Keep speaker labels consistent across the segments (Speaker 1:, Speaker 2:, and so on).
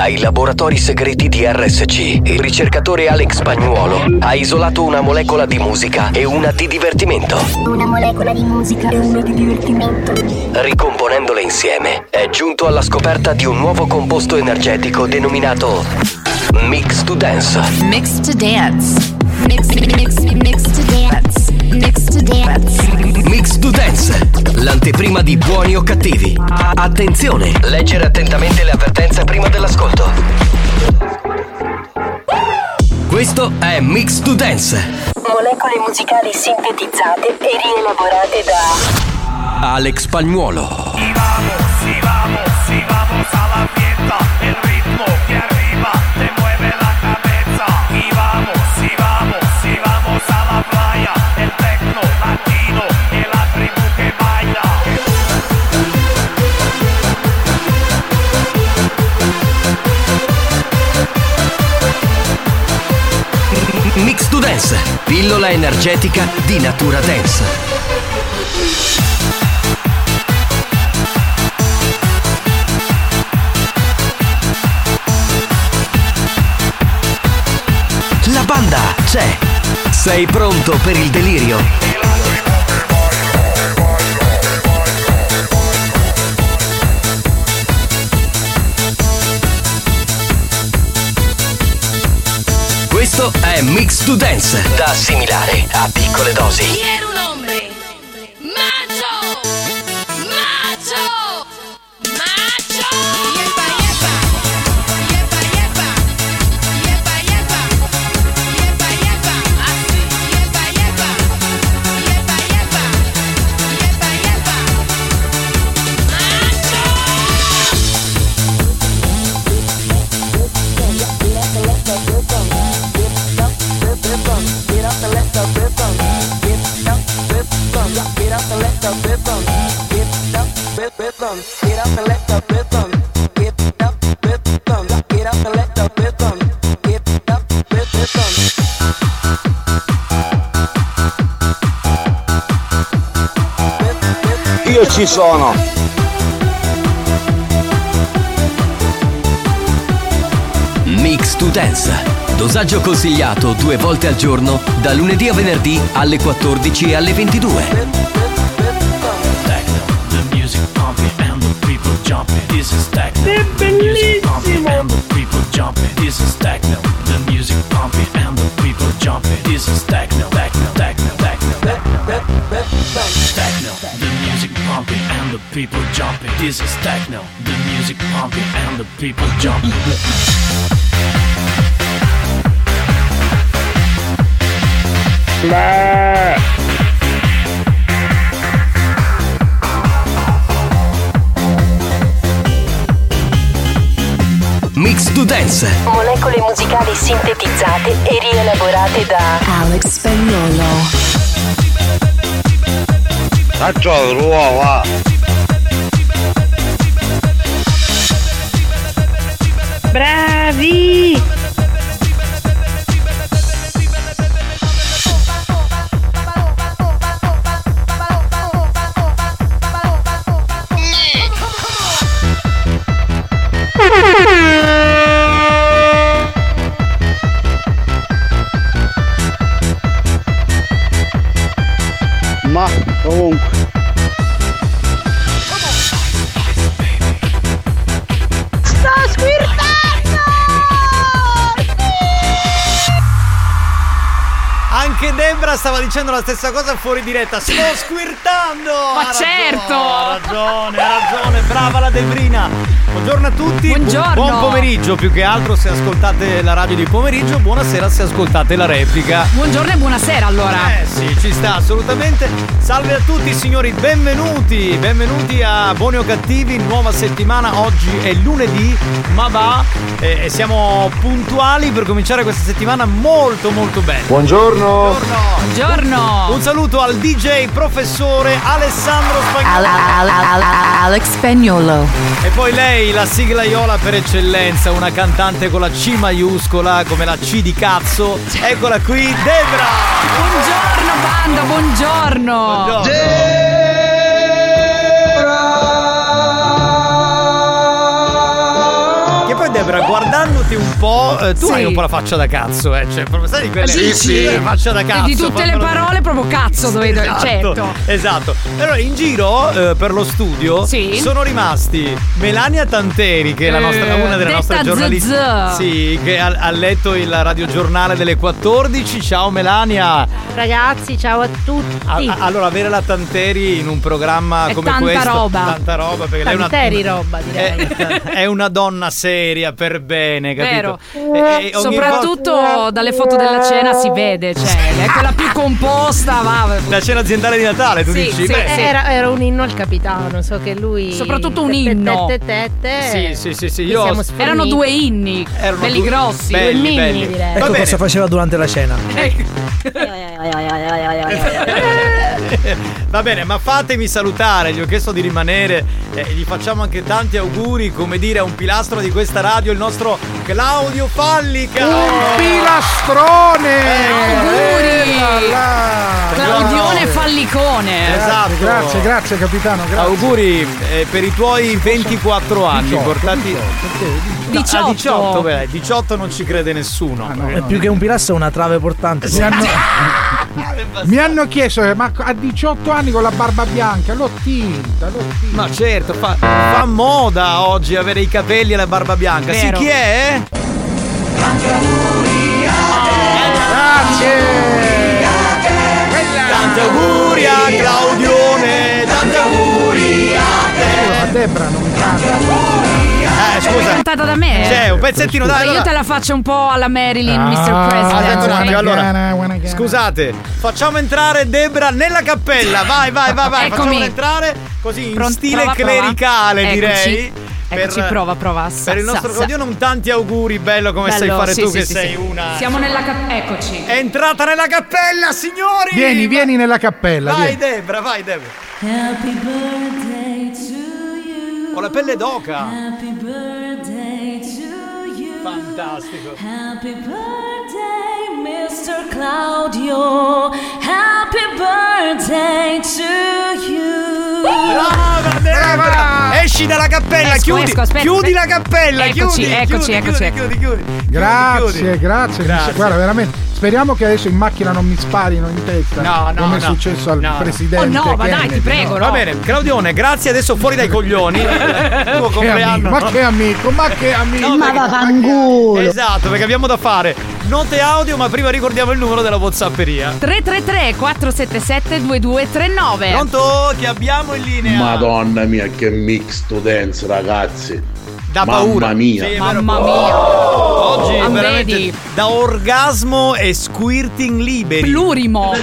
Speaker 1: Dai laboratori segreti di RSC, il ricercatore Alex Spagnuolo ha isolato una molecola di musica e una di divertimento.
Speaker 2: Una molecola di musica e una di divertimento.
Speaker 1: Ricomponendole insieme, è giunto alla scoperta di un nuovo composto energetico denominato Mix to Dance.
Speaker 3: Mix to Dance. Mix to Dance. Mix to Dance.
Speaker 1: Mix to Dance, l'anteprima di Buoni o Cattivi. Attenzione, leggere attentamente le avvertenze prima dell'ascolto. Questo è Mix to Dance.
Speaker 2: Molecole musicali sintetizzate e rielaborate da
Speaker 1: Alex Spagnuolo.
Speaker 4: Si vamos a la fiesta, el ritmo que arriba te mueve la cabeza. Y vamos a la playa, el tecno latino y la tribu que baila.
Speaker 1: Mix to Dance, pillola energetica di Natura Dance. La banda c'è. Sei pronto per il delirio? Questo è Mix to Dance, da assimilare a piccole dosi.
Speaker 3: Quiero un hombre macho, macho, macho. Yepa, yepa, yepa, yepa, yepa, yepa, yepa, yepa, así, yepa, yepa, yepa, yepa, yepa, yepa, macho.
Speaker 5: Io ci sono.
Speaker 1: Mix to Dance, dosaggio consigliato 2 volte al giorno, da lunedì a venerdì alle 14 e alle 22.
Speaker 6: È bellissimo!
Speaker 4: People jumping, this is techno. The music pumping and the people jumping.
Speaker 1: Mix to Dance,
Speaker 2: molecole musicali sintetizzate e rielaborate da
Speaker 3: Alex Spagnuolo.
Speaker 5: Faccio l'uova.
Speaker 6: Bravi!
Speaker 5: Ma comunque.
Speaker 6: Sto squirtando!
Speaker 7: Anche Debra stava dicendo la stessa cosa fuori diretta. Sto squirtando!
Speaker 8: Ma certo!
Speaker 7: Ha ragione, brava la Debrina. Buongiorno a tutti.
Speaker 8: Buongiorno.
Speaker 7: Buon pomeriggio, più che altro se ascoltate la radio di pomeriggio. Buonasera se ascoltate la replica.
Speaker 8: Buongiorno e buonasera allora.
Speaker 7: Sì, ci sta assolutamente. Salve a tutti signori, benvenuti a Buoni o Cattivi, nuova settimana. Oggi è lunedì, ma va, e siamo puntuali per cominciare questa settimana molto molto bene.
Speaker 5: Buongiorno.
Speaker 8: Buongiorno.
Speaker 7: Un saluto al DJ professore Alessandro Spagnuolo.
Speaker 3: Alex Spagnuolo.
Speaker 7: E poi lei, la siglaiola per eccellenza, una cantante con la C maiuscola, come la C di cazzo. Eccola qui, Debra.
Speaker 8: Buongiorno banda, buongiorno.
Speaker 7: Che poi Debra, guardandoti un po', tu hai un po' la faccia da cazzo, cioè, proprio sai di quelle
Speaker 8: Sì.
Speaker 7: faccia da cazzo.
Speaker 8: E di tutte le parole proprio cazzo dovete, certo.
Speaker 7: Esatto. Allora, in giro per lo studio sono rimasti Melania Tanteri, che è una delle nostre giornaliste. Sì, che ha letto il radiogiornale delle 14. Ciao Melania.
Speaker 6: Ragazzi, ciao a tutti.
Speaker 7: Allora, avere la Tanteri in un programma come questo, tanta roba, perché lei è una donna seria per bene, capito?
Speaker 8: Vero. Soprattutto dalle foto della cena si vede, cioè, è quella più composta,
Speaker 7: La cena aziendale di Natale, tu dici?
Speaker 6: Era un inno al capitano, so che lui.
Speaker 8: Soprattutto un inno.
Speaker 7: Sì.
Speaker 8: Erano 2 inni, belli grossi.
Speaker 7: Belli.
Speaker 6: Direi.
Speaker 9: Ecco cosa faceva durante la cena.
Speaker 7: Va bene, ma fatemi salutare, gli ho chiesto di rimanere e gli facciamo anche tanti auguri, come dire, a un pilastro di questa radio, il nostro Claudio Fallica.
Speaker 10: Un pilastrone!
Speaker 8: Auguri! Claudione Fallicone.
Speaker 7: Esatto.
Speaker 10: Grazie capitano, grazie.
Speaker 7: Auguri per i tuoi 24 anni,
Speaker 10: 18,
Speaker 7: portati
Speaker 8: 18.
Speaker 7: 18 non ci crede nessuno.
Speaker 9: È più che un pilastro, è una trave portante.
Speaker 10: Mi hanno chiesto, ma a 18 anni con la barba bianca, l'ho tinta.
Speaker 7: Ma certo, fa moda oggi avere i capelli e la barba bianca.
Speaker 8: Vero.
Speaker 7: Sì, chi è?
Speaker 10: Grazie.
Speaker 7: Tanti auguri a Claudione, tanti auguri a te.
Speaker 10: La Debra non canta.
Speaker 7: Scusa.
Speaker 8: Cantata da me.
Speaker 7: C'è un pezzettino, dai.
Speaker 8: Io te la faccio un po' alla Marilyn, Mr. President.
Speaker 7: Aspetta un attimo, allora. Scusate, facciamo entrare Debra nella cappella. Vai.
Speaker 8: Eccomi.
Speaker 7: Facciamola entrare così in stile
Speaker 8: prova.
Speaker 7: clericale, direi.
Speaker 8: Eccoci, prova.
Speaker 7: Per il nostro Claudione un tanti auguri, bello come sai fare tu, che sei una.
Speaker 8: Siamo nella cappella, eccoci.
Speaker 7: È entrata nella cappella, signori!
Speaker 10: Vieni nella cappella.
Speaker 7: Vai Debra.
Speaker 11: Happy birthday to you.
Speaker 7: Ho la pelle d'oca.
Speaker 11: Happy birthday to you.
Speaker 7: Fantastico.
Speaker 11: Happy birthday, Mr. Claudio. Happy birthday to you.
Speaker 7: Brava Debra! Esci dalla cappella, chiudi la cappella.
Speaker 8: Eccoci.
Speaker 7: Chiudi.
Speaker 10: Grazie. Guarda, veramente. Speriamo che adesso in macchina non mi sparino in testa.
Speaker 7: No,
Speaker 10: come è successo al presidente.
Speaker 8: Oh no, ma dai, ti prego.
Speaker 7: Va bene, Claudione, grazie, adesso fuori dai coglioni. Tuo compleanno.
Speaker 10: Ma che amico.
Speaker 7: No,
Speaker 6: ma vaffanculo.
Speaker 7: Esatto, perché abbiamo da fare note audio, ma prima ricordiamo il numero della WhatsApperia.
Speaker 8: 333 477 2239.
Speaker 7: Pronto? Chi abbiamo in linea?
Speaker 5: Madonna mia, che mix to dance, ragazzi.
Speaker 7: Da paura.
Speaker 5: Mamma mia.
Speaker 7: Sì,
Speaker 8: mamma mia.
Speaker 7: Oggi veramente
Speaker 8: vedi.
Speaker 7: da orgasmo e squirting liberi.
Speaker 8: Plurimo.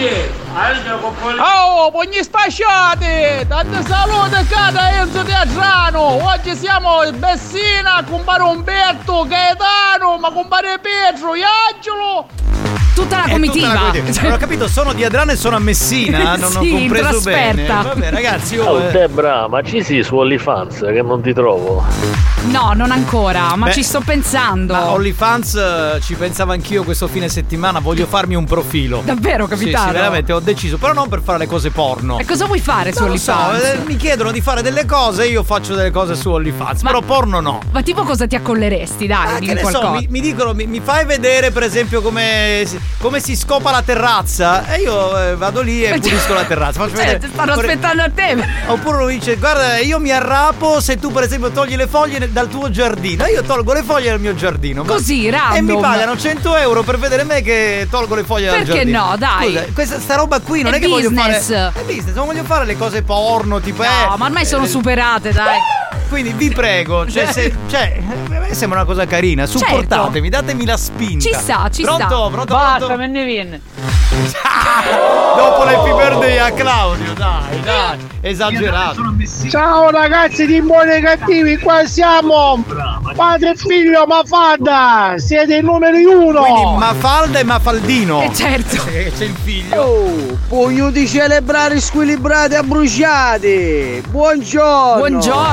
Speaker 6: Oh, pugni spasciati! Tante salute, cara Enzo Teatrano! Oggi siamo in Messina, compare Umberto, Gaetano, ma compare Pietro, Angelo!
Speaker 8: Tutta la comitiva.
Speaker 7: Non ho capito, sono di Adrano e sono a Messina. Non ho compreso bene. Vabbè, ragazzi,
Speaker 12: Debra, ma ci sei su OnlyFans che non ti trovo?
Speaker 8: No, non ancora, ma ci sto pensando.
Speaker 7: Ma OnlyFans ci pensavo anch'io questo fine settimana. Voglio farmi un profilo.
Speaker 8: Davvero, capitano?
Speaker 7: Sì, veramente ho deciso. Però non per fare le cose porno.
Speaker 8: E cosa vuoi fare su OnlyFans?
Speaker 7: Mi chiedono di fare delle cose e io faccio delle cose su OnlyFans. Però porno no.
Speaker 8: Ma tipo cosa ti accolleresti? Dai, dimmi qualcosa.
Speaker 7: Mi dicono, mi fai vedere per esempio come si scopa la terrazza? E io vado lì e pulisco la terrazza. Faccio vedere.
Speaker 8: Stanno aspettando a te.
Speaker 7: Oppure lui dice: guarda, io mi arrapo se tu per esempio togli le foglie dal tuo giardino. E io tolgo le foglie dal mio giardino.
Speaker 8: Così, random.
Speaker 7: E mi pagano 100 euro per vedere me che tolgo le foglie dal giardino.
Speaker 8: Perché no, dai.
Speaker 7: Scusa, sta roba qui non è che voglio fare. È business, non voglio fare le cose porno, tipo.
Speaker 8: No, ma ormai sono superate, dai.
Speaker 7: Quindi vi prego, a me sembra una cosa carina. Supportatemi, datemi la spinta.
Speaker 8: Ci sta.
Speaker 7: Pronto?
Speaker 6: Basta, me ne viene.
Speaker 7: Dopo l'happy birthday a Claudio, dai, esagerato.
Speaker 6: Ciao ragazzi di Buoni e Cattivi, qua siamo. Padre e figlio Mafalda, siete i numeri 1.
Speaker 7: Quindi Mafalda e Mafaldino.
Speaker 8: Certo.
Speaker 7: C'è il figlio.
Speaker 13: Oh, voglio di celebrare squilibrati e bruciati. Buongiorno.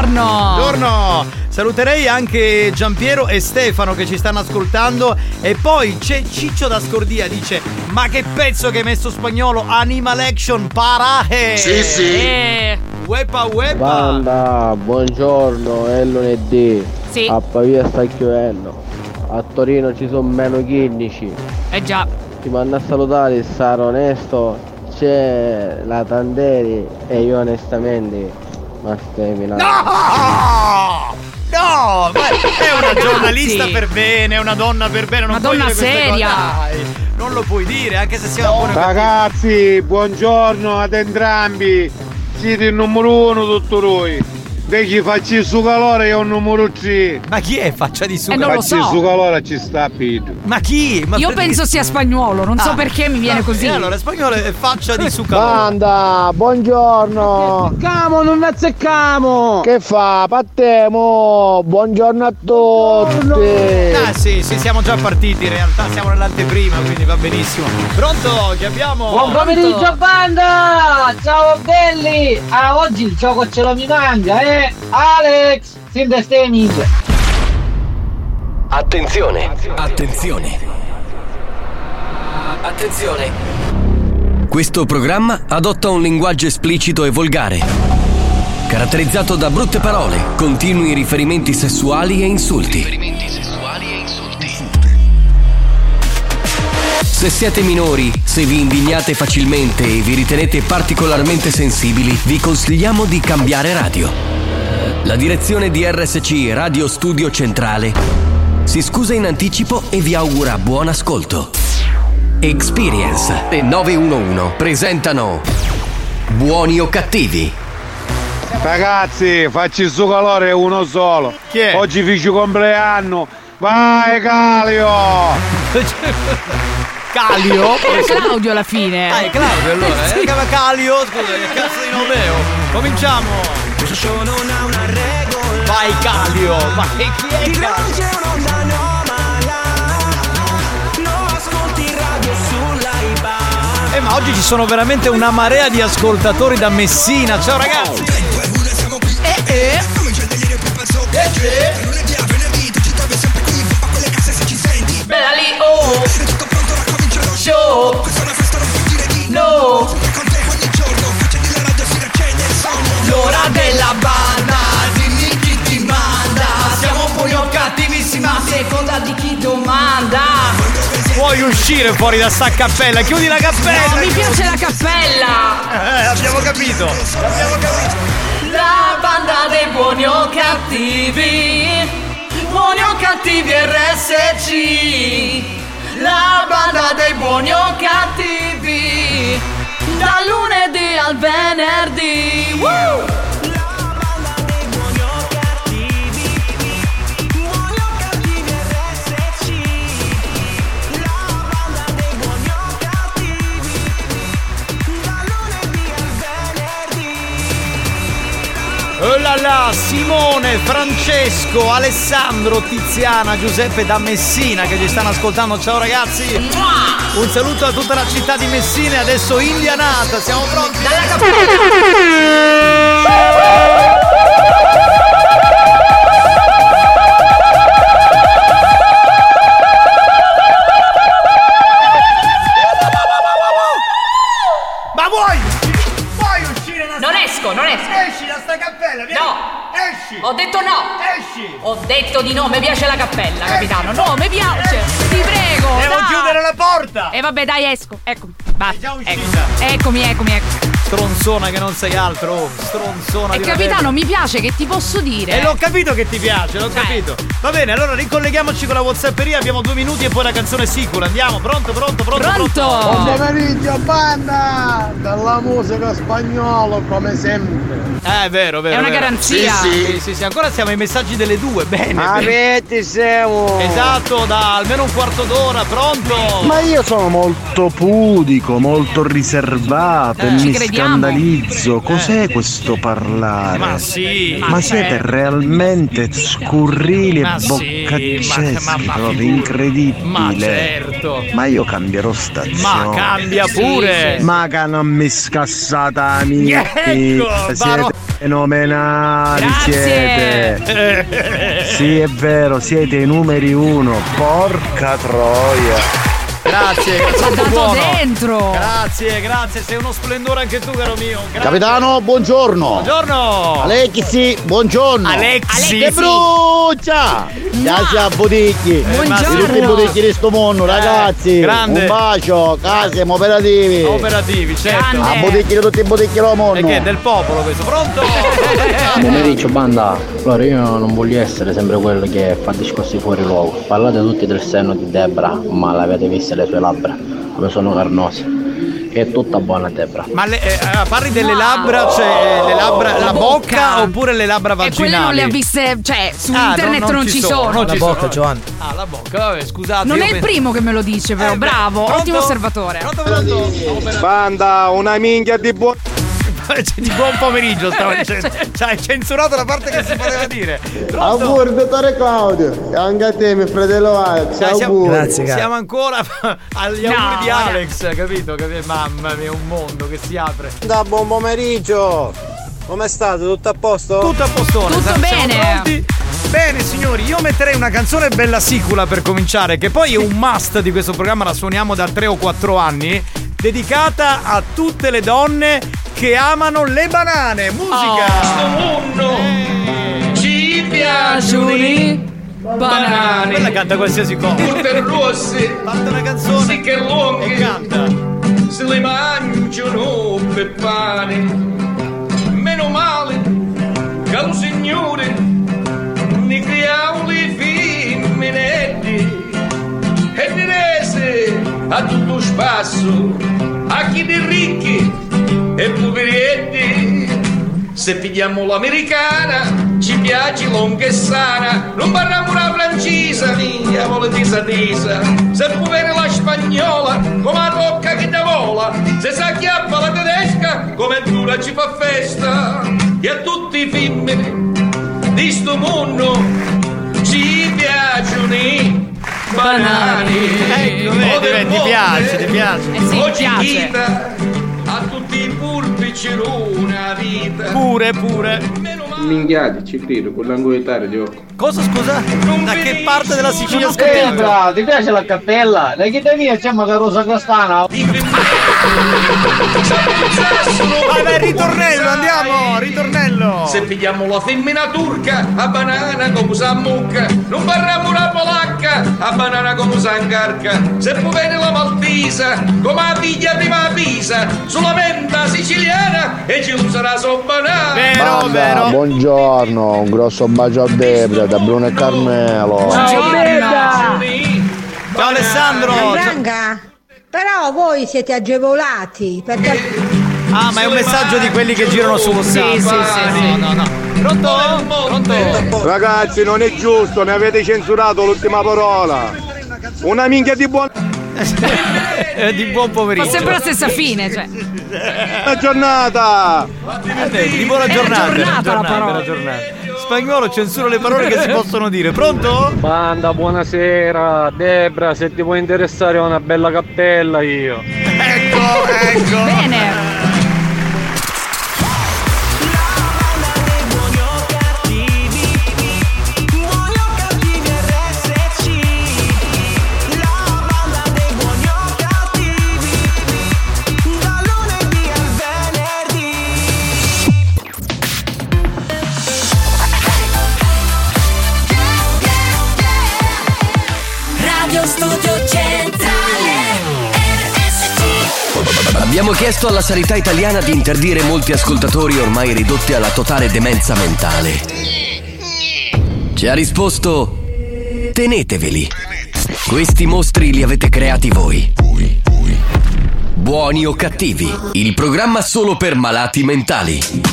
Speaker 7: Buongiorno. Saluterei anche Giampiero e Stefano che ci stanno ascoltando. E poi c'è Ciccio da Scordia, dice: ma che pezzo che hai messo Spagnolo, Animal Action, paraje.
Speaker 5: Sì.
Speaker 7: Uepa.
Speaker 13: Banda, buongiorno, è lunedì.
Speaker 8: Sì.
Speaker 13: A Pavia sta chiudendo. A Torino ci sono meno 15.
Speaker 8: Già.
Speaker 13: Ti mando a salutare, sarò onesto. C'è la Tanderi e io onestamente ma stai Milano.
Speaker 7: No, ma è una giornalista per bene, è una donna per bene, non
Speaker 8: una
Speaker 7: puoi
Speaker 8: donna
Speaker 7: dire queste
Speaker 8: seria.
Speaker 7: cose. Dai, non lo puoi dire, anche se siamo buoni.
Speaker 10: Ragazzi, buongiorno ad entrambi. Siete il numero 1 tutto noi. Invece facci su calore, io ho il numero 3.
Speaker 7: Ma chi è faccia di su calore?
Speaker 8: Non lo so.
Speaker 10: Facci su calore ci sta Pietro.
Speaker 7: Ma chi?
Speaker 8: Io penso sia Spagnuolo, non so perché mi viene così.
Speaker 7: Allora, Spagnolo è faccia di su calore.
Speaker 13: Banda, buongiorno.
Speaker 6: Camo, non ne azzeccamo.
Speaker 13: Che fa? Pattemo. Buongiorno a tutti.
Speaker 7: Sì, siamo già partiti in realtà, siamo nell'anteprima, quindi va benissimo. Pronto? Che abbiamo?
Speaker 6: Buon pomeriggio banda! Ciao belli! Oggi il gioco ce lo mi mangia, Alex! Sindesteni!
Speaker 1: Attenzione. Questo programma adotta un linguaggio esplicito e volgare, caratterizzato da brutte parole, continui riferimenti sessuali e insulti. Se siete minori, se vi indignate facilmente e vi ritenete particolarmente sensibili, vi consigliamo di cambiare radio. La direzione di RSC Radio Studio Centrale si scusa in anticipo e vi augura buon ascolto. Experience e 911 presentano Buoni o Cattivi.
Speaker 10: Ragazzi, facci su calore uno solo.
Speaker 7: Chi è?
Speaker 10: Oggi fici compleanno. Vai Calio!
Speaker 7: Calio?
Speaker 8: Era Claudio alla fine.
Speaker 7: È Claudio allora, si chiama Calio, scusa, che cazzo di nome è? Cominciamo! Questo show non ha una regola. Vai Calio! Ma che chi è Calio? Ma oggi ci sono veramente una marea di ascoltatori da Messina. Ciao ragazzi!
Speaker 11: Bella lì, oh! Show! No! L'ora della banda, dimmi chi ti manda. Siamo buoni o cattivissimi a seconda di chi domanda.
Speaker 7: Puoi uscire fuori da sta cappella, chiudi la cappella!
Speaker 8: No, mi piace la cappella!
Speaker 7: Abbiamo capito!
Speaker 11: La banda dei buoni o cattivi, buoni o cattivi RSC. La banda dei buoni o cattivi, dal lunedì al venerdì. Woo!
Speaker 7: Oh là là, Simone, Francesco, Alessandro, Tiziana, Giuseppe da Messina che ci stanno ascoltando. Ciao ragazzi! Un saluto a tutta la città di Messina e adesso Indianata, siamo pronti?
Speaker 11: Dalla cappella!
Speaker 7: Ma vuoi uscire da
Speaker 11: Non esco!
Speaker 7: Esci da sta cappella, vieni!
Speaker 11: No!
Speaker 7: Esci!
Speaker 11: Ho detto no!
Speaker 7: Esci!
Speaker 11: Ho detto di no, mi piace la cappella, capitano. No, mi piace!
Speaker 8: Ti prego!
Speaker 7: Devo
Speaker 8: dai.
Speaker 7: chiudere la porta!
Speaker 8: E vabbè, dai, esco. Eccomi. Basta.
Speaker 7: È già uscita.
Speaker 8: Eccomi.
Speaker 7: Stronzona che non sei altro, oh, stronzona
Speaker 8: E
Speaker 7: di
Speaker 8: capitano,
Speaker 7: una
Speaker 8: mi piace, che ti posso dire?
Speaker 7: E l'ho capito che ti piace, l'ho capito. Va bene, allora ricolleghiamoci con la WhatsApperia, abbiamo 2 minuti e poi la canzone sicura. Andiamo, pronto.
Speaker 8: Pronto!
Speaker 13: Buon pomeriggio banda! Della musica spagnola come sempre.
Speaker 7: È vero.
Speaker 8: È una garanzia.
Speaker 7: Sì, ancora siamo ai messaggi delle 2, bene.
Speaker 13: Avete siamo!
Speaker 7: Esatto, da almeno un quarto d'ora, pronto?
Speaker 14: Ma io sono molto pudico, molto riservato e
Speaker 8: ci
Speaker 14: mi
Speaker 8: crediamo.
Speaker 14: scandalizzo. Cos'è questo parlare?
Speaker 7: Ma sì.
Speaker 14: Ma siete realmente scurrili e
Speaker 7: Ma sì,
Speaker 14: boccacceschi,
Speaker 7: ma
Speaker 14: proprio incredibile.
Speaker 7: Ma certo.
Speaker 14: Ma io cambierò stazione.
Speaker 7: Ma cambia pure.
Speaker 14: Ma che non mi scassata amici.
Speaker 7: Ecco,
Speaker 14: Siete Fenomenali
Speaker 8: Grazie.
Speaker 14: siete. Sì, è vero, siete i numeri uno. Porca troia.
Speaker 7: Grazie,
Speaker 8: Ci ha
Speaker 7: troppo
Speaker 8: dato
Speaker 7: buono.
Speaker 8: dentro.
Speaker 7: Grazie, sei uno splendore anche tu, caro mio. Grazie.
Speaker 15: Capitano, buongiorno.
Speaker 7: Buongiorno.
Speaker 15: Alexi, buongiorno.
Speaker 7: Alexi.
Speaker 15: Che brucia! Grazie a Boticchi.
Speaker 8: Buongiorno.
Speaker 15: Di tutti i Boticchi di sto mondo, ragazzi.
Speaker 7: grande.
Speaker 15: Un bacio, case, siamo operativi.
Speaker 7: Operativi, certo.
Speaker 15: A Boticchi di tutti i Boticchi del mondo.
Speaker 7: E che è del popolo questo, pronto?
Speaker 13: Pomeriggio banda, allora io non voglio essere sempre quello che fa discorsi fuori luogo. Parlate tutti del senno di Debra, ma l'avete vista le sue labbra, come sono carnose. Che è tutta buona Debra.
Speaker 7: Ma parli delle labbra, cioè le labbra, la bocca oppure le labbra
Speaker 8: E
Speaker 7: vaginali?
Speaker 8: quelle non le ha viste, cioè su internet non ci sono.
Speaker 7: Non
Speaker 9: La
Speaker 7: ci
Speaker 9: bocca,
Speaker 7: sono.
Speaker 9: Giovanni.
Speaker 7: Ah, la bocca, vabbè, scusate.
Speaker 8: Non
Speaker 7: io
Speaker 8: è il
Speaker 7: penso-
Speaker 8: primo che me lo dice, però. Bravo,
Speaker 7: Pronto?
Speaker 8: ottimo osservatore.
Speaker 7: Pronto?
Speaker 10: Banda, una minchia di buon...
Speaker 7: Di buon pomeriggio stavo dicendo. Cioè, hai censurato la parte che si poteva dire. Pronto?
Speaker 16: Auguri, dottore Claudio. E anche a te, mio fratello Alex. Auguri.
Speaker 9: Grazie, caro.
Speaker 7: Siamo ancora agli auguri di Alex, capito? Mamma mia, un mondo che si apre.
Speaker 16: Da buon pomeriggio. Come state? Tutto a posto?
Speaker 7: Tutto a postone.
Speaker 8: Tutto
Speaker 7: siamo
Speaker 8: bene.
Speaker 7: pronti? Bene signori, io metterei una canzone bella sicula per cominciare, che poi è un must di questo programma, la suoniamo da 3 o 4 anni, dedicata a tutte le donne che amano le banane. Musica!
Speaker 11: Ci piacciono i banani.
Speaker 7: Quella canta qualsiasi cosa.
Speaker 11: Tutte rosse.
Speaker 7: Fatta una canzone
Speaker 11: sì che lunghe.
Speaker 7: e canta.
Speaker 11: Se le mangiano per pane. Meno male che un signore ne creiamo le femminetti e ne rese a tutto spasso a chi di ricchi e poveretti. Se pigliamo l'americana ci piace longa e sana, non parliamo una francese mia vuole tisa. Se può bene la spagnola come la tocca che da vola, se si acchiappa la tedesca come dura ci fa festa. E a tutti i femmini di sto mondo ci piacciono i banani.
Speaker 7: Ecco, vedi, ti piace.
Speaker 8: Sì,
Speaker 11: Oggi
Speaker 8: piace.
Speaker 11: vita a tutti i purpici una vita.
Speaker 7: Pure.
Speaker 16: Minchiati, ci credo, con l'angolare di occo.
Speaker 7: Cosa scusa? Da che parte della Sicilia scriviamo?
Speaker 16: Bravo, ti piace la cappella? La chitarra mia c'è una rosa castana.
Speaker 7: Vai, ritornello, andiamo, ritornello.
Speaker 11: Se pigliamo la femmina turca, a banana come sa mucca. Non parliamo una polacca, a banana come sa ancarca. Se può bene la maltesa, come la figlia prima Pisa. Solamente la siciliana e ci userà so banana.
Speaker 7: Vero.
Speaker 15: Buongiorno, un grosso bacio a Debra da Bruno e Carmelo.
Speaker 7: Ciao Alessandro.
Speaker 17: Franga, però voi siete agevolati perché
Speaker 7: Ah, ma è un messaggio di quelli che girano su WhatsApp. Sì. No. Pronto?
Speaker 10: Ragazzi, non è giusto, mi avete censurato l'ultima parola. Una minchia di buon...
Speaker 7: Di buon pomeriggio.
Speaker 8: Fa sempre la stessa fine, cioè.
Speaker 10: Buona giornata!
Speaker 7: Di buona giornata.
Speaker 8: giornata la parola.
Speaker 7: Buona giornata. Spagnolo censura le parole che si possono dire. Pronto?
Speaker 16: Banda, buonasera. Debra, se ti può interessare ho una bella cappella io.
Speaker 7: Ecco.
Speaker 8: Bene.
Speaker 2: Studio Centrale RSC.
Speaker 1: Abbiamo chiesto alla sanità italiana di interdire molti ascoltatori ormai ridotti alla totale demenza mentale. Ci ha risposto: teneteveli. Questi mostri li avete creati voi. Buoni o cattivi, il programma solo per malati mentali.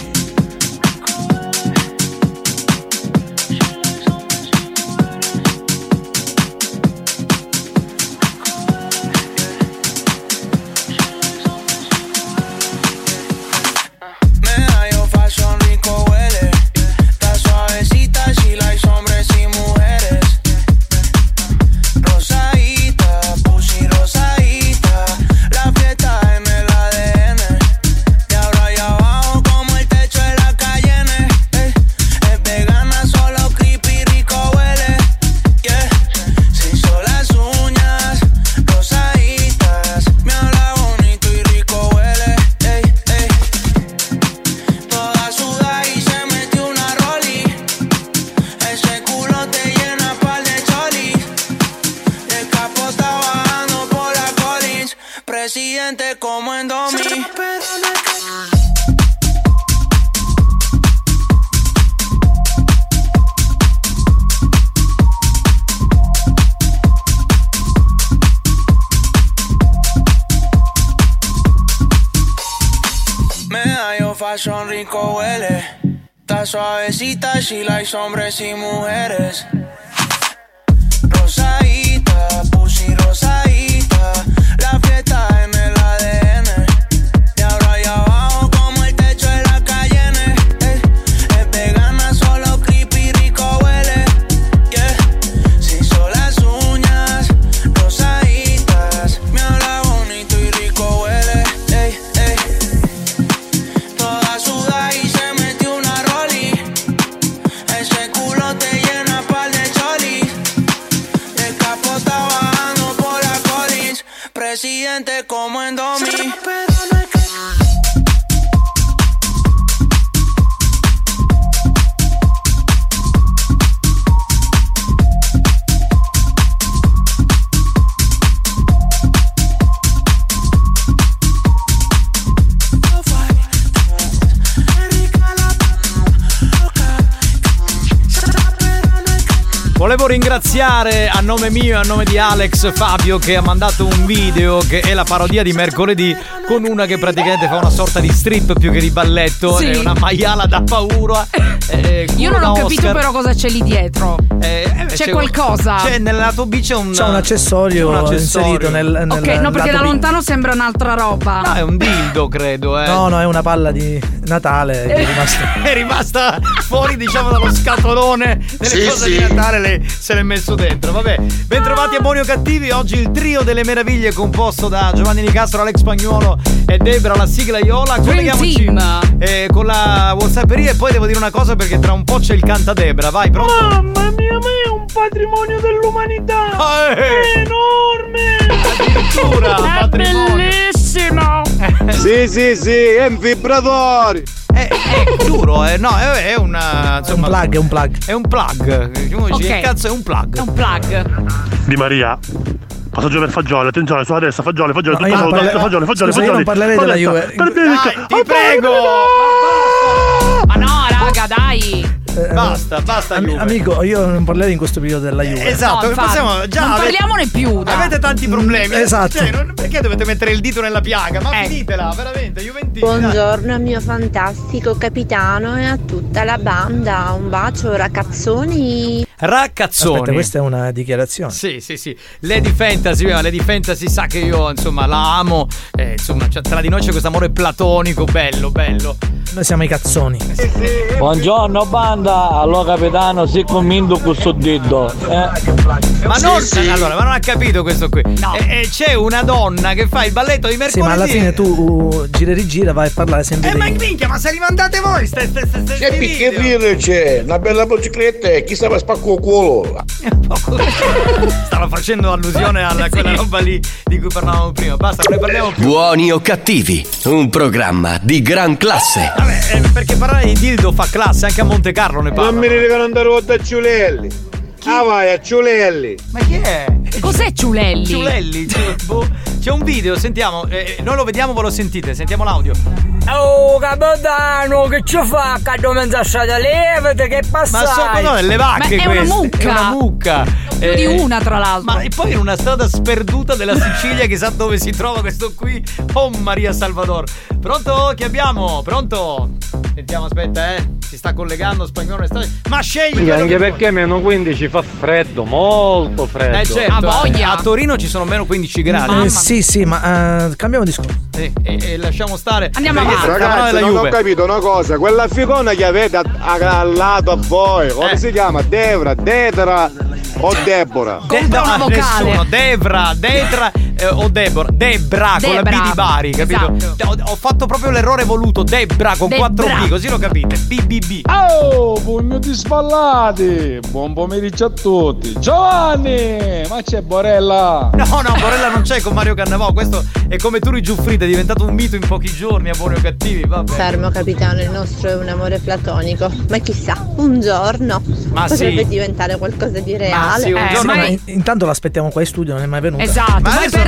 Speaker 11: La fiesta en el ADN y ahora ya abajo como el
Speaker 18: Presidente como en 2000. Medallo fashion rico huele. Está suavecita, she likes hombres y mujeres. Rosadita, pussy rosadita. La fiesta en el ADN. De ahora y abajo como el techo de la Cayenne. Es vegana, solo creepy, rico huele. Yeah. Se hizo las uñas rosaditas. Me habla bonito y rico huele. Ey, ey. Toda suda y se metió una roli. Ese culo te llena par de cholis. El capo está bajando por la Collins. Presidente como en 2000.
Speaker 7: Volevo ringraziare a nome mio e a nome di Alex Fabio che ha mandato un video che è la parodia di mercoledì con una che praticamente fa una sorta di strip più che di balletto. Sì. È una maiala da paura.
Speaker 8: Io non ho capito però cosa c'è lì dietro. C'è qualcosa.
Speaker 7: C'è nel lato B c'è un
Speaker 9: accessorio inserito nel
Speaker 8: ok, no, perché da lontano sembra un'altra roba.
Speaker 7: No, è un dildo, credo.
Speaker 9: No, è una palla di Natale che è
Speaker 7: rimasta fuori, diciamo, dallo scatolone delle cose di Natale. Lei se l'è messo dentro. Vabbè, bentrovati a Buoni o Cattivi. Oggi il trio delle meraviglie composto da Giovanni Nicastro, Alex Spagnuolo e Debra, la sigla Iola. Colleghiamoci con la WhatsApperia. E poi devo dire una cosa, perché tra un po' c'è il canta Debra. Vai, pronto?
Speaker 6: Mamma mia, ma è un patrimonio dell'umanità. È enorme.
Speaker 7: Addirittura
Speaker 6: è
Speaker 7: patrimonio.
Speaker 6: Bellissimo.
Speaker 10: Sì, è un vibratore.
Speaker 7: È duro, no, è una. Insomma,
Speaker 9: è un plug.
Speaker 7: È un plug. Come dici, che cazzo è un plug?
Speaker 8: È un plug.
Speaker 14: Di Maria. Passaggio per Fagioli, attenzione sulla destra, Fagioli,
Speaker 9: Io non parlerei della Juve.
Speaker 7: Dai, ti prego.
Speaker 8: Ma no, raga, dai.
Speaker 7: Basta Juve.
Speaker 9: Amico, io non parlerei in questo periodo della Juve.
Speaker 7: Esatto,
Speaker 8: no,
Speaker 7: possiamo già.
Speaker 8: Non parliamone più. Dai.
Speaker 7: Avete tanti problemi.
Speaker 9: Esatto.
Speaker 7: Perché dovete mettere il dito nella piaga? Ma finitela, veramente, Juventini.
Speaker 19: Buongiorno mio fantastico capitano e a tutta la banda. Un bacio, ragazzoni.
Speaker 9: Aspetta, questa è una dichiarazione.
Speaker 7: Sì. Lady Fantasy sa che io, insomma, la amo. Insomma, tra di noi c'è questo amore platonico, bello.
Speaker 9: Noi siamo i cazzoni.
Speaker 20: Buongiorno banda, allora capitano, si convinto con questo dito.
Speaker 7: Ma non ha capito questo qui. No. C'è una donna che fa il balletto di mercoledì.
Speaker 9: Sì, ma alla fine tu gira e rigira vai a parlare sempre
Speaker 7: ma minchia, ma se li mandate voi
Speaker 5: c'è picchierino, c'è una bella bicicletta e chi stava spacco culo.
Speaker 7: Stava facendo allusione a quella roba lì di cui parlavamo prima. Basta, ne parliamo più.
Speaker 1: Buoni o Cattivi, un programma di gran classe.
Speaker 7: Vabbè, perché parlare di dildo fa classe, anche a Monte Carlo ne parla.
Speaker 10: Non mi devono andare a Ciulelli. Vai a Ciulelli.
Speaker 7: Ma chi è?
Speaker 8: Cos'è Ciulelli?
Speaker 7: Ciulelli. C'è un video, sentiamo. Noi lo vediamo, voi lo sentite. Sentiamo l'audio.
Speaker 21: Oh capitano, che ci fa? Quando mi lasciate levate, che passate?
Speaker 7: Ma sono delle vacche
Speaker 8: è
Speaker 7: queste.
Speaker 8: Una mucca. Più di una, tra l'altro.
Speaker 7: Ma e poi in una strada sperduta della Sicilia, chissà dove si trova questo qui. Oh Maria Salvador. Pronto? Chi abbiamo? Pronto? Sentiamo, aspetta, si sta collegando Spagnolo. Ma scegli.
Speaker 16: Anche perché meno 15 fa freddo, molto freddo.
Speaker 7: Certo, a Torino ci sono meno 15 gradi.
Speaker 9: Sì, ma cambiamo discorso.
Speaker 7: E lasciamo stare.
Speaker 8: Andiamo avanti.
Speaker 10: Ragazzi, non ho capito una cosa. Quella figona che avete al lato a voi, come si chiama? Detra o Deborah?
Speaker 8: Una vocale.
Speaker 7: Nessuno. Detra o Deborah. Debra con la B di Bari, capito? Esatto. Ho fatto proprio l'errore voluto. Debra con 4B, così lo capite. BBB.
Speaker 6: Oh, pugno di spallati. Buon pomeriggio a tutti. Giovanni, ma c'è Borella?
Speaker 7: No, Borella non c'è con Mario Cannavò. Questo è come Turi Giuffrida, è diventato un mito in pochi giorni a Buoni o Cattivi. Vabbè.
Speaker 19: Fermo capitano, il nostro è un amore platonico. Ma chissà, un giorno potrebbe diventare qualcosa di reale.
Speaker 9: Intanto l'aspettiamo qua in studio, non è mai venuto.
Speaker 8: Esatto, ma per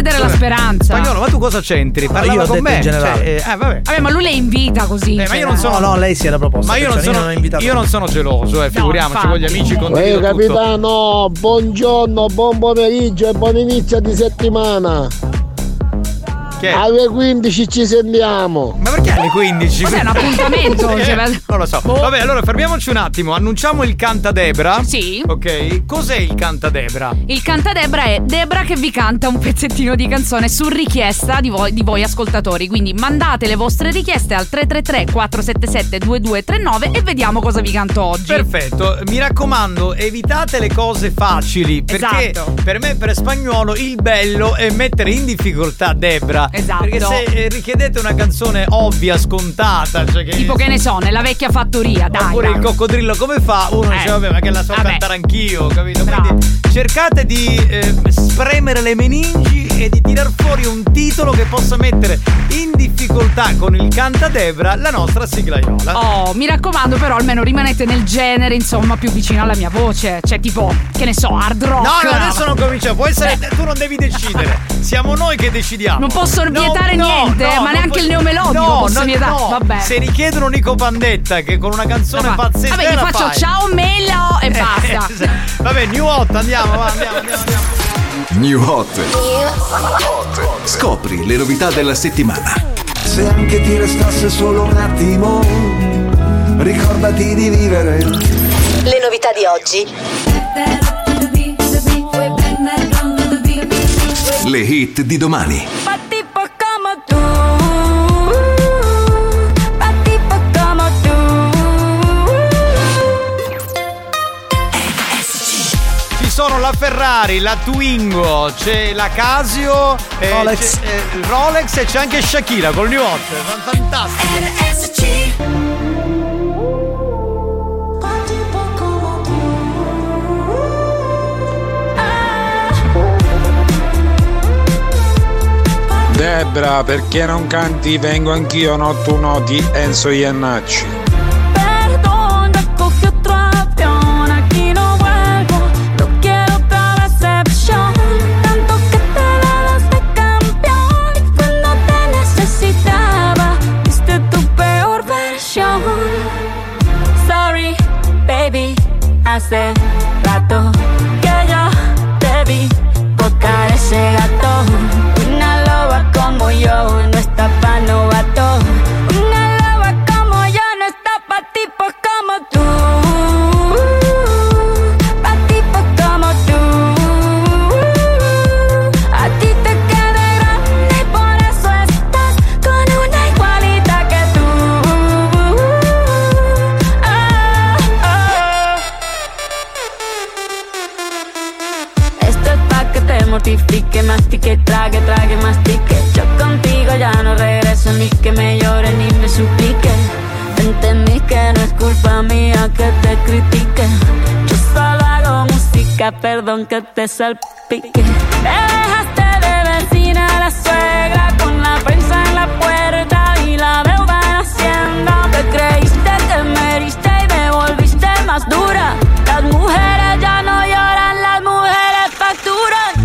Speaker 8: perdere la speranza.
Speaker 7: Spagnolo, ma tu cosa c'entri?
Speaker 9: Ma io
Speaker 7: Parlava
Speaker 9: ho
Speaker 7: con
Speaker 9: detto
Speaker 7: me.
Speaker 9: in generale.
Speaker 7: Vabbè.
Speaker 8: Vabbè, ma lui le invita così.
Speaker 7: Ma io non sono.
Speaker 9: No, lei si era proposta.
Speaker 7: Ma io non sono geloso, figuriamoci, con gli amici condivido tutto.
Speaker 15: Capitano, buongiorno, buon pomeriggio e buon inizio di settimana. Alle 15 ci sentiamo.
Speaker 7: Ma perché alle 15?
Speaker 8: Cos'è un appuntamento?
Speaker 7: Non lo so. Vabbè, allora fermiamoci un attimo. Annunciamo il Cantadebra.
Speaker 8: Sì.
Speaker 7: Ok. Cos'è il Cantadebra?
Speaker 8: Il Cantadebra è Debra che vi canta un pezzettino di canzone su richiesta di voi ascoltatori. Quindi mandate le vostre richieste al 333-477-2239 e vediamo cosa vi canto oggi.
Speaker 7: Perfetto. Mi raccomando, evitate le cose facili. Perché per me, per Spagnolo, il bello è mettere in difficoltà Debra.
Speaker 8: Esatto.
Speaker 7: Perché se richiedete una canzone ovvia, scontata, cioè che
Speaker 8: tipo che ne so, nella vecchia fattoria, dai.
Speaker 7: Oppure il coccodrillo come fa? Uno dice vabbè, ma che la so cantare anch'io, capito? Quindi cercate di spremere le meningi e di tirar fuori un titolo che possa mettere in difficoltà con il Cantadebra la nostra siglaiola.
Speaker 8: Oh, mi raccomando, però almeno rimanete nel genere, insomma, più vicino alla mia voce. Cioè tipo, che ne so, hard rock.
Speaker 7: No, adesso non cominciamo. Può essere tu non devi decidere. Siamo noi che decidiamo.
Speaker 8: Non posso vietare niente, ma neanche il neomelodico posso vietare. Vabbè.
Speaker 7: Se richiedono Nico Pandetta che con una canzone pazzesca.
Speaker 8: Vabbè, gli faccio ciao Melo e basta.
Speaker 7: Vabbè, New Hot, andiamo.
Speaker 4: New Hot. Scopri le novità della settimana.
Speaker 22: Se anche ti restasse solo un attimo, ricordati di vivere.
Speaker 2: Le novità di oggi.
Speaker 4: Le hit di domani.
Speaker 7: Sono la Ferrari, la Twingo, c'è la Casio,
Speaker 9: Rolex.
Speaker 7: c'è il Rolex e c'è anche Shakira col New Hot. Fantastico.
Speaker 23: Debra, perché non canti Vengo anch'io, no tu no di Enzo Iannacci?
Speaker 24: Hace rato que yo te vi tocar ese gato. Una loba como yo no está pa' novato. Una loba como yo no está pa' tipos como tú. Pa' tipos como tú. A ti te queda grande y por eso estás con una igualita que tú. Mortifique, mastique, trague, mastique. Yo contigo ya no regreso, ni que me llore ni me suplique. Entendí que no es culpa mía que te critique. Yo solo hago música, perdón que te salpique. Te dejaste de vecina a la suegra con la prensa en la puerta y la deuda en Hacienda. Te creíste que me heriste y me volviste más dura. Las mujeres ya no lloran, las mujeres facturan.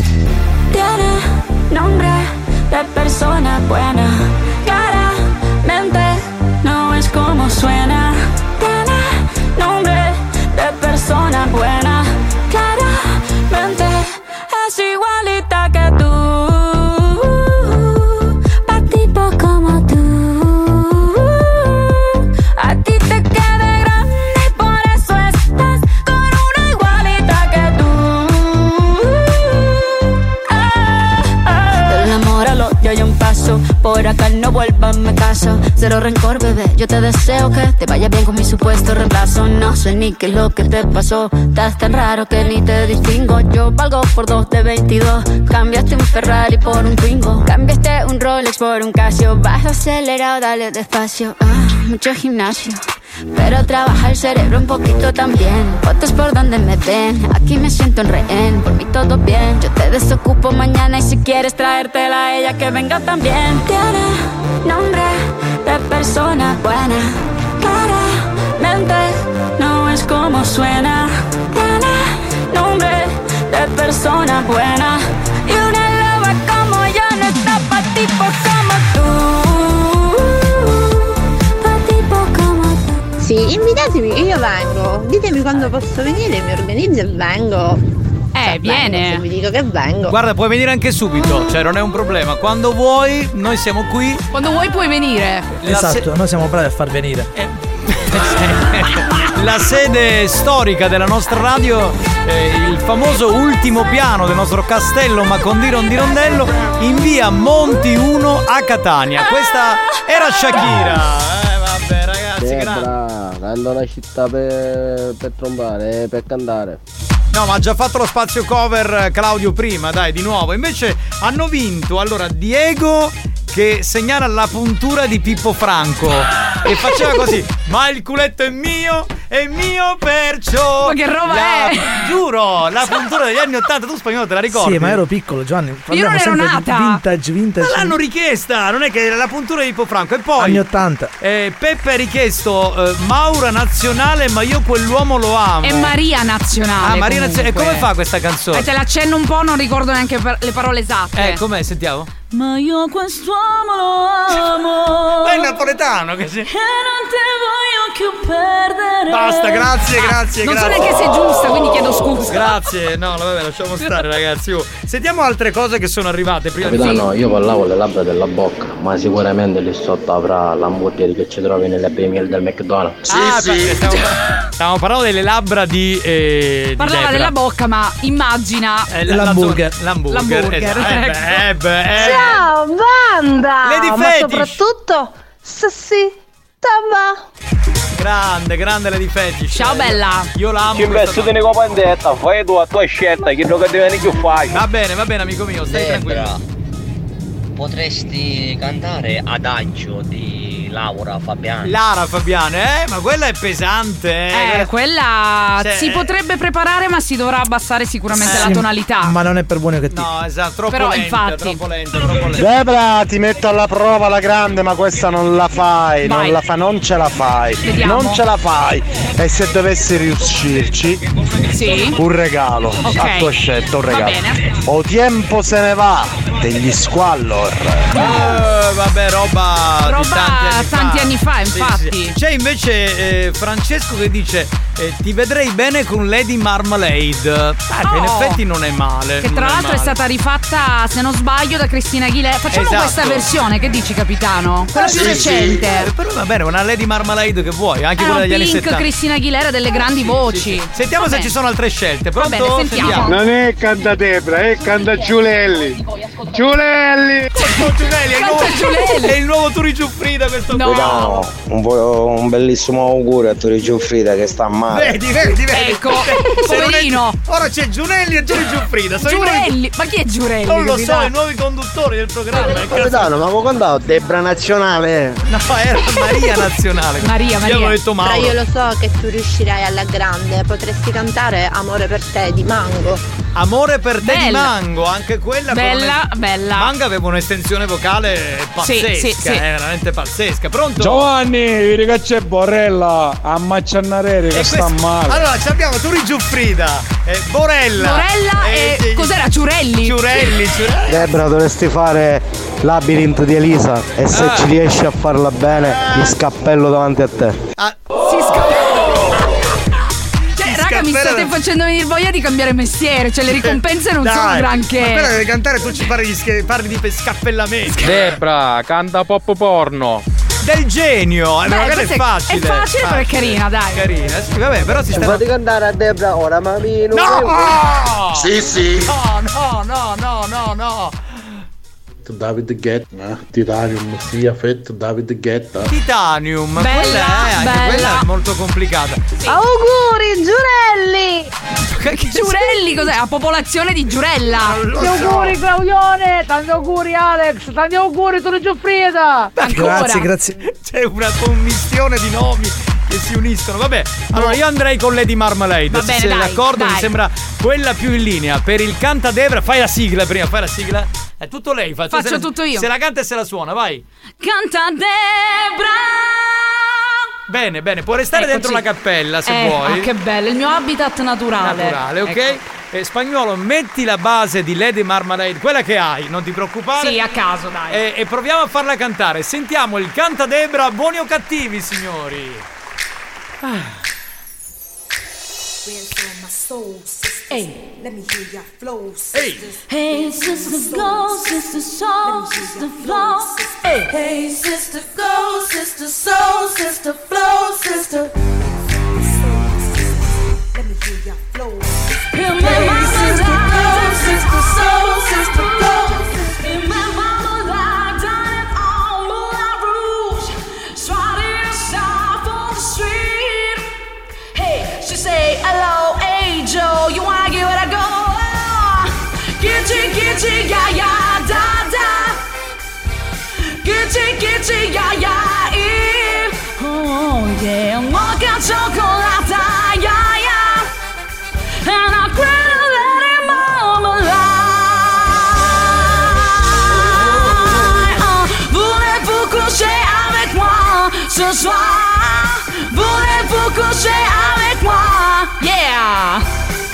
Speaker 24: Nombre de persona buena, claramente no es como suena. Tiene nombre de persona buena, claramente es igualita que tú. Pa' tipo como tú. A ti te queda grande y por eso estás con una igualita que tú. Del amor al odio hay un paso, por acá no vuelvas, me caso. Cero rencor, bebé, yo te deseo que te vaya bien con mi supuesto reemplazo. No sé ni qué es lo que te pasó, estás tan raro que ni te distingo. Yo valgo por 2 de 22, cambiaste un Ferrari por un Twingo. Cambiaste un Rolex por un Casio, vas acelerado, dale despacio. Mucho gimnasio, pero trabaja el cerebro un poquito también. Fotos por donde me ven, aquí me siento en rehén. Por mí todo bien, yo te desocupo mañana. Y si quieres traértela a ella, que venga también. Tiene nombre de persona buena, claramente no es como suena. Tiene nombre de persona buena y una loba como
Speaker 19: vengo. Ditemi quando posso venire, mi organizzo e vengo.
Speaker 8: Viene.
Speaker 19: Vengo, se vi dico che vengo.
Speaker 7: Guarda, puoi venire anche subito, cioè non è un problema. Quando vuoi, noi siamo qui.
Speaker 8: Quando vuoi puoi venire.
Speaker 9: Esatto, noi siamo bravi a far venire.
Speaker 7: La sede storica della nostra radio, il famoso ultimo piano del nostro castello Macondiron di Rondello, in via Monti 1 a Catania. Questa era Shakira. Vabbè ragazzi,
Speaker 3: grazie. Tanto la città per trombare, per cantare.
Speaker 7: No, ma ha già fatto lo spazio cover Claudio prima, dai, di nuovo. Invece hanno vinto, allora, Diego che segnala la puntura di Pippo Franco e faceva così: ma il culetto è mio perciò.
Speaker 8: Ma che roba è?
Speaker 7: Giuro, la puntura degli anni 80, tu Spagnolo te la ricordi?
Speaker 9: Sì, ma ero piccolo, Giovanni.
Speaker 8: Io non ero nata.
Speaker 9: Vintage.
Speaker 7: Ma l'hanno richiesta, non è che era la puntura di Pippo Franco. E poi
Speaker 9: anni 80.
Speaker 7: Peppe ha richiesto Maura Nazionale, ma io quell'uomo lo amo.
Speaker 8: È Maria Nazionale.
Speaker 7: Maria Nazionale. E come fa questa canzone?
Speaker 8: Te l'accenno un po', non ricordo neanche le parole esatte.
Speaker 7: Com'è? Sentiamo.
Speaker 8: Ma io quest'uomo lo amo.
Speaker 7: Ma è napoletano che
Speaker 8: e non te voglio più perdere.
Speaker 7: Basta, grazie.
Speaker 8: Non so neanche se è giusta, quindi chiedo scusa.
Speaker 7: Grazie, no, vabbè, lasciamo stare ragazzi. Sentiamo altre cose che sono arrivate prima.
Speaker 3: Capitano, io parlavo le labbra della bocca, ma sicuramente lì sotto avrà l'hamburger che ci trovi nelle BML del McDonald's.
Speaker 7: Sì. Stiamo parlando delle labbra di
Speaker 8: parlava
Speaker 7: Debra.
Speaker 8: della bocca, ma immagina
Speaker 7: l'hamburger.
Speaker 8: Ecco.
Speaker 12: Ciao banda!
Speaker 7: Lady
Speaker 12: ma
Speaker 7: Fetish.
Speaker 12: soprattutto Sassi Tava.
Speaker 7: Grande Lady Fetish.
Speaker 8: Ciao bella.
Speaker 7: Io l'amo.
Speaker 3: Ci investi di copandetta, fai tu a tua scelta, che non devi più fare.
Speaker 7: Va bene amico mio, stai tranquillo.
Speaker 13: Potresti cantare Adagio di Lara Fabiani.
Speaker 7: Ma quella è pesante.
Speaker 8: Quella si potrebbe preparare, ma si dovrà abbassare sicuramente la tonalità.
Speaker 9: Ma non è per buono che ti.
Speaker 7: No, esatto, troppo
Speaker 8: Però,
Speaker 7: lenta,
Speaker 8: infatti.
Speaker 7: troppo lenta.
Speaker 14: Debra, ti metto alla prova la grande, ma questa non la fai.
Speaker 8: Vai.
Speaker 14: Non ce la fai.
Speaker 8: Vediamo.
Speaker 14: Non ce la fai. E se dovessi riuscirci,
Speaker 8: sì,
Speaker 14: un regalo a tua scelta, un regalo.
Speaker 8: Va bene.
Speaker 14: O tempo se ne va degli Squallor.
Speaker 7: Vabbè, roba di
Speaker 8: tanti anni fa, infatti.
Speaker 7: Sì. C'è invece Francesco che dice ti vedrei bene con Lady Marmalade. Che in effetti non è male.
Speaker 8: Che tra l'altro è stata rifatta, se non sbaglio, da Cristina Aguilera. Facciamo questa versione, che dici capitano? Quella più recente.
Speaker 7: Però va bene, una Lady Marmalade che vuoi, anche quella degli anni 70.
Speaker 8: Cristina Aguilera, delle grandi voci.
Speaker 7: Sì. Sentiamo se ci sono altre scelte. Pronto?
Speaker 8: Va bene, sentiamo.
Speaker 10: Non è canta Debra, è canta Giulelli. Giulelli!
Speaker 7: È il nuovo Turi Giuffrida questo
Speaker 8: no.
Speaker 3: Un bellissimo augurio a Turi Giuffrida che sta male.
Speaker 7: Vedi.
Speaker 8: Ecco, poverino.
Speaker 7: Ora c'è Giunelli e Turi Giuffrida.
Speaker 8: Giurelli, ma chi è Giurelli?
Speaker 7: Non lo so, i nuovi conduttori del programma.
Speaker 3: Capitano, ma come andavo? Debra Nazionale.
Speaker 7: No, era Maria Nazionale.
Speaker 8: Maria.
Speaker 7: Abbiamo detto Mauro.
Speaker 19: Però io lo so che tu riuscirai alla grande. Potresti cantare Amore per te di Mango.
Speaker 7: Amore per te di Mango, anche quella
Speaker 8: bella.
Speaker 7: Mango aveva un'estensione vocale pazzesca,
Speaker 8: sì.
Speaker 7: veramente pazzesca. Pronto?
Speaker 14: Giovanni, vedi che c'è Borella a Macciannarere che sta male.
Speaker 7: Allora, abbiamo Turi Giuffrida, Borella
Speaker 8: e cos'era? Ciurelli.
Speaker 14: Debra, dovresti fare Labyrinth di Elisa e se ci riesci a farla bene mi scappello davanti a te.
Speaker 8: Raga, mi state facendo venire voglia di cambiare mestiere. Cioè, le ricompense non sono granché.
Speaker 7: Ma quella deve cantare, tu ci parli di scappellamenti.
Speaker 16: Debra, canta pop porno.
Speaker 7: Del genio, magari è facile.
Speaker 8: È facile, però è carina, dai.
Speaker 7: Carina, sì, vabbè, però si sta.
Speaker 3: Fate cantare a Debra ora, mamino.
Speaker 7: No!
Speaker 3: Sì.
Speaker 7: No.
Speaker 17: David Guetta, Titanium, sia Fett, David Guetta.
Speaker 7: Titanium,
Speaker 8: bella.
Speaker 7: Quella è molto complicata.
Speaker 12: Sì. Auguri, Giurelli!
Speaker 8: Giurelli, cos'è? La popolazione di Giurella.
Speaker 6: Tanti auguri, Claudione! Tanti auguri, Alex! Tanti auguri, Turi Giuffrida!
Speaker 9: Grazie.
Speaker 7: C'è una commistione di nomi che si uniscono. Vabbè, allora io andrei con Lady Marmalade.
Speaker 8: Va bene,
Speaker 7: se sei
Speaker 8: dai,
Speaker 7: d'accordo,
Speaker 8: dai.
Speaker 7: mi sembra quella più in linea. Per il canta Debra, fai la sigla prima, È tutto lei,
Speaker 8: faccio tutto io.
Speaker 7: Se la canta e se la suona, vai.
Speaker 8: Canta Debra.
Speaker 7: Bene, può restare dentro la cappella se vuoi.
Speaker 8: Che bello, il mio habitat naturale.
Speaker 7: Ok?
Speaker 8: Ecco.
Speaker 7: Spagnolo, metti la base di Lady Marmalade, quella che hai, non ti preoccupare.
Speaker 8: Sì, a caso, dai.
Speaker 7: E proviamo a farla cantare. Sentiamo il canta Debra, buoni o cattivi, signori.
Speaker 5: Hey, let me hear your flow,
Speaker 24: Hey, hey, sister, go, sister, soul, sister, flow. Hey, hey, sister, go, sister, soul, sister, flow, sister.
Speaker 5: Let me hear your flow.
Speaker 24: Hear my mama die, sister, soul, sister, flow. Hear my mama lie down in all Moulin Rouge, swatting south on the street. Hey, she say, hello, hey Joe, you wanna give it a go? Gitchy, ya, ya, da, da. Gitchy, ya, ya, oh yeah, mocha chocolate, yeah, yeah. And I cry, let it mama lie. Voulez-vous coucher avec moi ce soir? Voulez-vous coucher avec moi? Yeah.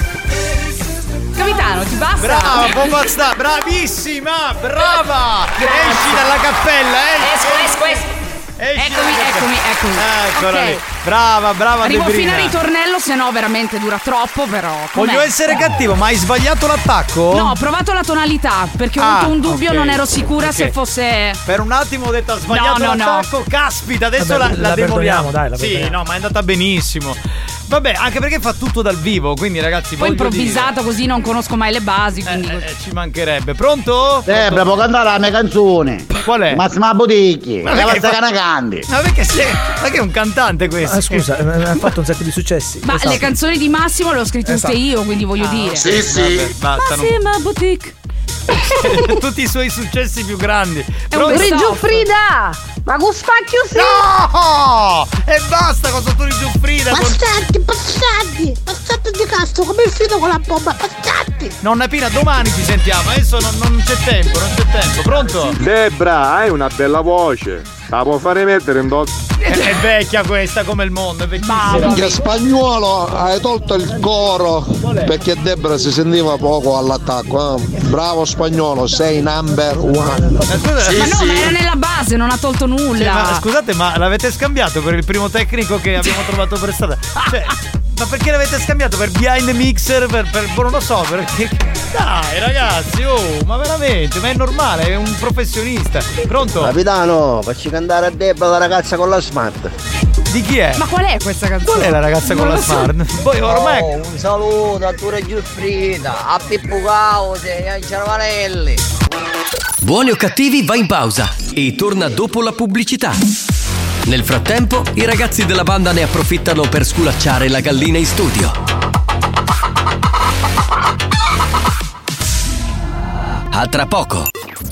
Speaker 24: Capitano, ti basta?
Speaker 7: Brava, Bombazza, bravissima, brava! Esci dalla cappella,
Speaker 8: Esco. Eccomi.
Speaker 7: Eccola
Speaker 8: Ok.
Speaker 7: lì. Brava,
Speaker 8: Arrivo
Speaker 7: Debrina.
Speaker 8: fino al ritornello, se no veramente dura troppo, però. Com'è?
Speaker 7: Voglio essere cattivo, ma hai sbagliato l'attacco?
Speaker 8: No, ho provato la tonalità, perché ho avuto un dubbio,
Speaker 7: ok.
Speaker 8: non ero sicura
Speaker 7: Ok.
Speaker 8: se fosse...
Speaker 7: Per un attimo ho detto ha sbagliato
Speaker 8: No.
Speaker 7: l'attacco, caspita, adesso
Speaker 9: Vabbè,
Speaker 7: la demoliamo.
Speaker 9: perdoniamo, dai, la
Speaker 7: sì,
Speaker 9: perdoniamo.
Speaker 7: no, ma è andata benissimo. Vabbè, anche perché fa tutto dal vivo, quindi ragazzi,
Speaker 8: Poi
Speaker 7: voglio
Speaker 8: improvvisato così, non conosco mai le basi, quindi...
Speaker 7: ci mancherebbe. Pronto?
Speaker 11: Debra, può cantare la mia canzone.
Speaker 7: Qual è?
Speaker 11: Massima Boticchi.
Speaker 7: Ma
Speaker 11: La
Speaker 7: perché
Speaker 11: vostra
Speaker 7: fa-
Speaker 11: canacandi.
Speaker 7: Ma perché ma che è un cantante questo?
Speaker 9: Scusa, ha fatto un sacco di successi.
Speaker 8: Ma
Speaker 9: Esatto.
Speaker 8: le canzoni di Massimo le ho scritte
Speaker 9: Esatto.
Speaker 8: tutte io, quindi voglio dire.
Speaker 7: Vabbè, basta, non-
Speaker 8: Massima Boutique.
Speaker 7: tutti i suoi successi più grandi.
Speaker 12: Rigiù Frida! Ma con spacchio sì!
Speaker 7: No! E basta con Sotturi Giuffrida!
Speaker 12: Bastardi di cazzo, come il fido con la bomba, bastardi!
Speaker 7: Nonna Pina, domani ci sentiamo, adesso non c'è tempo, Pronto?
Speaker 16: Debra, hai una bella voce. La può fare mettere in dosso.
Speaker 7: È vecchia questa come il mondo, è vecchissima.
Speaker 15: Minchia spagnolo, hai tolto il coro perché Debra si sentiva poco all'attacco. Bravo spagnolo, sei number one.
Speaker 8: Ma era nella base, non ha tolto nulla.
Speaker 7: Sì, ma scusate, ma l'avete scambiato per il primo tecnico che abbiamo trovato per strada? Cioè, ma perché l'avete scambiato? Per behind the mixer? Per non lo so, perché. Dai ragazzi, ma veramente, ma è normale, è un professionista. Pronto?
Speaker 14: Capitano, facci cantare a Debra la ragazza con la smart.
Speaker 7: Di chi è?
Speaker 8: Ma qual è questa canzone?
Speaker 7: Qual è la ragazza con la smart? Poi ormai.
Speaker 13: Un saluto a Ture Giuffrida, a Pippo Cause e ai Cervarelli.
Speaker 1: Buoni o cattivi va in pausa e torna dopo la pubblicità. Nel frattempo, i ragazzi della banda ne approfittano per sculacciare la gallina in studio. A tra poco.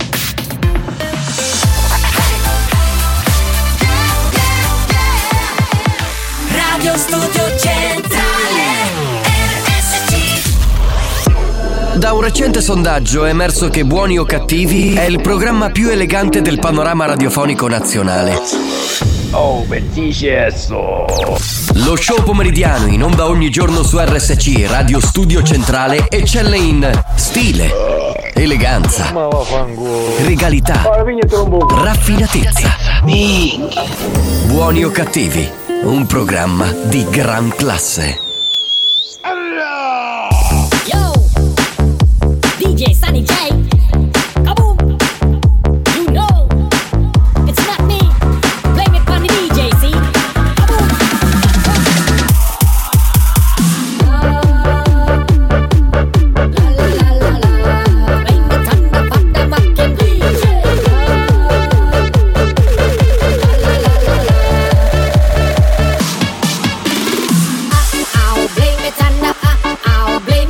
Speaker 24: Radio Studio Centrale RSC.
Speaker 1: Da un recente sondaggio è emerso che Buoni o Cattivi è il programma più elegante del panorama radiofonico nazionale.
Speaker 18: Oh, bellissimo!
Speaker 1: Lo show pomeridiano in onda ogni giorno su RSC Radio Studio Centrale eccelle in stile, eleganza, regalità, raffinatezza. Buoni o Cattivi, un programma di gran classe.
Speaker 24: Yo, DJ Sunny J. Kaboom. You know, it's not me. Blame it on the DJ, see? Kaboom. Blame it on the motherfucking DJ. Blame it on the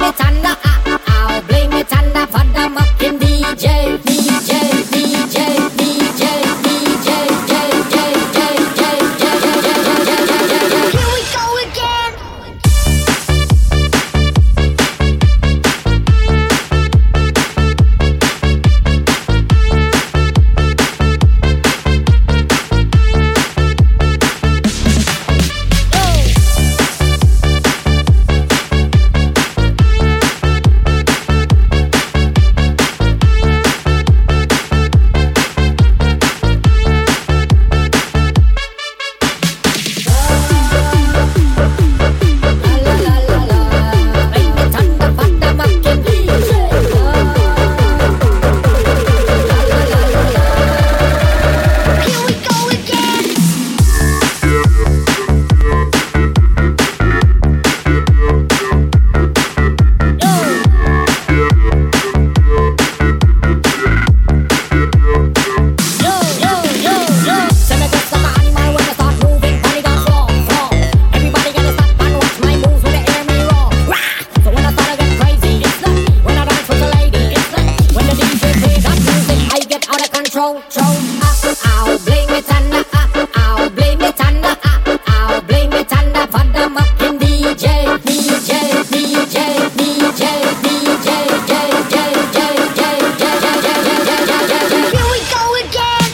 Speaker 24: control. Blame it on the blame it on the blame it on the motherfucking DJ. Here we go again.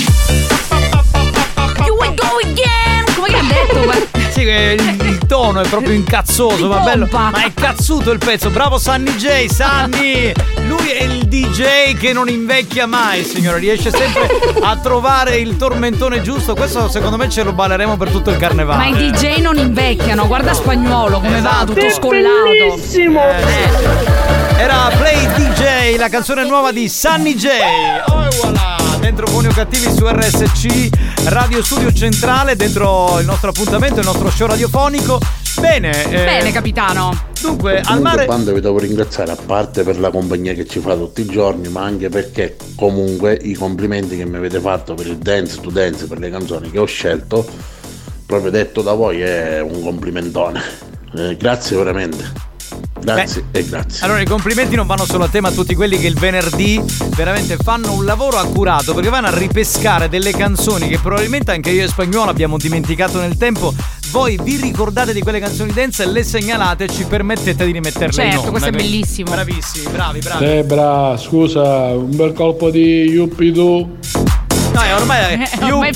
Speaker 8: Come che ha detto?
Speaker 7: Sì, il tono è proprio incazzoso, ma bello. Ma è cazzuto il pezzo. Bravo Sunny J, Sunny. Lui è il DJ che non invecchia mai, signore. Riesce sempre a trovare il tormentone giusto. Questo secondo me ce lo balleremo per tutto il carnevale.
Speaker 8: Ma i DJ non invecchiano. Guarda Spagnuolo come va, tutto scollato.
Speaker 7: Bellissimo. Era Play DJ, la canzone nuova di Sunny J. Oh voilà. Dentro Buoni o Cattivi su RSC Radio Studio Centrale, dentro il nostro appuntamento, il nostro show radiofonico. Bene,
Speaker 8: capitano.
Speaker 7: Dunque, al mare.
Speaker 17: Quando vi devo ringraziare, a parte per la compagnia che ci fa tutti i giorni, ma anche perché comunque i complimenti che mi avete fatto per il Dance to Dance, per le canzoni che ho scelto, proprio detto da voi, è un complimentone. Grazie veramente. Grazie e grazie.
Speaker 7: Allora i complimenti non vanno solo a te, ma a tutti quelli che il venerdì veramente fanno un lavoro accurato, perché vanno a ripescare delle canzoni che probabilmente anche io e Spagnuolo abbiamo dimenticato nel tempo. Voi vi ricordate di quelle canzoni dance e le segnalate e ci permettete di rimetterle in onda.
Speaker 8: Questo è bellissimo.
Speaker 7: Bravissimi, bravi.
Speaker 17: Debra, scusa, un bel colpo di Yuppidoo.
Speaker 7: No, ormai è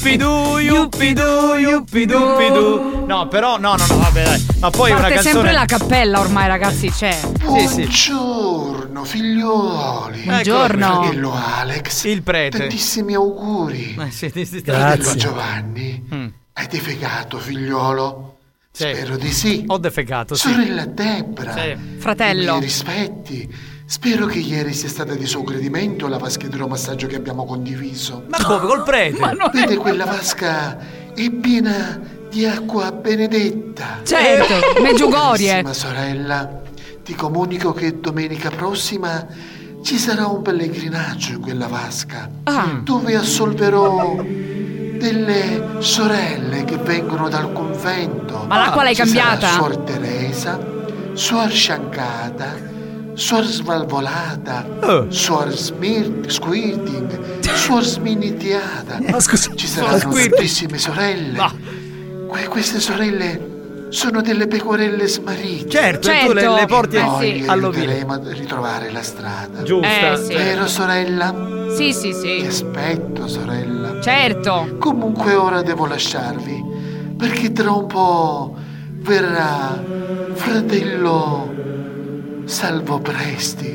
Speaker 7: Yuppidoo. No, però no, vabbè dai. Ma poi è una canzone.
Speaker 8: sempre la cappella ormai, ragazzi, c'è.
Speaker 2: Buongiorno figlioli.
Speaker 8: Buongiorno.
Speaker 2: Fratello Alex.
Speaker 7: Il prete.
Speaker 2: Tantissimi auguri. Fratello Giovanni. Hai defecato, figliolo?
Speaker 7: Sì.
Speaker 2: Spero di sì.
Speaker 7: Ho defecato, sì.
Speaker 2: Sorella Debra.
Speaker 7: Sì.
Speaker 8: Fratello.
Speaker 2: I miei rispetti. Spero che ieri sia stata di suo gradimento la vasca idromassaggio che abbiamo condiviso.
Speaker 7: Ma come, col prete?
Speaker 2: Vede, quella vasca è piena di acqua benedetta.
Speaker 8: Certo, Meggiugorie.
Speaker 2: Ma sorella, ti comunico che domenica prossima ci sarà un pellegrinaggio in quella vasca, dove assolverò delle sorelle che vengono dal convento.
Speaker 8: Ma l'acqua l'hai cambiata?
Speaker 2: Suor Teresa, Suor Sciancata, Suor Svalvolata, Suor Squirting, Suor Sminitiata. Ci saranno tantissime sorelle. Queste sorelle sono delle pecorelle smarrite.
Speaker 7: Certo. Tu le porti
Speaker 2: aiuteremo a ritrovare la strada.
Speaker 7: Giusta.
Speaker 8: Sì.
Speaker 2: Vero, sorella?
Speaker 8: Sì.
Speaker 2: Ti aspetto, sorella.
Speaker 8: Certo.
Speaker 2: Comunque ora devo lasciarvi, perché tra un po' verrà fratello Salvo Presti.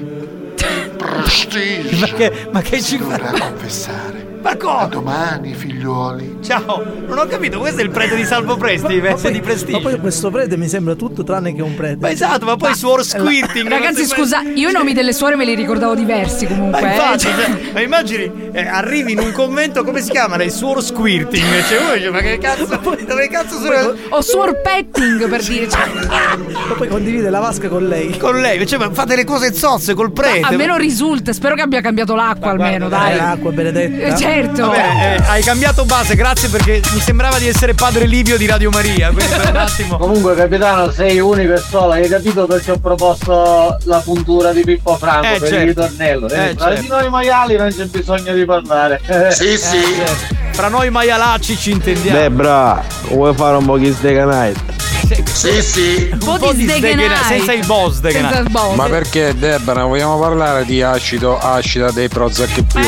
Speaker 2: Prestige.
Speaker 7: Ma che ci
Speaker 2: dovrà confessare.
Speaker 7: Ma come?
Speaker 2: A domani, figliuoli.
Speaker 7: Ciao. Non ho capito, questo è il prete di Salvo Presti invece di Prestige.
Speaker 9: Ma poi questo prete mi sembra tutto tranne che un prete.
Speaker 7: Ma esatto, ma poi Suor Squirting.
Speaker 8: Ragazzi, scusa, io i nomi delle suore me li ricordavo diversi comunque.
Speaker 7: Ma infatti, ma immagini, arrivi in un convento, come si chiama lei? Suor Squirting. Ma che cazzo? Dove cazzo sono?
Speaker 8: O Suor Petting, per dire.
Speaker 9: Ma poi condivide la vasca con lei.
Speaker 7: Con lei, cioè, ma fate le cose zozze col prete.
Speaker 8: A me non risulta, spero che abbia cambiato l'acqua almeno, dai.
Speaker 9: L'acqua benedetta.
Speaker 8: Certo.
Speaker 7: Vabbè, hai cambiato base, grazie, perché mi sembrava di essere padre Livio di Radio Maria, quindi per un attimo.
Speaker 3: Comunque, capitano, sei unico e solo, hai capito perché ho proposto la puntura di Pippo Franco per il ritornello. Tra di noi maiali non c'è bisogno di parlare.
Speaker 2: Sì.
Speaker 7: Fra noi maialacci ci intendiamo.
Speaker 14: Debra, vuoi fare un po' di Stega Night?
Speaker 2: Sì.
Speaker 8: Un po' di Sdegenai.
Speaker 7: Senza il boss Sdegenai.
Speaker 23: Ma perché, Debra, vogliamo parlare di acida dei Prozac più?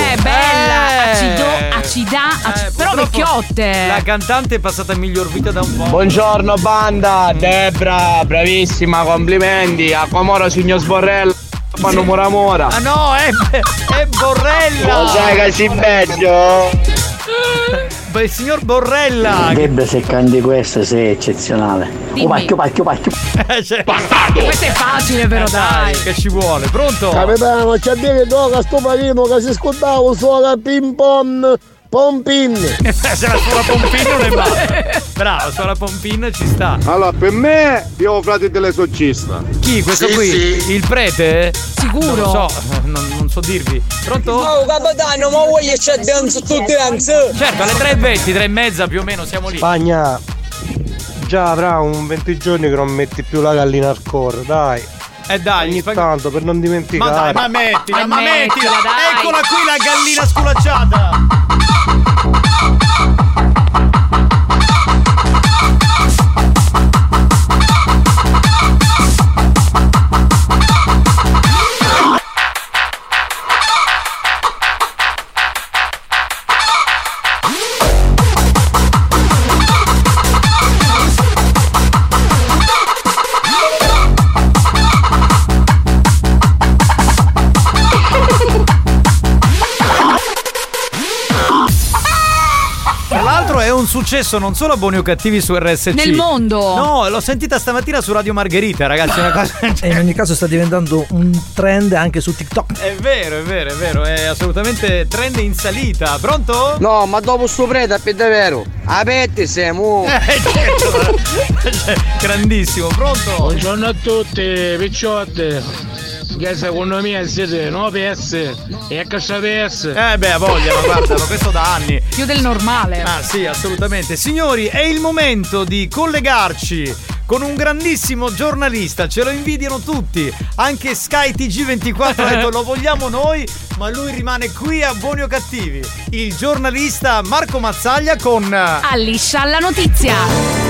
Speaker 8: Bella, acida, però vecchiotte.
Speaker 7: La cantante è passata a miglior vita da un po'.
Speaker 14: Buongiorno banda, Debra, bravissima, complimenti. A Comoro signor Sborrello, fanno mora.
Speaker 7: Ah no, è Borrella.
Speaker 14: Lo sai che si bello?
Speaker 7: Beh, signor Borrella.
Speaker 11: Debra, se canti questa sei eccezionale. Pacchio.
Speaker 7: Bastardo.
Speaker 8: Questo è facile però, dai.
Speaker 7: Che ci vuole, pronto?
Speaker 15: Capitano, c'è a dire che sto marino che si scordava solo ping pong Pompin.
Speaker 7: Se la suona Pompin non è male. Bravo, suona Pompin ci sta.
Speaker 10: Allora, per me io frate dell'esorcista.
Speaker 7: Chi? Questo qui?
Speaker 2: Sì.
Speaker 7: Il prete?
Speaker 8: Sicuro?
Speaker 7: Non lo so, non so dirvi. Pronto?
Speaker 13: Oh, capitano, ma voglio c'è dance to dance.
Speaker 7: Certo, alle 3:20, 3:30 più o meno siamo lì.
Speaker 14: Spagna, già avrà un 20 giorni che non metti più la gallina al coro, dai.
Speaker 7: Dai,
Speaker 14: ogni tanto per non dimenticare.
Speaker 7: Ma dai, ma mettila,
Speaker 8: dai.
Speaker 7: Eccola qui la gallina sculacciata. È un successo non solo a Buoni o Cattivi su RSC
Speaker 8: nel mondo.
Speaker 7: No, l'ho sentita stamattina su Radio Margherita, ragazzi, una cosa.
Speaker 9: E in ogni caso sta diventando un trend anche su TikTok.
Speaker 7: È vero, è assolutamente trend in salita. Pronto?
Speaker 13: No, ma dopo sto prete è davvero. Aperti siamo.
Speaker 7: Grandissimo, pronto?
Speaker 16: Buongiorno a tutti, picciotte. Che secondo me siete 9 PS e HPS.
Speaker 7: A voglia, ma guarda, ma questo da anni.
Speaker 8: Più del normale.
Speaker 7: Ah sì, assolutamente. Signori, è il momento di collegarci con un grandissimo giornalista. Ce lo invidiano tutti. Anche Sky TG24 ha detto lo vogliamo noi, ma lui rimane qui a Buoni o Cattivi. Il giornalista Marco Mazzaglia con
Speaker 8: Alliscia la notizia.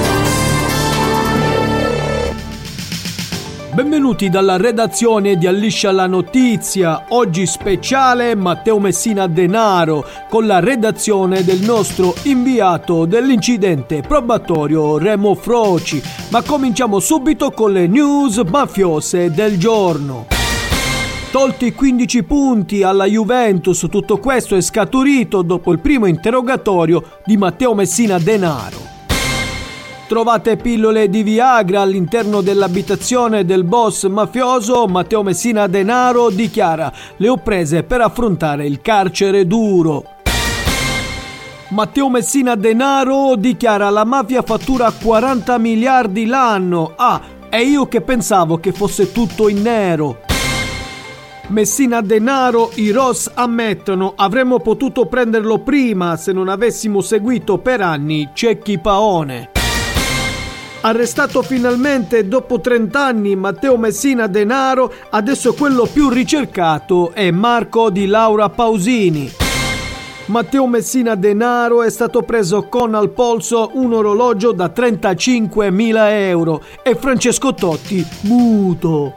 Speaker 4: Benvenuti dalla redazione di Alliscia la notizia. Oggi speciale Matteo Messina Denaro con la redazione del nostro inviato dell'incidente probatorio Remo Froci. Ma cominciamo subito con le news mafiose del giorno. Tolti 15 punti alla Juventus, tutto questo è scaturito dopo il primo interrogatorio di Matteo Messina Denaro. Trovate pillole di Viagra all'interno dell'abitazione del boss mafioso. Matteo Messina Denaro dichiara: le ho prese per affrontare il carcere duro. Matteo Messina Denaro dichiara: la mafia fattura 40 miliardi l'anno. E io che pensavo che fosse tutto in nero. Messina Denaro, i Ross ammettono: avremmo potuto prenderlo prima se non avessimo seguito per anni Cecchi Paone. Arrestato finalmente dopo 30 anni Matteo Messina Denaro, adesso quello più ricercato è Marco di Laura Pausini. Matteo Messina Denaro è stato preso con al polso un orologio da 35.000 euro e Francesco Totti muto.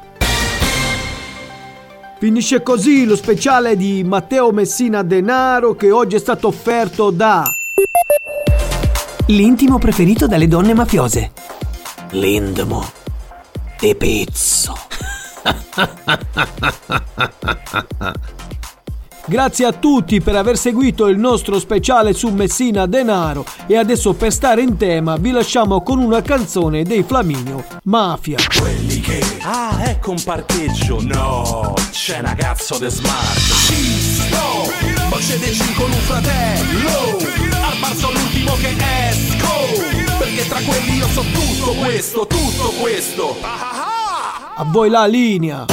Speaker 4: Finisce così lo speciale di Matteo Messina Denaro, che oggi è stato offerto da
Speaker 1: l'intimo preferito dalle donne mafiose, l'Indmo de Pizzo.
Speaker 4: Grazie a tutti per aver seguito il nostro speciale su Messina Denaro e adesso, per stare in tema, vi lasciamo con una canzone dei Flaminio, Mafia.
Speaker 20: Quelli che ecco un parcheggio. No, c'è una cazzo de smart. Sì, no, poi c'è dei con un fratello. Al bar sono l'ultimo che esco, perché tra quelli io so tutto questo, tutto questo.
Speaker 4: A voi la linea.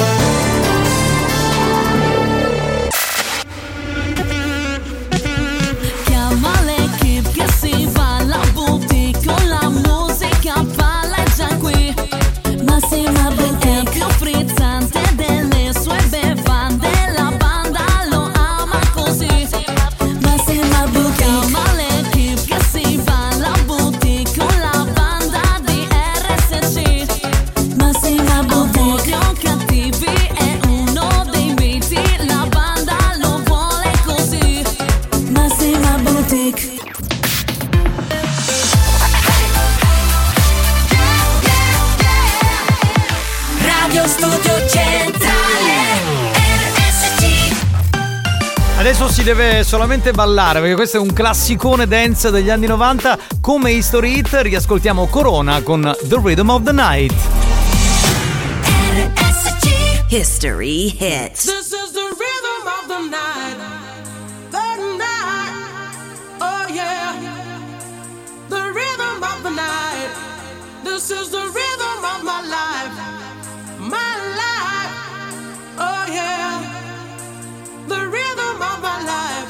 Speaker 24: Chiama l'equipe che si va alla boutique con la musica palleggia qui. Massima Boutique è più frizzante delle sue bevande, la banda lo ama così. Massima Boutique. Chiama l'equipe che si va alla boutique con la banda di RSC. Massima Boutique. Cattivi è uno dei miti, la banda lo vuole così. Massima Boutique.
Speaker 5: Radio Studio Centrale RSC.
Speaker 7: Adesso si deve solamente ballare, perché questo è un classicone dance degli anni 90. Come History Hit riascoltiamo Corona con The Rhythm of the Night.
Speaker 5: RSC History Hits.
Speaker 21: This is the rhythm of the night. The night. Oh yeah. The rhythm of the night. This is the rhythm of my life. My life. Oh yeah. The rhythm of my life.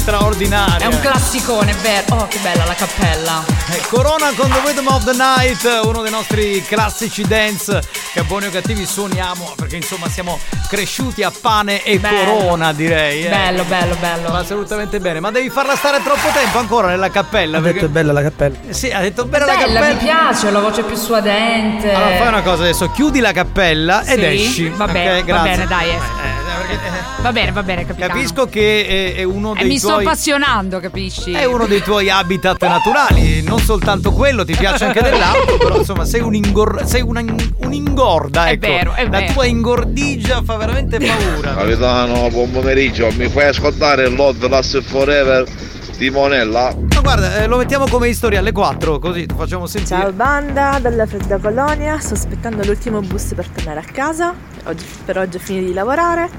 Speaker 7: straordinaria.
Speaker 8: È un classicone, vero? Oh, che bella la cappella.
Speaker 7: Corona con The Rhythm of the Night, uno dei nostri classici dance che a Buoni o Cattivi suoniamo, perché insomma siamo cresciuti a pane e Corona, direi.
Speaker 8: Bello.
Speaker 7: Ma assolutamente bene, ma devi farla stare troppo tempo ancora nella cappella.
Speaker 9: Ha detto è bella la cappella.
Speaker 7: Sì, ha detto bella la cappella.
Speaker 8: Mi piace, la voce più suadente.
Speaker 7: Allora fai una cosa adesso, chiudi la cappella ed esci.
Speaker 8: Va bene,
Speaker 7: okay,
Speaker 8: va bene, dai. Va bene, capitano.
Speaker 7: Capisco che è uno dei
Speaker 8: mi
Speaker 7: tuoi...
Speaker 8: sto appassionando, capisci?
Speaker 7: È uno dei tuoi habitat naturali, non soltanto quello, ti piace anche dell'altro, però insomma sei un'ingorda, ecco.
Speaker 8: È vero.
Speaker 7: La tua ingordigia fa veramente paura.
Speaker 6: Capitano, buon pomeriggio, mi fai ascoltare Love Last Forever di Monella?
Speaker 7: Ma guarda, lo mettiamo come storia alle 4, così ti facciamo sentire.
Speaker 12: Ciao banda, dalla fredda Colonia, sto aspettando l'ultimo bus per tornare a casa. Per oggi ho finito di lavorare.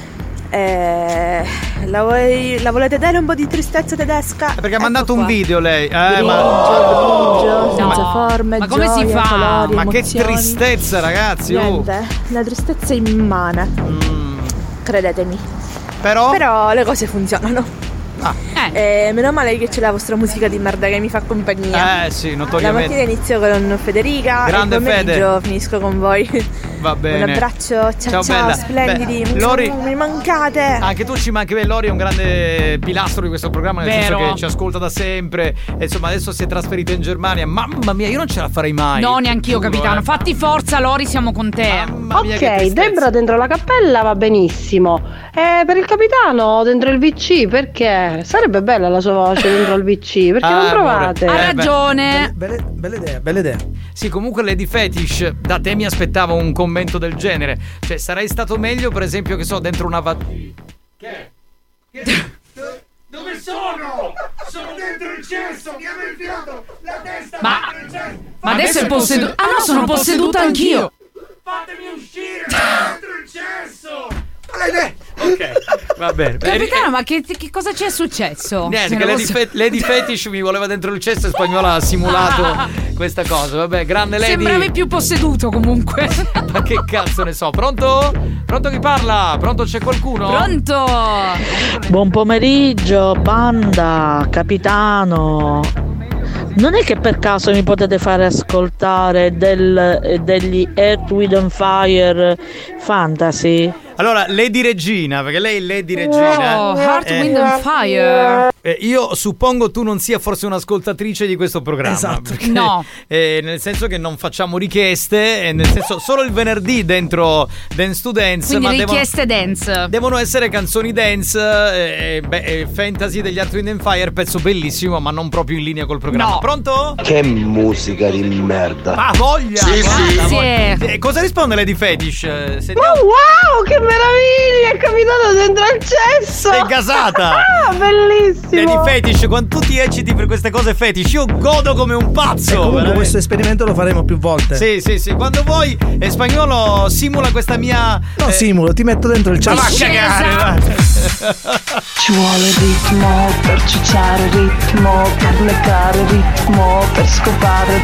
Speaker 12: La volete dare un po' di tristezza tedesca?
Speaker 7: Perché ha mandato un video lei.
Speaker 12: Grigio, senza forme,
Speaker 8: ma come
Speaker 12: gioia,
Speaker 8: si fa?
Speaker 12: colori,
Speaker 7: ma
Speaker 12: emozioni.
Speaker 7: Che tristezza, ragazzi.
Speaker 12: Niente, una tristezza immane. Credetemi.
Speaker 7: Però
Speaker 12: le cose funzionano. Meno male che c'è la vostra musica di merda che mi fa compagnia.
Speaker 7: Sì, notoriamente.
Speaker 12: La mattina inizio con Federica.
Speaker 7: Grande
Speaker 12: e il pomeriggio
Speaker 7: Fede.
Speaker 12: Finisco con voi.
Speaker 7: Va bene.
Speaker 12: Un abbraccio, ciao
Speaker 7: bella.
Speaker 12: splendidi.
Speaker 7: Lori,
Speaker 12: mi mancate.
Speaker 7: Anche tu ci manchi. Lori è un grande pilastro di questo programma, nel
Speaker 8: Vero.
Speaker 7: senso che ci ascolta da sempre. E insomma, adesso si è trasferita in Germania. Mamma mia, io non ce la farei mai.
Speaker 8: No, neanch'io, capitano. Fatti forza, Lori, siamo con te.
Speaker 19: Ok, Debra dentro la cappella va benissimo. Per il capitano dentro il VC, perché sarebbe bella la sua voce dentro il VC, perché non provate?
Speaker 8: Ha ragione.
Speaker 9: Bella idea.
Speaker 7: Sì, comunque Lady Fetish, da te mi aspettavo un commento del genere. Cioè, sarei stato meglio, per esempio, che so, dentro una
Speaker 21: Che? Dove sono? Sono dentro il cesso, mi hanno infilato la testa dentro il cesso.
Speaker 8: Ma adesso è posseduto. Ah no, sono posseduta anch'io.
Speaker 21: Fatemi uscire dentro il cesso.
Speaker 7: Ok, va bene.
Speaker 8: Capitano, ma che cosa c'è successo?
Speaker 7: Niente, che Lady Fetish mi voleva dentro il cesso e Spagnola ha simulato questa cosa. Vabbè, grande Lady.
Speaker 8: Sembravi più posseduto comunque.
Speaker 7: Ma che cazzo ne so? Pronto? Pronto chi parla? Pronto c'è qualcuno?
Speaker 8: Pronto?
Speaker 22: Buon pomeriggio, banda, capitano. Non è che per caso mi potete fare ascoltare degli Earth, Wind & Fire Fantasy?
Speaker 7: Allora, Lady Regina, perché lei è Lady Regina.
Speaker 8: Oh, Heart, Wind and Fire.
Speaker 7: Io suppongo tu non sia forse un'ascoltatrice di questo programma.
Speaker 8: Esatto.
Speaker 7: Perché,
Speaker 8: no.
Speaker 7: Nel senso che non facciamo richieste, nel senso solo il venerdì dentro Dance to Dance.
Speaker 8: Quindi
Speaker 7: ma
Speaker 8: richieste dance.
Speaker 7: Devono essere canzoni dance, fantasy degli Earth, Wind & Fire, pezzo bellissimo, ma non proprio in linea col programma.
Speaker 8: No.
Speaker 7: Pronto?
Speaker 14: Che musica di merda.
Speaker 7: Ah, voglia!
Speaker 8: Sì.
Speaker 7: Cosa risponde Lady Fetish?
Speaker 19: Oh, wow, che meraviglia! È capitato dentro al cesso!
Speaker 7: Sei gasata!
Speaker 19: Ah, bellissimo!
Speaker 7: Lady Fetish, quando tu ti ecciti per queste cose fetish, io godo come un pazzo!
Speaker 9: Comunque questo esperimento lo faremo più volte.
Speaker 7: Sì. Quando vuoi, Spagnolo simula questa mia...
Speaker 9: No, simulo, ti metto dentro il cesso.
Speaker 7: Ma va a cagare!
Speaker 24: Ci vuole ritmo per ciucciare, ritmo per leccare, ritmo per scopare,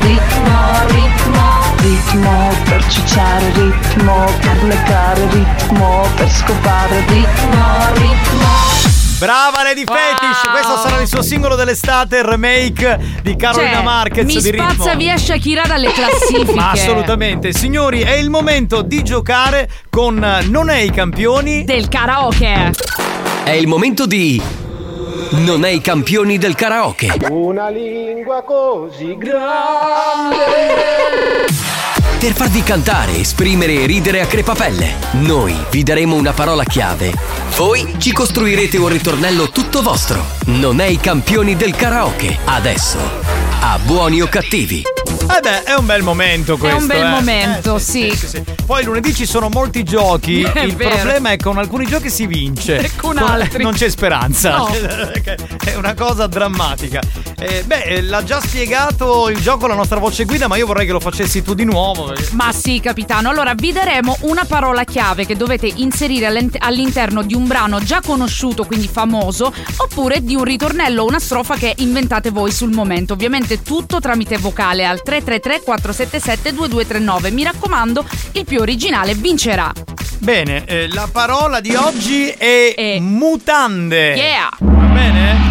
Speaker 24: ritmo per ciucciare, ritmo per leccare, ritmo per scopare, ritmo.
Speaker 7: Brava Lady Fetish, questo sarà il suo singolo dell'estate, il remake di Carolina Marquez
Speaker 8: mi
Speaker 7: di Ritmo.
Speaker 8: spazza via Shakira dalle classifiche.
Speaker 7: Ma assolutamente, signori, è il momento di giocare con Non è i campioni
Speaker 8: del karaoke.
Speaker 1: È il momento di Non è i campioni del karaoke.
Speaker 15: Una lingua così grande.
Speaker 1: Per farvi cantare, esprimere e ridere a crepapelle, noi vi daremo una parola chiave. Voi ci costruirete un ritornello tutto vostro. Non è i campioni del karaoke. Adesso, a Buoni o Cattivi.
Speaker 7: È un bel momento questo.
Speaker 8: È un bel momento, sì.
Speaker 7: Poi lunedì ci sono molti giochi. Il
Speaker 8: vero.
Speaker 7: problema è che con alcuni giochi si vince.
Speaker 8: E con altri
Speaker 7: non c'è speranza.
Speaker 8: No.
Speaker 7: È una cosa drammatica. L'ha già spiegato il gioco la nostra voce guida, ma io vorrei che lo facessi tu di nuovo.
Speaker 8: Ma sì, capitano. Allora vi daremo una parola chiave che dovete inserire all'interno di un brano già conosciuto, quindi famoso, oppure di un ritornello o una strofa che inventate voi sul momento. Ovviamente tutto tramite vocale al 333 477 2239. Mi raccomando, il più originale vincerà.
Speaker 7: Bene, la parola di oggi è mutande.
Speaker 8: Yeah.
Speaker 7: Va bene?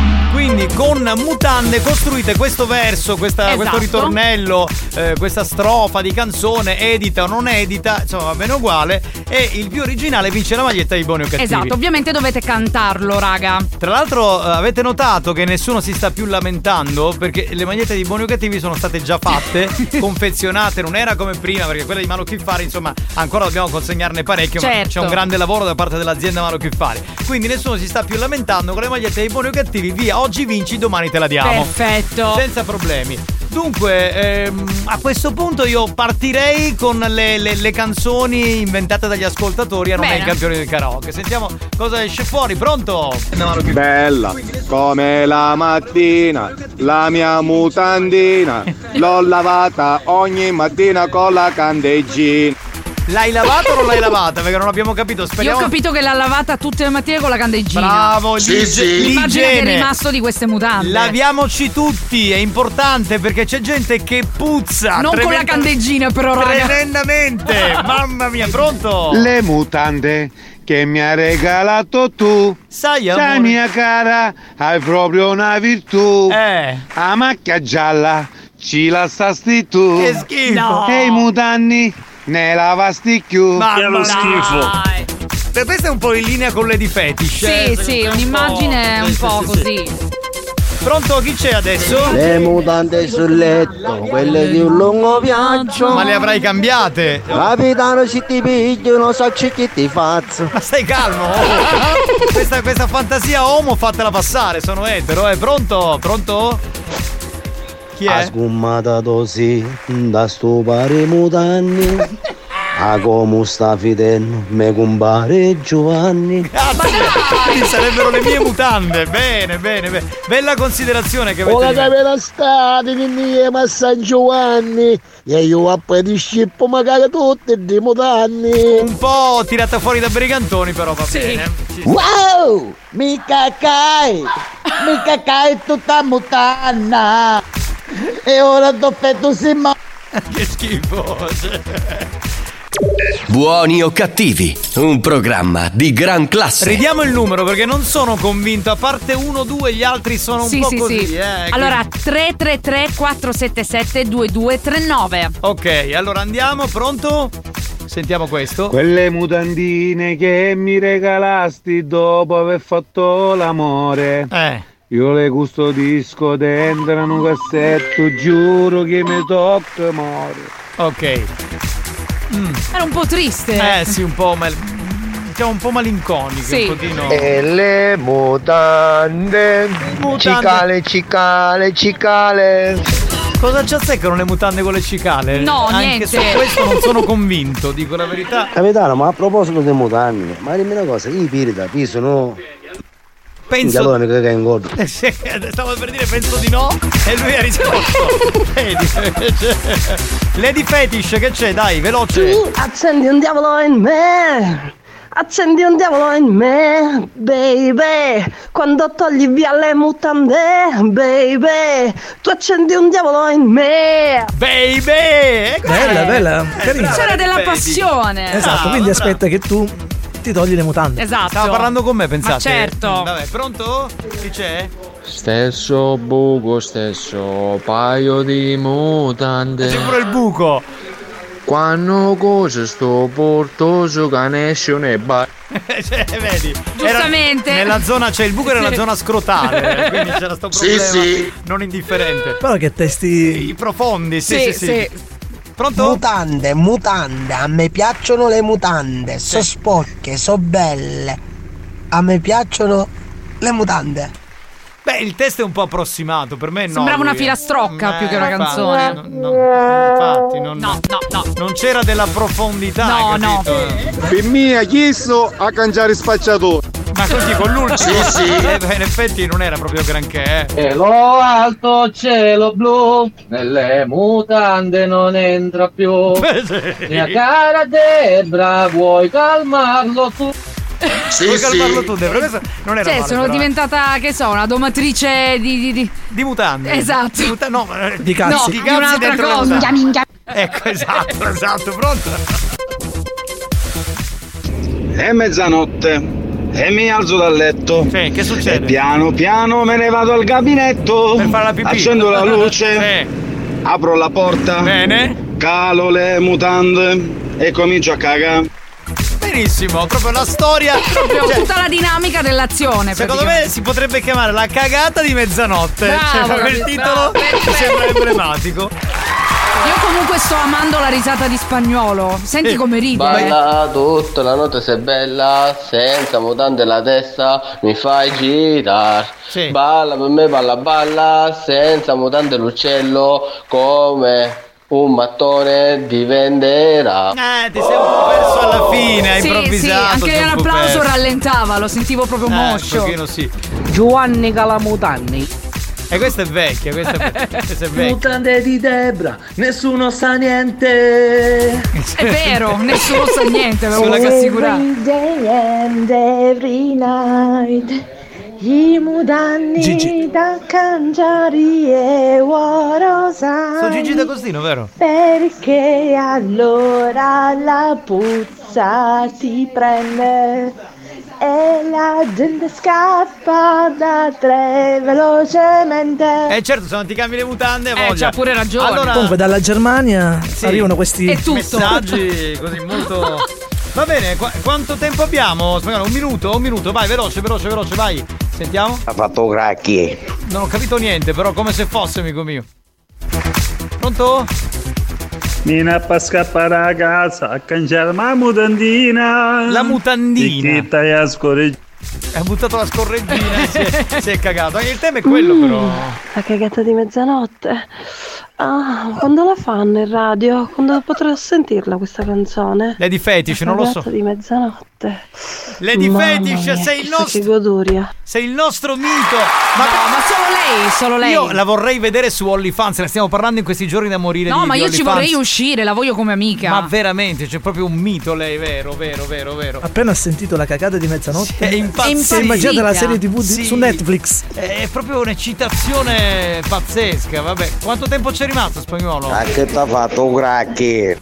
Speaker 7: quindi con mutande costruite questo verso, questo ritornello, questa strofa di canzone, edita o non edita, insomma va bene uguale, e il più originale vince la maglietta di Buoni o Cattivi.
Speaker 8: Esatto, ovviamente dovete cantarlo, raga.
Speaker 7: Tra l'altro avete notato che nessuno si sta più lamentando, perché le magliette di Buoni o Cattivi sono state già fatte, confezionate, non era come prima, perché quella di Malo Chiffari, insomma, ancora dobbiamo consegnarne parecchio,
Speaker 8: certo.
Speaker 7: Ma c'è un grande lavoro da parte dell'azienda Malo Chiffari. Quindi nessuno si sta più lamentando con le magliette dei Buoni o Cattivi, via, oggi vinci, domani te la diamo.
Speaker 8: Perfetto.
Speaker 7: Senza problemi. Dunque, a questo punto io partirei con le canzoni inventate dagli ascoltatori a nome dei campioni del karaoke. Sentiamo cosa esce fuori, pronto?
Speaker 10: Bella, come la mattina, la mia mutandina, l'ho lavata ogni mattina con la candeggina.
Speaker 7: L'hai lavata o non l'hai lavata? Perché non abbiamo capito. Speriamo...
Speaker 8: Io ho capito che l'ha lavata tutte le mattine con la candeggina.
Speaker 7: Bravo,
Speaker 8: l'immagine che è rimasto di queste mutande.
Speaker 7: Laviamoci tutti, è importante, perché c'è gente che puzza.
Speaker 8: Non con la candeggina però, raga.
Speaker 7: Tremendamente. Mamma mia, pronto?
Speaker 10: Le mutande che mi hai regalato tu.
Speaker 7: Sai, amore,
Speaker 10: sai mia cara, hai proprio una virtù. A macchia gialla ci lasciasti tu.
Speaker 7: Che schifo. No.
Speaker 10: E i mutanni ne lavasti più.
Speaker 7: Ma che lo schifo. Per questo è un po' in linea con Lady Fetish.
Speaker 8: Sì, un'immagine un po' così.
Speaker 7: Pronto, chi c'è adesso?
Speaker 15: Le mutande sul letto, quelle di un lungo viaggio.
Speaker 7: Ma le avrai cambiate?
Speaker 15: Capitano, se ti piglio non so che ti faccio.
Speaker 7: Ma stai calmo. Questa fantasia homo fatela passare, sono etero, pronto? Pronto? Chi è?
Speaker 15: Ha sgommata così da stupare mutande. A come sta fidendo me compare Giovanni.
Speaker 7: Grazie. Sarebbero le mie mutande. Bene. Bella considerazione che avete.
Speaker 15: Ora capire state di mie ma San Giovanni. E io a poi di scippo magari tutte di mutanni.
Speaker 7: Un po' tirata fuori da brigantoni, però va bene.
Speaker 15: Wow! Mi cacai tutta mutanna. E ora doppetto si ma.
Speaker 7: Che schifo.
Speaker 1: Buoni o Cattivi, un programma di gran classe.
Speaker 7: Ridiamo il numero perché non sono convinto. A parte 1, 2, gli altri sono un po' così.
Speaker 8: Sì. Allora 333 477 2239.
Speaker 7: Ok, allora andiamo, pronto? Sentiamo questo.
Speaker 10: Quelle mutandine che mi regalasti dopo aver fatto l'amore. Io le custodisco dentro in un cassetto, giuro che mi tocca amore.
Speaker 7: Ok.
Speaker 8: Era un po' triste.
Speaker 7: Sì, un po', diciamo un po' malinconico,
Speaker 8: sì.
Speaker 7: Un pochino.
Speaker 15: E le mutande. Cicale.
Speaker 7: Cosa ci azzeccano le mutande con le cicale?
Speaker 8: No,
Speaker 7: anche
Speaker 8: niente.
Speaker 7: su questo non sono convinto, dico la verità.
Speaker 15: Capitano, ma a proposito dei mutande, ma dimmi una cosa, io pirita, sono.
Speaker 7: Penso. Stavo per dire penso di no e lui ha risposto. Lady Fetish, che c'è? Dai, veloce.
Speaker 19: Accendi un diavolo in me. Accendi un diavolo in me, baby. Quando togli via le mutande, baby. Tu accendi un diavolo in me,
Speaker 7: baby.
Speaker 9: Bella, carina.
Speaker 8: C'era della passione.
Speaker 9: Esatto, quindi aspetta che tu ti togli le mutande.
Speaker 8: Esatto.
Speaker 7: Stava parlando con me, pensate.
Speaker 8: Ma certo.
Speaker 7: Vabbè, pronto? Chi c'è?
Speaker 3: Stesso buco, stesso paio di mutande.
Speaker 7: C'è pure il buco.
Speaker 3: Quando cosa sto portoso connessione
Speaker 7: vedi?
Speaker 8: Giustamente.
Speaker 7: Nella zona c'è il buco, era nella zona scrotale. Quindi c'era sto problema non indifferente.
Speaker 9: Però che testi
Speaker 7: profondi, sì. Pronto?
Speaker 15: Mutande, a me piacciono le mutande, so sporche, so belle. A me piacciono le mutande.
Speaker 7: Beh, il testo è un po' approssimato, per me no.
Speaker 8: Sembrava una filastrocca più che una canzone.
Speaker 7: Infatti,
Speaker 8: no.
Speaker 7: Non c'era della profondità.
Speaker 8: No.
Speaker 10: Per me ha chiesto a cangiare spacciatore.
Speaker 7: Ma così con l'ultimo?
Speaker 10: Sì.
Speaker 7: In effetti non era proprio granché.
Speaker 3: Cielo alto, cielo blu, nelle mutande non entra più. Mia cara Debra, vuoi calmarlo tu?
Speaker 7: Vuoi calmarlo tu, Debra? Questo non era male,
Speaker 8: sono diventata, che so, una domatrice di
Speaker 7: mutande.
Speaker 8: Esatto.
Speaker 9: Di cazzi.
Speaker 8: Di un'altra cosa.
Speaker 7: Ecco, esatto, pronto?
Speaker 10: È mezzanotte, e mi alzo dal letto.
Speaker 7: Sì, che succede?
Speaker 10: E piano piano me ne vado al gabinetto.
Speaker 7: Per fare la pipì.
Speaker 10: Accendo la luce. Apro la porta.
Speaker 7: Bene.
Speaker 10: Calo le mutande e comincio a cagare.
Speaker 7: Benissimo, proprio la storia.
Speaker 8: Proprio tutta la dinamica dell'azione.
Speaker 7: Secondo me si potrebbe chiamare la cagata di mezzanotte.
Speaker 8: Bravo,
Speaker 7: Cioè, il titolo mi sembra emblematico.
Speaker 8: Io comunque sto amando la risata di Spagnolo. Senti come ride.
Speaker 11: Balla tutta la notte sei bella, senza mutande la testa mi fai girare. Balla per me, balla, senza mutande l'uccello come un mattone diventerà.
Speaker 7: Ti sei un po' perso alla fine, hai improvvisato.
Speaker 8: Sì, anche l'applauso rallentava, lo sentivo proprio moscio.
Speaker 7: Sì.
Speaker 22: Giovanni Calamutanni.
Speaker 7: E questa è vecchia, questa è vecchia.
Speaker 22: Mutande di Debra, nessuno sa niente.
Speaker 8: È vero, nessuno sa niente, ve lo voglio assicurare.
Speaker 19: Every day and every night, i mutanni da cangiari e sai.
Speaker 7: Sono Gigi D'Agostino, vero?
Speaker 19: Perché allora la puzza ti prende e la gente scappa da tre velocemente.
Speaker 7: Certo, se non ti cambi le mutande, voglia.
Speaker 8: C'ha pure ragione.
Speaker 7: Allora,
Speaker 9: comunque dalla Germania arrivano questi
Speaker 7: messaggi così molto. Va bene, quanto tempo abbiamo? Un minuto, vai, veloce, vai. Sentiamo.
Speaker 14: Ha fatto cracchi.
Speaker 7: Non ho capito niente, però come se fosse, amico mio. Pronto?
Speaker 10: Mi nappa scappare a casa a cangiare la mutandina.
Speaker 7: La mutandina.
Speaker 10: E che a scorreggina.
Speaker 7: Ha buttato la scorreggina e si è cagato. Il tema è quello, però.
Speaker 19: La cagata di mezzanotte. Ah, quando la fanno in radio? Quando potrò sentirla questa canzone?
Speaker 7: Lady Fetish, non lo so.
Speaker 19: La cagata di mezzanotte.
Speaker 7: Lady Fetish, sei il nostro.
Speaker 19: Che goduria.
Speaker 7: Sei il nostro mito.
Speaker 8: Ma solo lei.
Speaker 7: Io la vorrei vedere su OnlyFans. Ne stiamo parlando in questi giorni da morire.
Speaker 8: No, ma io
Speaker 7: OnlyFans.
Speaker 8: ci vorrei uscire, la voglio come amica.
Speaker 7: Ma veramente, c'è proprio un mito lei, vero.
Speaker 9: Appena ho sentito la cagata di mezzanotte.
Speaker 7: È impazzita.
Speaker 9: Immaginate la serie TV su Netflix.
Speaker 7: È proprio un'eccitazione pazzesca. Vabbè, quanto tempo c'è rimasto, Spagnolo?
Speaker 14: Ah, che t'ha fatto un cracchi.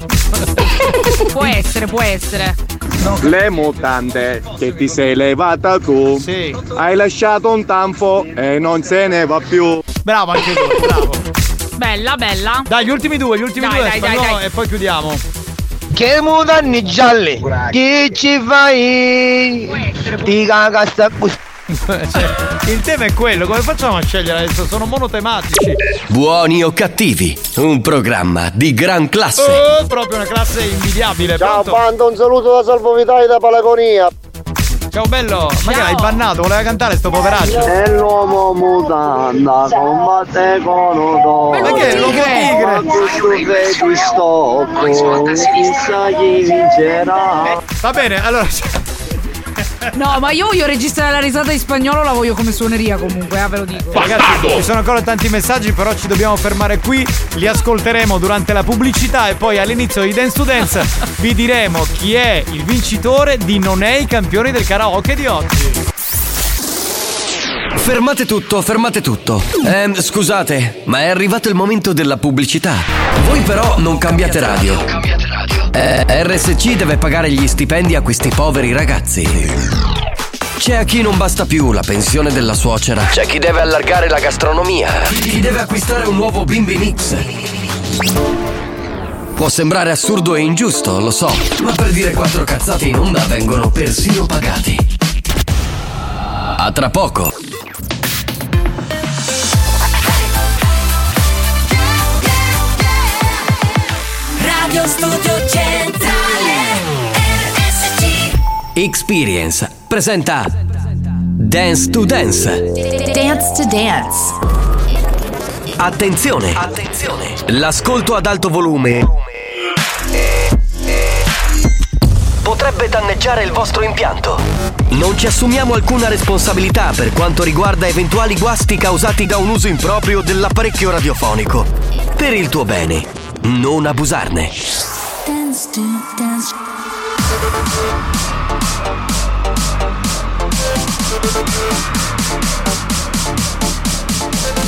Speaker 8: Può essere.
Speaker 10: No. Le mutande che ti sei levata tu.
Speaker 7: Sì.
Speaker 10: Hai lasciato un tanfo e non se ne va più.
Speaker 7: Bravo anche tu, bravo.
Speaker 8: Bella.
Speaker 7: Dai, gli ultimi due, Spagnolo, e poi chiudiamo.
Speaker 13: Che mutanni gialli, che ci fai? Ti caga sta così.
Speaker 7: Il tema è quello, come facciamo a scegliere adesso? Sono monotematici.
Speaker 1: Buoni o cattivi, un programma di gran classe.
Speaker 7: Proprio una classe invidiabile.
Speaker 15: Ciao
Speaker 7: pronto?
Speaker 15: bando, un saluto da Salvo Vitali da Palagonia.
Speaker 7: Ciao bello, ma che l'hai bannato? Voleva cantare sto poveraccio.
Speaker 14: E l'uomo mutanda combatte con odore.
Speaker 7: Ma che è l'uomo tigre?
Speaker 14: Questo vedi stocco, chissà chi vincerà.
Speaker 7: Va bene, allora.
Speaker 8: No, ma io voglio registrare la risata di Spagnolo, la voglio come suoneria comunque, ve lo dico.
Speaker 7: Ragazzi, ci sono ancora tanti messaggi, però ci dobbiamo fermare qui. Li ascolteremo durante la pubblicità e poi all'inizio di Dance to Dance vi diremo chi è il vincitore di Non è i campioni del karaoke di oggi.
Speaker 1: Fermate tutto. Scusate, ma è arrivato il momento della pubblicità. Voi però non cambiate radio. RSC deve pagare gli stipendi a questi poveri ragazzi. C'è a chi non basta più la pensione della suocera. C'è chi deve allargare la gastronomia. Chi deve acquistare un nuovo Bimbi Mix. Può sembrare assurdo e ingiusto, lo so, ma per dire 4 cazzate in onda vengono persino pagati. A tra poco.
Speaker 5: Radio Studio Centrale RSC.
Speaker 1: Experience presenta Dance to Dance.
Speaker 8: Dance to Dance.
Speaker 1: Attenzione! L'ascolto ad alto volume potrebbe danneggiare il vostro impianto. Non ci assumiamo alcuna responsabilità per quanto riguarda eventuali guasti causati da un uso improprio dell'apparecchio radiofonico. Per il tuo bene, non abusarne.
Speaker 5: Dance to Dance.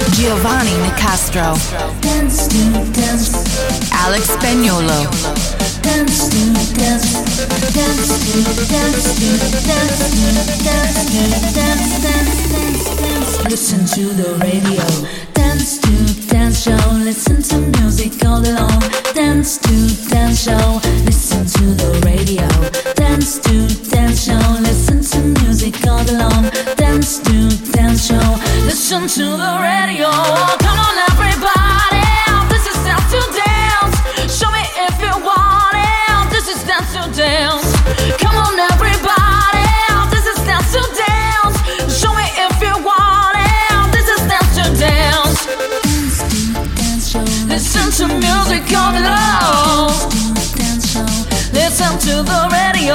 Speaker 8: Giovanni Nicastro,
Speaker 5: Dance to Dance.
Speaker 8: Alex Spagnolo,
Speaker 5: dance to dance, dance to dance to dance to dance to dance, dance, dance, dance. Listen to the radio. Dance to dance show. Listen to music all day long. Dance to dance show. Listen to the radio. Dance to dance show. Listen to music all day long. Dance to dance show. Listen to the radio. Come on everybody, this is dance to dance. Show me if you want it. This is dance to dance. Come on everybody, this is dance to dance. Show me if you want it. This is dance to dance. Listen to music all day long. Listen to the radio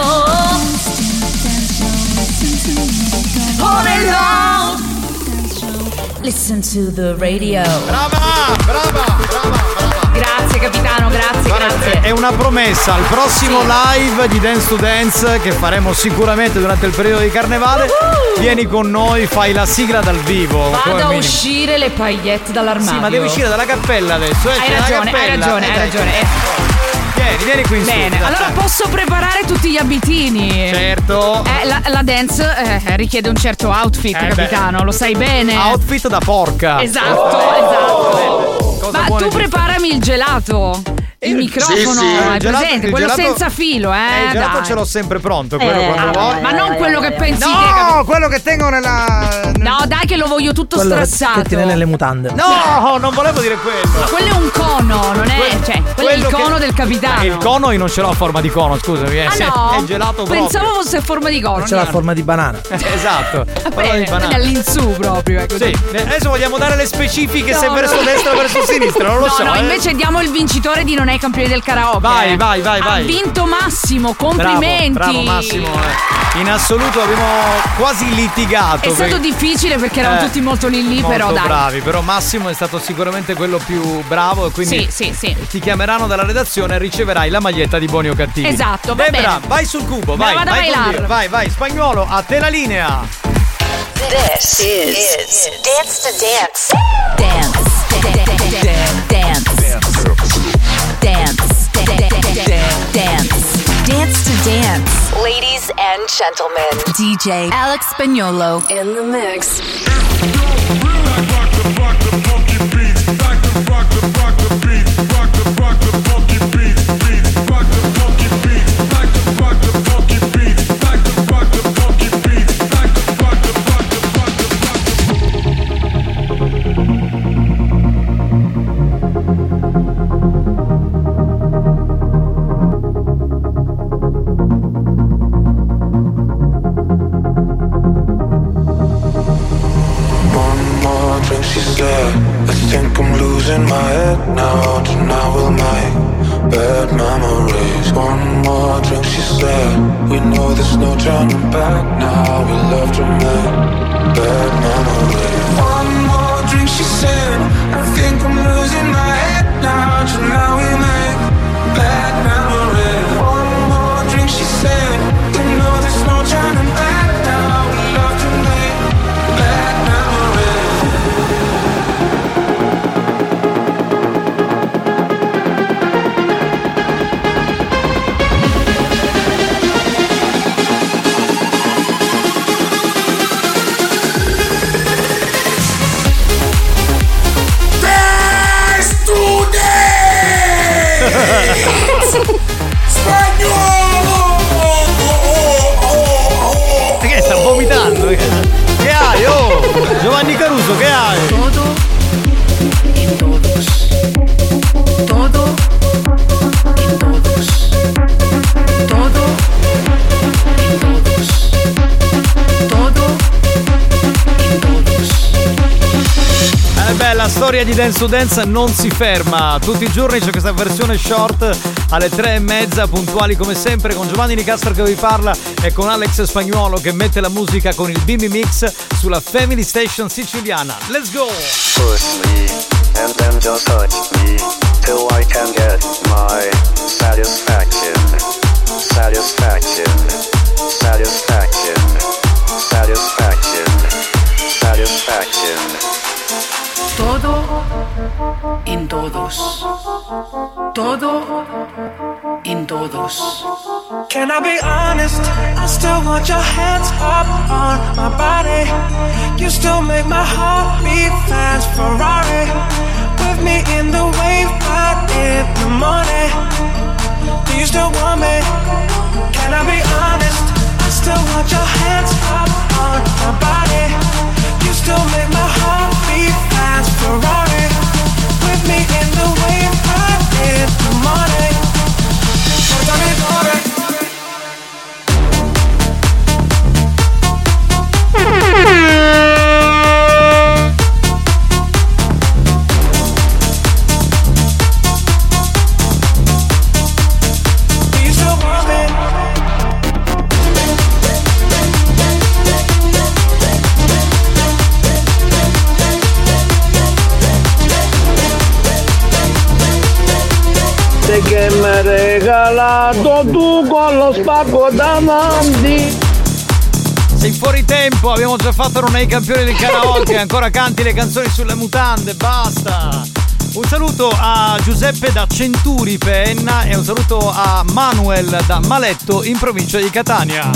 Speaker 5: all day long. Listen to the radio.
Speaker 7: Brava.
Speaker 8: Grazie capitano, grazie,
Speaker 7: Guarda,
Speaker 8: grazie.
Speaker 7: È una promessa, al prossimo live di Dance to Dance che faremo sicuramente durante il periodo di carnevale, vieni con noi, fai la sigla dal vivo.
Speaker 8: Vado a uscire le paillette dall'armadio.
Speaker 7: Sì, ma devi uscire dalla cappella adesso.
Speaker 8: Hai ragione.
Speaker 7: Vieni qui in
Speaker 8: Bene,
Speaker 7: studio.
Speaker 8: allora posso preparare tutti gli abitini.
Speaker 7: Certo.
Speaker 8: La dance richiede un certo outfit, capitano, lo sai bene.
Speaker 7: Outfit da porca.
Speaker 8: Esatto.
Speaker 7: Cosa
Speaker 8: Ma
Speaker 7: buone
Speaker 8: tu
Speaker 7: di-
Speaker 8: preparami il gelato. Il microfono è presente, quello senza filo,
Speaker 7: il gelato
Speaker 8: dai.
Speaker 7: ce l'ho sempre pronto, quello quando vuoi.
Speaker 8: Ma non quello che pensi te.
Speaker 7: No, quello che tengo nella.
Speaker 8: No, dai, che lo voglio tutto
Speaker 9: Quello
Speaker 8: strassato.
Speaker 9: che tiene nelle mutande.
Speaker 7: No, non volevo dire quello.
Speaker 8: Ma quello è un cono, non è? Quello è il cono del capitano.
Speaker 7: Il cono io non ce l'ho a forma di cono, scusami.
Speaker 8: Ah no?
Speaker 7: È gelato proprio.
Speaker 8: Pensavo fosse a forma di cono.
Speaker 9: C'è la forma di banana.
Speaker 7: Esatto. Forma di
Speaker 8: Bene,
Speaker 7: banana.
Speaker 8: all'insù proprio.
Speaker 7: Sì, adesso vogliamo dare le specifiche se
Speaker 8: No,
Speaker 7: verso
Speaker 8: no.
Speaker 7: destra o verso sinistra, non lo so.
Speaker 8: No, invece diamo il vincitore di Non è campione del karaoke.
Speaker 7: Vai.
Speaker 8: Ha vinto Massimo, complimenti.
Speaker 7: Bravo Massimo. In assoluto abbiamo quasi litigato.
Speaker 8: È stato difficile perché erano tutti molto lì, però dai.
Speaker 7: bravi, però Massimo è stato sicuramente quello più bravo e quindi
Speaker 8: Sì.
Speaker 7: ti chiameranno dalla redazione e riceverai la maglietta di Buoni o Cattivi.
Speaker 8: Esatto, va
Speaker 7: Debra,
Speaker 8: bene.
Speaker 7: vai sul cubo,
Speaker 8: Me la
Speaker 7: vai,
Speaker 8: vado a
Speaker 7: vai con
Speaker 8: bailar.
Speaker 7: Dio. Vai, Spagnuolo, a te la linea.
Speaker 5: This is Dance to Dance. Dance. Dance to Dance. Ladies and gentlemen, DJ Alex Spagnolo in the mix.
Speaker 2: She said, I think I'm losing my head now. Tonight we'll make bad memories. One more drink, she said. We know there's no turning back now. We love to make bad memories. One more drink, she said. I think I'm losing my head now. Tonight we make bad memories. One more drink, she said. We know there's no turning back now. We love to make bad memories.
Speaker 7: Che sta vomitando? Che hai? Oh! Giovanni Caruso, che hai?
Speaker 5: Todo en todos. Todo en todos. Todo en todos. Todo en todos.
Speaker 7: La storia di Dance to Dance non si ferma. Tutti i giorni c'è questa versione short alle 3:30, puntuali come sempre, con Giovanni Nicastro che vi parla e con Alex Spagnuolo che mette la musica con il Bimbi Mix sulla Family Station siciliana. Let's go!
Speaker 17: Push me and then just touch me till I can get my satisfaction. Satisfaction. Satisfaction. Satisfaction. Satisfaction.
Speaker 5: Todo en todos. Todo en
Speaker 16: con todos.
Speaker 21: Can I be honest? I still want your hands up on my body. You still make my heart beat fast, Ferrari. With me in the wave, but in the morning. Do you still want me? Can I be honest? I still want your hands up on my body. You still make my heart beat fast, Ferrari. With me in the wave, but in the morning. Portami fuori.
Speaker 10: Che mi hai regalato tu con lo spacco davanti.
Speaker 7: Sei fuori tempo, abbiamo già fatto Non è i campioni del karaoke, ancora canti le canzoni sulle mutande, basta. Un saluto a Giuseppe da Centuri Penna e un saluto a Manuel da Maletto in provincia di Catania.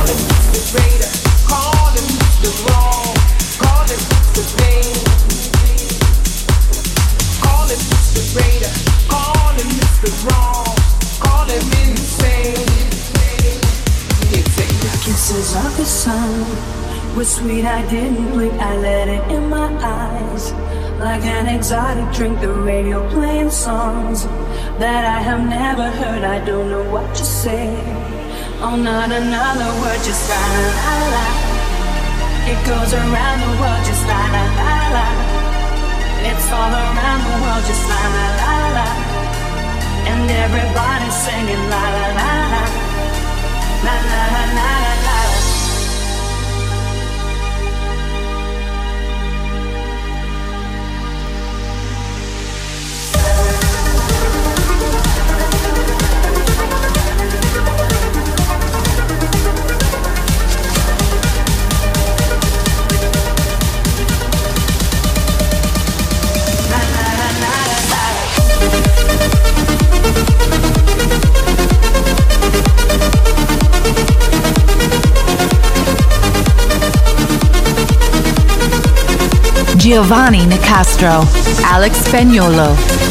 Speaker 5: Kisses of the sun were sweet, I didn't blink, I let it in my eyes. Like an exotic drink, the radio playing songs that I have never heard, I don't know what to say. Oh, not another word, just la la la la. It goes around the world, just la la la la. It's all around the world, just la la la la. And everybody's singing la la la la. La la la la la la.
Speaker 18: Giovanni Nicastro, Alex Spagnolo.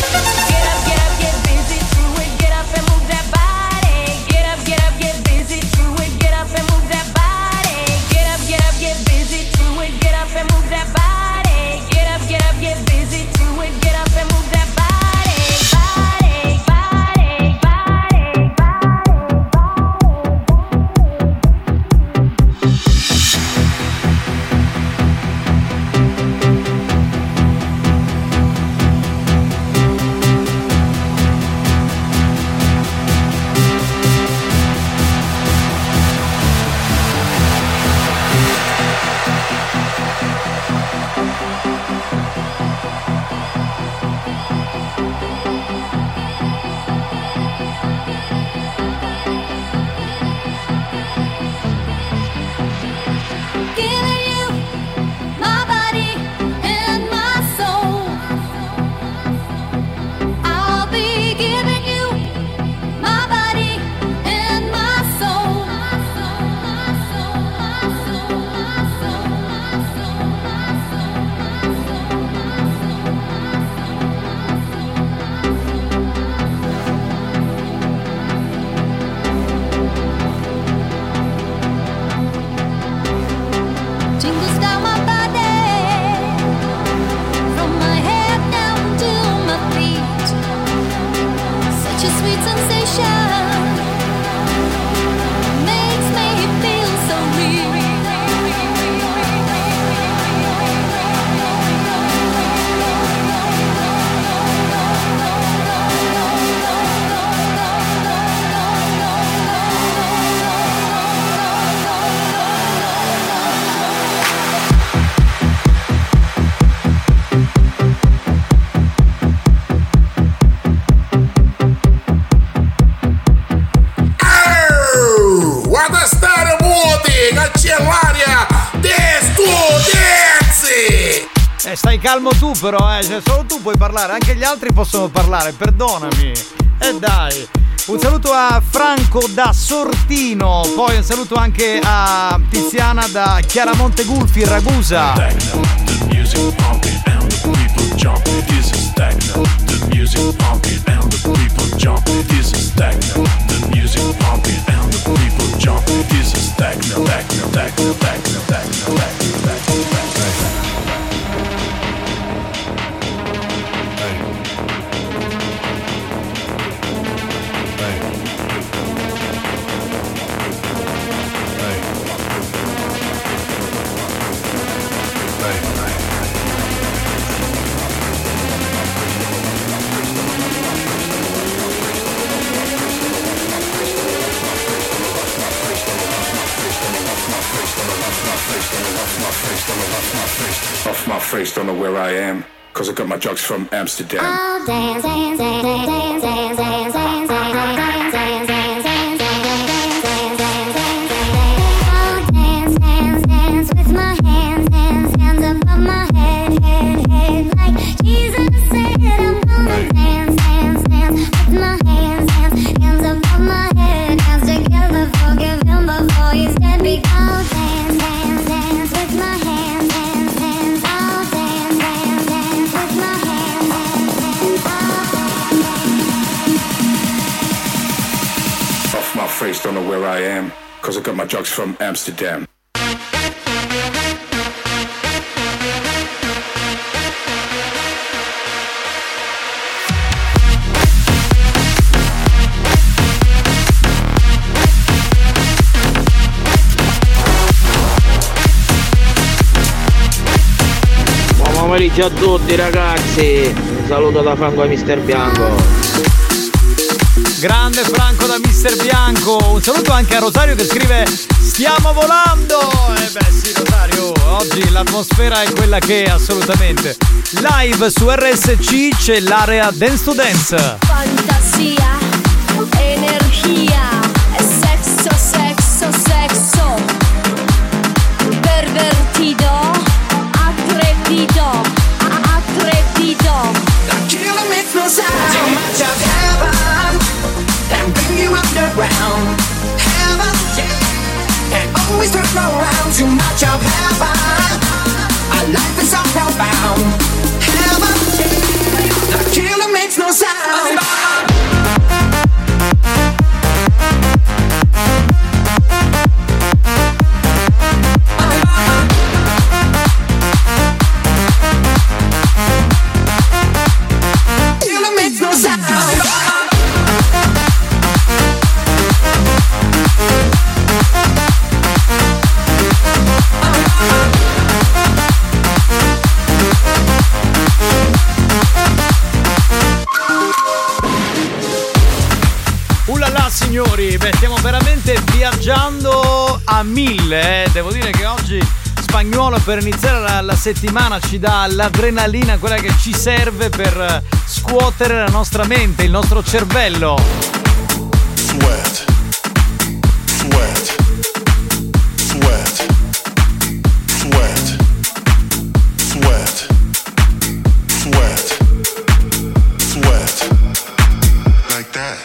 Speaker 7: Stai calmo tu però, cioè, solo tu puoi parlare, anche gli altri possono parlare, perdonami. Dai. Un saluto a Franco da Sortino, poi un saluto anche a Tiziana da Chiaramonte Gulfi, Ragusa.
Speaker 2: Off my face, don't know where I am, 'cause I got my drugs from Amsterdam.
Speaker 5: I'll dance, dance, dance, dance, dance, dance, dance, dance, dance, dance, dance, I'll dance, dance, dance with my hands, hands above my head, like Jesus said. I'm gonna dance, dance, dance with my hands, hands above my head. Hands together, forgive him before he's dead. I'll dance, dance, dance with my hands, hands. I'll dance, dance, dance with my hands,
Speaker 2: Off my face, don't know where I am, 'cause I got my drugs from Amsterdam.
Speaker 22: Buon pomeriggio a tutti ragazzi, un saluto da Franco e Mister Bianco.
Speaker 7: Grande Franco da Mister Bianco. Un saluto anche a Rosario che scrive: stiamo volando. Beh sì Rosario, oggi l'atmosfera è quella che è, assolutamente. Live su RSC c'è l'area Dance to Dance.
Speaker 5: Fantasia, energia, sexo, sexo, sexo, pervertido, atrevido, atrevido.
Speaker 21: The killer makes no sound. Too much of heaven and bring you underground. Heaven, yeah, and always turn around. Too much of heaven. Our life is all profound. Heaven, yeah, the killer makes no sound. Killer makes no sound.
Speaker 7: Signori, beh, stiamo veramente viaggiando a 1000, Devo dire che oggi Spagnuolo per iniziare la settimana ci dà l'adrenalina, quella che ci serve per scuotere la nostra mente, il nostro cervello.
Speaker 2: Sweat, sweat, sweat, sweat, sweat, sweat, sweat, like that.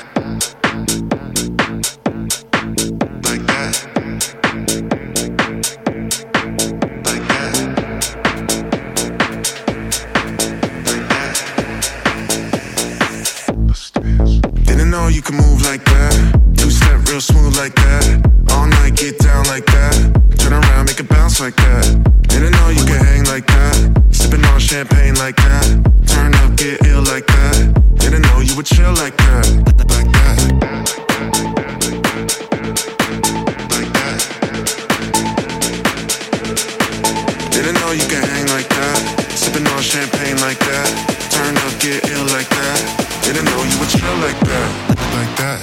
Speaker 2: You can move like that, two-step real smooth like that. All night get down like that, turn around make it bounce like that. Didn't know you can hang like that, sipping on champagne like that. Turn up, get ill like that. Didn't know you would chill like that, like that. Like that. Didn't know you can hang like that, sipping on champagne like that. Turn up, get ill like that. Didn't know you would chill like that, like that.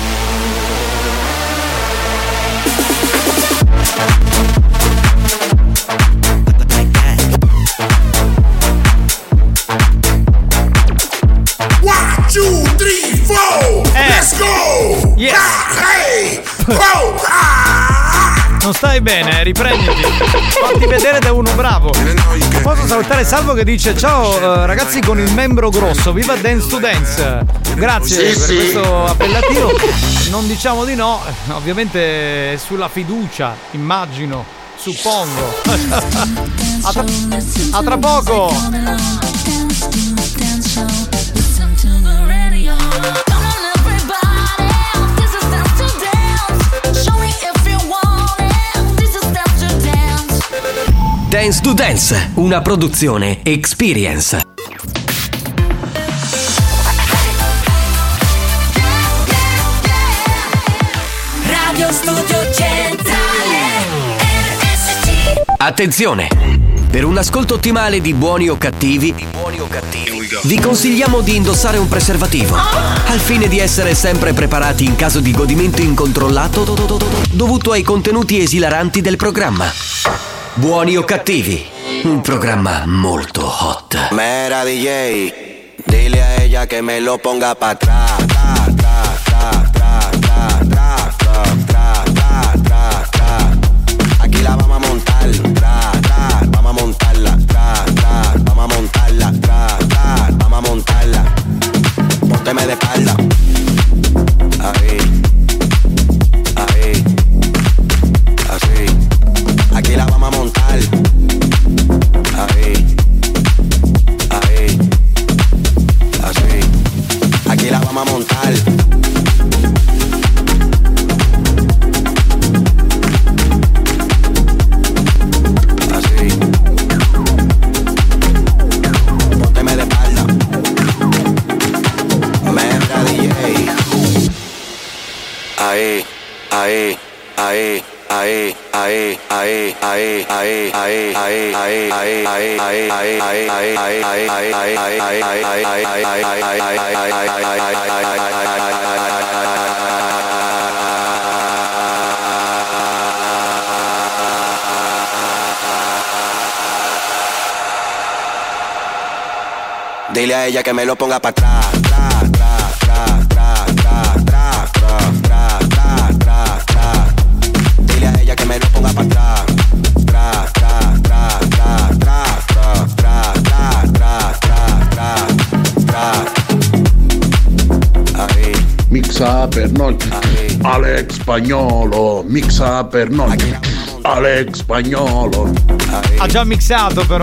Speaker 4: One, two, three, four, let's go!
Speaker 7: Yes.
Speaker 4: Hey,
Speaker 7: Non stai stai bene, riprenditi. Fatti vedere da uno bravo. Posso salutare Salvo che dice ciao ragazzi con il membro grosso, viva Dance to Dance. Grazie per questo appellativo. Non diciamo di no, ovviamente sulla fiducia, immagino, suppongo. A tra poco.
Speaker 1: Dance to Dance, una produzione Experience.
Speaker 5: Radio Studio Centrale RSC.
Speaker 1: Attenzione! Per un ascolto ottimale di Buoni o Cattivi, vi consigliamo di indossare un preservativo, al fine di essere sempre preparati in caso di godimento incontrollato dovuto ai contenuti esilaranti del programma. Buoni o Cattivi, un programma molto hot.
Speaker 6: Mera DJ, dile a ella que me lo ponga pa' atrás. Aquí la vamos a montar, vamos a montarla, vamos a montarla, vamos a montarla. Pónteme de espalda. Ahí, ahí, así. Aquí la vamos a montar. Ahí, ahí, así. Aquí la vamos a montar. Así. Pónteme de espalda. Mera DJ. Ahí, ahí, ahí. Ahí, ahí, ahí, ahí, ahí, ahí, ahí, ahí, ahí, ahí, ahí, ahí, dile a ella que me lo ponga para atrás. Dile a ella que me lo ponga para atrás.
Speaker 4: Mixa per noi, Alex Spagnolo. Mixa per noi, Alex Spagnolo.
Speaker 7: Ha già mixato però,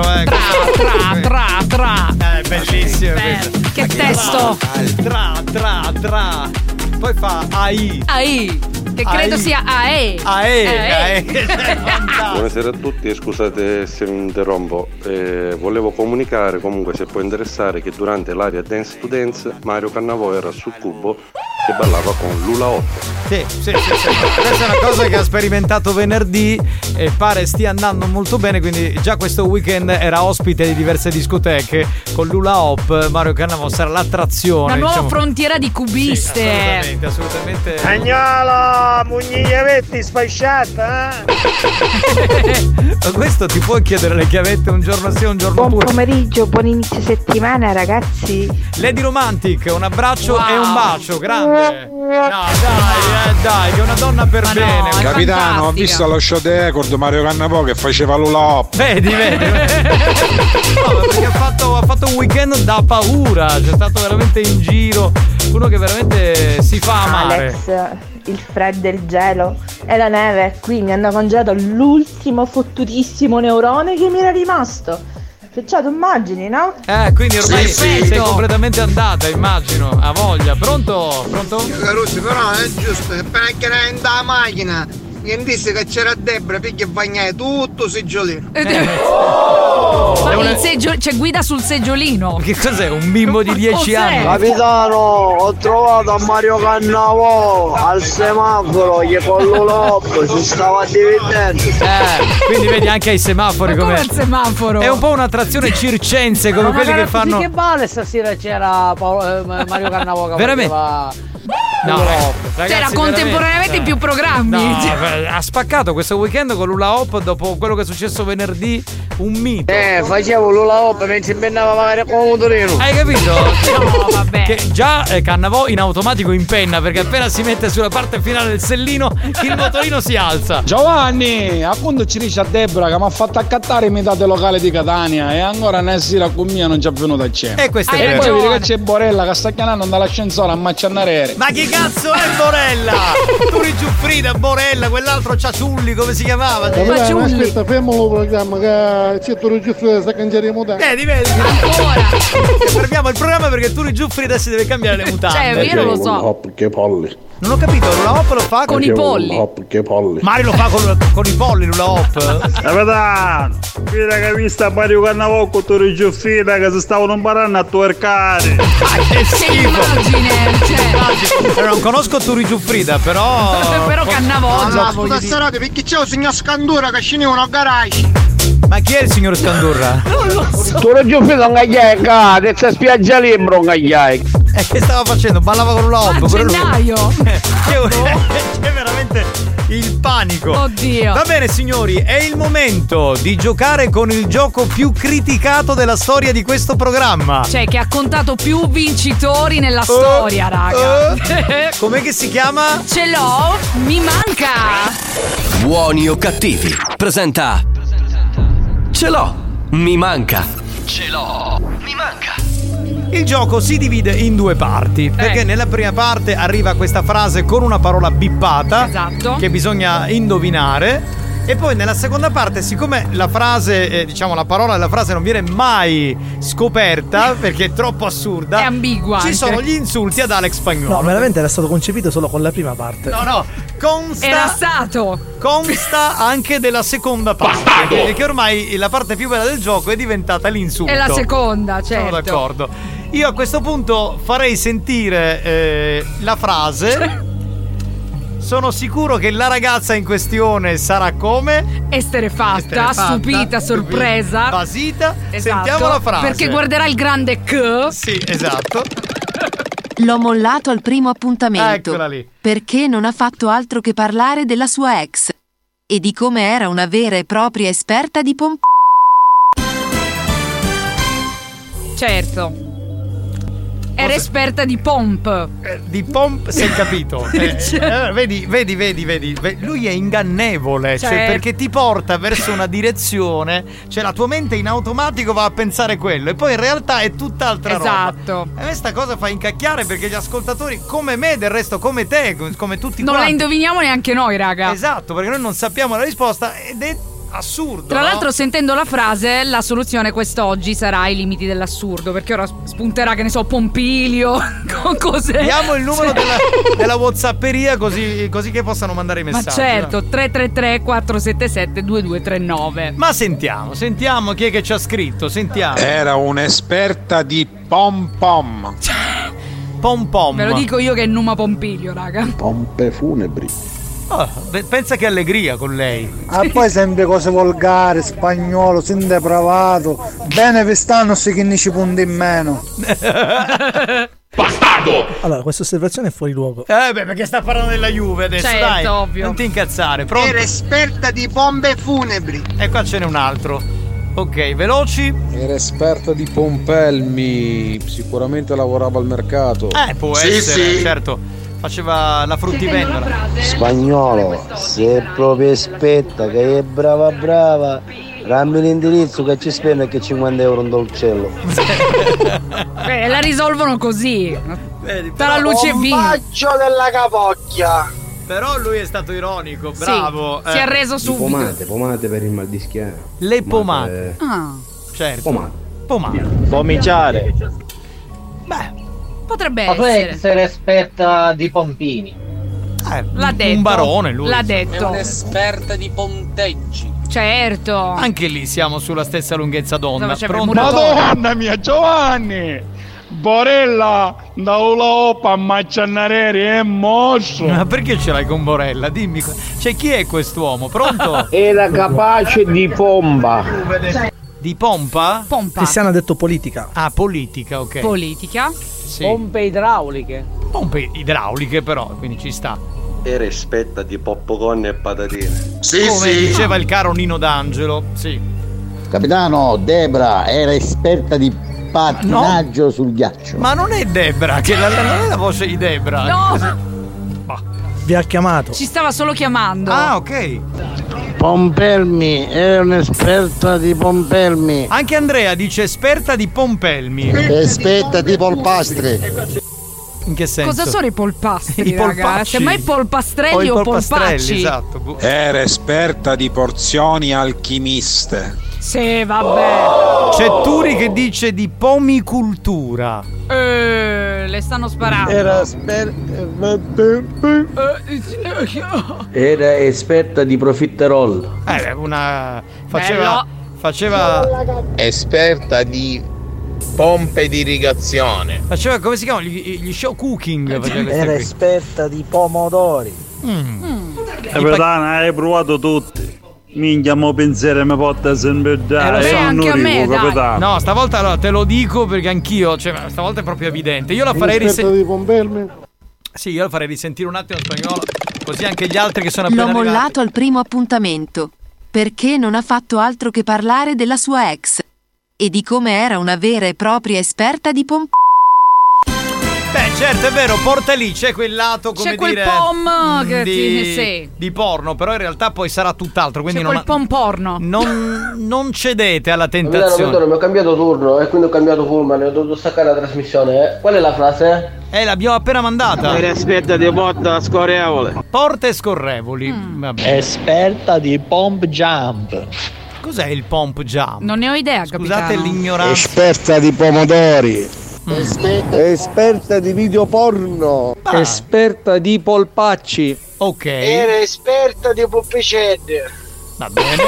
Speaker 7: tra. Bellissimo questo.
Speaker 8: Che testo.
Speaker 7: Tra. Poi fa AI.
Speaker 8: Che credo sia AE.
Speaker 16: Buonasera a tutti, scusate se mi interrompo. Volevo comunicare, comunque se può interessare, che durante l'area Dance to Dance Mario Cannavò era sul cubo che ballava con Lula 8.
Speaker 7: Sì. Questa è una cosa che ha sperimentato venerdì e pare stia andando molto bene, quindi già questo weekend era ospite di diverse discoteche con Lula Hop. Mario Cannavò sarà l'attrazione.
Speaker 8: Una nuova frontiera di cubiste.
Speaker 16: Sì,
Speaker 7: assolutamente.
Speaker 15: Agnolo, mugnigliavetti spasciata,
Speaker 7: Ma questo ti puoi chiedere le chiavette un giorno sì, un giorno
Speaker 20: buon
Speaker 7: pure.
Speaker 20: Buon pomeriggio, buon inizio settimana ragazzi.
Speaker 7: Lady Romantic, un abbraccio e un bacio, grande. No, dai, che è una donna per bene.
Speaker 10: Capitano, ho visto lo show di Record Mario Cannavò che faceva Lula Hop.
Speaker 7: Vedi. No, perché ha fatto un weekend da paura. C'è stato veramente in giro uno che veramente si fa amare.
Speaker 20: Alex, il freddo, il gelo e la neve qui mi hanno congelato l'ultimo fottutissimo neurone che mi era rimasto. Cioè, tu immagini, no?
Speaker 7: Quindi ormai sei completamente andata, immagino. Ha voglia. Pronto?
Speaker 15: Caruzzi, però è giusto che appena che era in da macchina mi disse che c'era Debra perché bagnai tutto seggiolino.
Speaker 8: C'è guida sul seggiolino.
Speaker 7: Che cos'è? Un bimbo di 10 anni?
Speaker 13: Capitano, ho trovato a Mario Cannavò al semaforo che con l'Ulop si stava divertendo.
Speaker 7: Quindi vedi anche ai semafori
Speaker 8: come il semaforo.
Speaker 7: È un po' un'attrazione circense come quelli che fanno.
Speaker 3: Che vale stasera c'era Mario Cannavò che
Speaker 7: veramente. No, ragazzi,
Speaker 8: c'era contemporaneamente in più programmi.
Speaker 7: No, ha spaccato questo weekend con Lula Hop dopo quello che è successo venerdì. Un mito.
Speaker 3: Facevo Lula Hop mentre impennava magari con un motorino.
Speaker 7: Hai capito?
Speaker 8: No, vabbè.
Speaker 7: Che già Cannavò in automatico impenna, perché appena si mette sulla parte finale del sellino il motorino si alza.
Speaker 10: Giovanni, appunto ci dice a Debra che mi ha fatto accattare imitate locale di Catania e ancora una sera con mia non ci è venuta a cena.
Speaker 7: E questo è
Speaker 10: e
Speaker 7: vero.
Speaker 10: poi vedi che c'è Borella che sta chiamando dall'ascensore a Macciannarere.
Speaker 7: Ma che cazzo è Borella? Turi Giuffrida, Borella, quell'altro Ciaciulli, come si chiamava?
Speaker 15: Aspetta, fermo il programma che c'è Turi Giuffrida sta cambiando le mutande.
Speaker 7: Vedi. Fermiamo il programma perché Turi Giuffrida si deve cambiare le mutande.
Speaker 8: Cioè, io non lo so.
Speaker 4: Che polli.
Speaker 7: Non ho capito, Lula Hop lo fa
Speaker 8: con i polli.
Speaker 4: Che polli.
Speaker 7: Mario lo fa con i polli, Lula Hop.
Speaker 10: Capitano, vedi che mi sta Mario Cannavò con Turi Giuffrida che si stavano imparando a twerkare.
Speaker 7: Che schifo.
Speaker 8: Immagine.
Speaker 7: Non conosco Turi Giuffrida, però
Speaker 8: Cannavò.
Speaker 15: No, scusa serate perché c'è un signor Scandura che scendeva a garage.
Speaker 7: Ma chi è il signor Scandurra?
Speaker 8: Non lo so.
Speaker 13: Tu non giù un gagliai, che c'è spiaggia libero un gagliai.
Speaker 7: Che stava facendo? Ballava con Lula Hop.
Speaker 8: Gennaio.
Speaker 7: C'è veramente il panico.
Speaker 8: Oddio.
Speaker 7: Va bene signori, è il momento di giocare con il gioco più criticato della storia di questo programma.
Speaker 8: Cioè che ha contato più vincitori nella storia, raga.
Speaker 7: Com'è che si chiama?
Speaker 8: Ce l'ho, mi manca.
Speaker 1: Buoni o cattivi, presenta Ce l'ho, mi manca. Ce l'ho, mi manca.
Speaker 7: Il gioco si divide in due parti, perché nella prima parte arriva questa frase con una parola bippata,
Speaker 8: esatto,
Speaker 7: che bisogna indovinare. E poi nella seconda parte, siccome la frase, diciamo la parola della frase non viene mai scoperta perché è troppo assurda,
Speaker 8: è ambigua,
Speaker 7: ci sono gli insulti ad Alex Spagnolo.
Speaker 9: No, veramente era stato concepito solo con la prima parte.
Speaker 7: No, consta anche della seconda parte, che ormai la parte più bella del gioco è diventata l'insulto.
Speaker 8: È la seconda, certo.
Speaker 7: Sono d'accordo. Io a questo punto farei sentire la frase. Sono sicuro che la ragazza in questione sarà come?
Speaker 8: Esterefatta, stupita, sorpresa,
Speaker 7: basita.
Speaker 8: Esatto.
Speaker 7: Sentiamo la frase.
Speaker 8: Perché guarderà il grande K.
Speaker 7: Sì, esatto.
Speaker 11: L'ho mollato al primo appuntamento.
Speaker 7: Eccola lì.
Speaker 11: Perché non ha fatto altro che parlare della sua ex e di come era una vera e propria esperta di
Speaker 8: Certo. Era esperta di pomp.
Speaker 7: Di pomp, sei capito? Vedi. Lui è ingannevole,
Speaker 8: certo,
Speaker 7: cioè perché ti porta verso una direzione, cioè la tua mente in automatico va a pensare quello e poi in realtà è tutt'altra roba.
Speaker 8: Esatto.
Speaker 7: E questa cosa fa incacchiare perché gli ascoltatori, come me, del resto come te, come tutti
Speaker 8: non
Speaker 7: quanti,
Speaker 8: la indoviniamo neanche noi, raga.
Speaker 7: Esatto, perché noi non sappiamo la risposta ed è assurdo.
Speaker 8: Tra l'altro, sentendo la frase, la soluzione quest'oggi sarà i limiti dell'assurdo, perché ora spunterà, che ne so, Pompilio con cose.
Speaker 7: Diamo il numero della WhatsApperia così che possano mandare i messaggi.
Speaker 8: Ma certo, 333 477 2239.
Speaker 7: Ma sentiamo chi è che ci ha scritto, sentiamo.
Speaker 10: Era un'esperta di pom pom.
Speaker 7: Pom.
Speaker 8: Ve lo dico io che è Numa Pompilio, raga.
Speaker 4: Pompe funebri.
Speaker 7: Oh, pensa che allegria con lei.
Speaker 14: Poi sempre cose volgari, spagnolo, sin depravato. Bene quest'anno si che ne ci punti in meno.
Speaker 9: Bastardo! Allora, questa osservazione è fuori luogo.
Speaker 7: Perché sta parlando della Juve adesso,
Speaker 8: certo,
Speaker 7: dai.
Speaker 8: Ovvio.
Speaker 7: Non ti incazzare, pronto?
Speaker 15: Era esperta di pompe funebri.
Speaker 7: E qua ce n'è un altro. Ok, veloci.
Speaker 12: Era esperta di pompelmi. Sicuramente lavorava al mercato.
Speaker 7: Può essere, certo. Faceva la fruttivendola.
Speaker 14: Spagnolo, se proprio aspetta che è brava, dammi l'indirizzo che ci spende e che 50 euro un dolcello.
Speaker 8: La risolvono così. Tra la luce e vino.
Speaker 15: Faccio della capocchia.
Speaker 7: Però lui è stato ironico, bravo.
Speaker 8: Sì, si è reso subito.
Speaker 12: Pomate per il mal di schiena.
Speaker 7: Le pomate. Certo. Pomate.
Speaker 22: Pomiciare.
Speaker 7: Beh,
Speaker 8: potrebbe
Speaker 3: essere esperta di pompini.
Speaker 8: L'ha detto.
Speaker 7: Un barone lui.
Speaker 8: L'ha detto.
Speaker 23: È un'esperta di ponteggi.
Speaker 8: Certo.
Speaker 7: Anche lì siamo sulla stessa lunghezza d'onda.
Speaker 10: Madonna mia, Giovanni! Borella da Hula Hop a Macciannareri è mosso.
Speaker 7: Ma perché ce l'hai con Borella? Dimmi. Cioè, chi è quest'uomo? Pronto?
Speaker 13: Era capace di pompa.
Speaker 7: Di pompa?
Speaker 8: Pompa.
Speaker 9: Cristiano ha detto politica.
Speaker 7: Ah, politica, ok.
Speaker 8: Politica.
Speaker 7: Sì.
Speaker 22: Pompe idrauliche.
Speaker 7: Pompe idrauliche però, quindi ci sta.
Speaker 16: Era esperta di popcorn e patatine.
Speaker 7: Come diceva il caro Nino D'Angelo. Sì.
Speaker 4: Capitano, Debra era esperta di
Speaker 14: Pattinaggio sul ghiaccio.
Speaker 7: Ma non è Debra, che non è la voce di Debra.
Speaker 8: No!
Speaker 9: Vi ha chiamato.
Speaker 8: Ci stava solo chiamando.
Speaker 7: Ah, ok.
Speaker 14: Pompelmi, è un'esperta di pompelmi.
Speaker 7: Anche Andrea dice esperta di pompelmi.
Speaker 14: Esperta di polpastri.
Speaker 7: In che senso?
Speaker 8: Cosa sono i polpastri,
Speaker 7: I polpacci.
Speaker 8: ragazzi? Semmai polpastrelli o polpacci?
Speaker 7: Esatto.
Speaker 17: Era esperta di porzioni alchimiste.
Speaker 8: Sì, vabbè.
Speaker 7: C'è Turi che dice di pomicultura.
Speaker 8: Le stanno sparando.
Speaker 3: Era esperta di profiterol.
Speaker 7: Faceva
Speaker 18: esperta di pompe di irrigazione.
Speaker 7: Faceva, come si chiamano? Gli show cooking.
Speaker 14: Era esperta di pomodori.
Speaker 10: Capitano, hai provato tutti. Minchia, mo pensiero mi porta sempre
Speaker 7: lo so,
Speaker 8: anche a me, dai.
Speaker 7: No, stavolta allora, te lo dico perché anch'io, cioè, stavolta è proprio evidente. Io la farei
Speaker 14: di pompelmi?
Speaker 7: Sì, io la farei risentire un attimo in spagnolo, così anche gli altri che sono appena
Speaker 11: L'ho
Speaker 7: arrivati.
Speaker 11: mollato al primo appuntamento, perché non ha fatto altro che parlare della sua ex e di come era una vera e propria esperta di
Speaker 7: Beh, certo, è vero, porta lì, c'è quel lato, come
Speaker 8: c'è quel
Speaker 7: dire,
Speaker 8: pom che sì.
Speaker 7: di porno, però in realtà poi sarà tutt'altro, quindi
Speaker 8: c'è quel pom porno.
Speaker 7: non cedete alla
Speaker 3: Mi
Speaker 7: tentazione.
Speaker 3: ho cambiato turno e quindi ho cambiato pullman e ho dovuto staccare la trasmissione. Qual è la frase?
Speaker 7: L'abbiamo appena mandata.
Speaker 22: Era esperta di porta scorrevole.
Speaker 7: Porte scorrevoli. Vabbè.
Speaker 14: Esperta di pomp jump.
Speaker 7: Cos'è il pomp jump?
Speaker 8: Non ne ho idea,
Speaker 7: Scusate
Speaker 8: capitano.
Speaker 7: l'ignoranza.
Speaker 14: Esperta di pomodori. Esperta di video porno.
Speaker 9: Esperta di polpacci.
Speaker 7: Ok.
Speaker 15: Era esperta di poppicette.
Speaker 7: Va bene.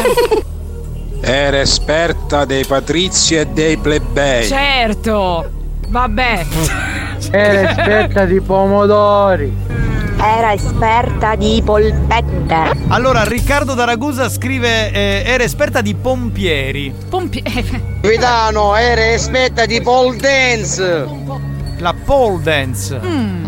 Speaker 17: Era esperta dei patrizi e dei plebei.
Speaker 8: Certo. Vabbè.
Speaker 10: Era esperta di pomodori.
Speaker 19: Era esperta di polpette.
Speaker 7: Allora, Riccardo da Ragusa scrive era esperta di pompieri.
Speaker 15: Capitano, era esperta di pole dance.
Speaker 7: La pole dance.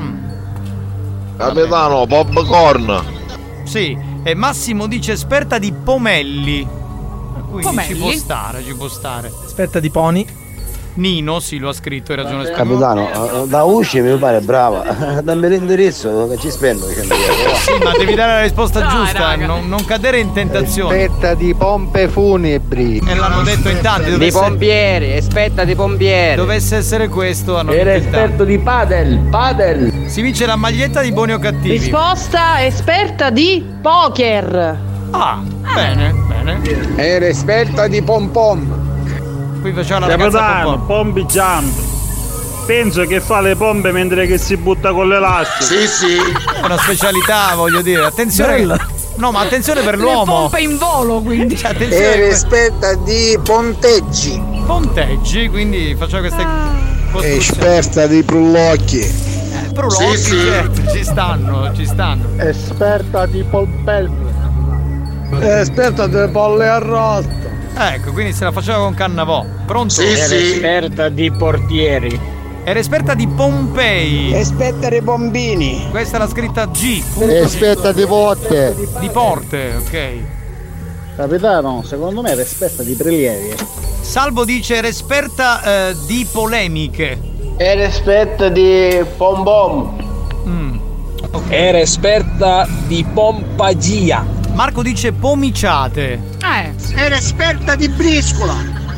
Speaker 18: Capitano, popcorn.
Speaker 7: Sì, e Massimo dice esperta di pomelli. Quindi
Speaker 8: Pomelli?
Speaker 7: ci può stare.
Speaker 9: Esperta di pony.
Speaker 7: Nino, sì, lo ha scritto, hai ragione.
Speaker 14: Capitano, da usci mi pare brava. Dammi l'indirizzo che ci spendo.
Speaker 7: Sì, ma devi dare la risposta giusta, non cadere in tentazione.
Speaker 14: Esperta di pompe funebri.
Speaker 7: E l'hanno detto in tanti.
Speaker 22: Di pompieri, esperta di pompieri.
Speaker 7: Dovesse essere questo, hanno
Speaker 3: Era
Speaker 7: detto in tanti.
Speaker 3: esperto di padel.
Speaker 7: Si vince la maglietta di Buoni o Cattivi.
Speaker 20: Risposta esperta di poker.
Speaker 7: Bene.
Speaker 14: Era esperta di pom pom.
Speaker 7: Qui faceva la ragazza
Speaker 10: Capitano, pompi jump. Penso che fa le pompe mentre che si butta con l'elastico.
Speaker 18: Sì.
Speaker 7: È una specialità, voglio dire. Attenzione. No, ma attenzione per
Speaker 8: Le
Speaker 7: l'uomo.
Speaker 8: pompe in volo, quindi.
Speaker 7: Cioè, attenzione.
Speaker 14: Era esperta di ponteggi.
Speaker 7: Ponteggi, quindi faceva queste costruzioni.
Speaker 14: Esperta di prulocchi.
Speaker 7: Prulocchi,
Speaker 18: Sì.
Speaker 7: certo, ci stanno.
Speaker 14: Esperta di pompelmi. Esperta di polle arrosto.
Speaker 7: Ecco, quindi se la faceva con Cannavò. Pronto?
Speaker 18: Sì.
Speaker 22: Esperta di portieri.
Speaker 7: Era esperta di Pompei.
Speaker 14: Esperta di bombini.
Speaker 7: Questa è la scritta G.
Speaker 14: Esperta di botte.
Speaker 7: Di porte, ok.
Speaker 14: Capitano, secondo me era esperta di prelievi.
Speaker 7: Salvo dice era esperta di polemiche.
Speaker 15: Era esperta di pom pom.
Speaker 7: Okay.
Speaker 24: Era esperta di pompagia.
Speaker 7: Marco dice pomiciate.
Speaker 15: Era esperta di briscola.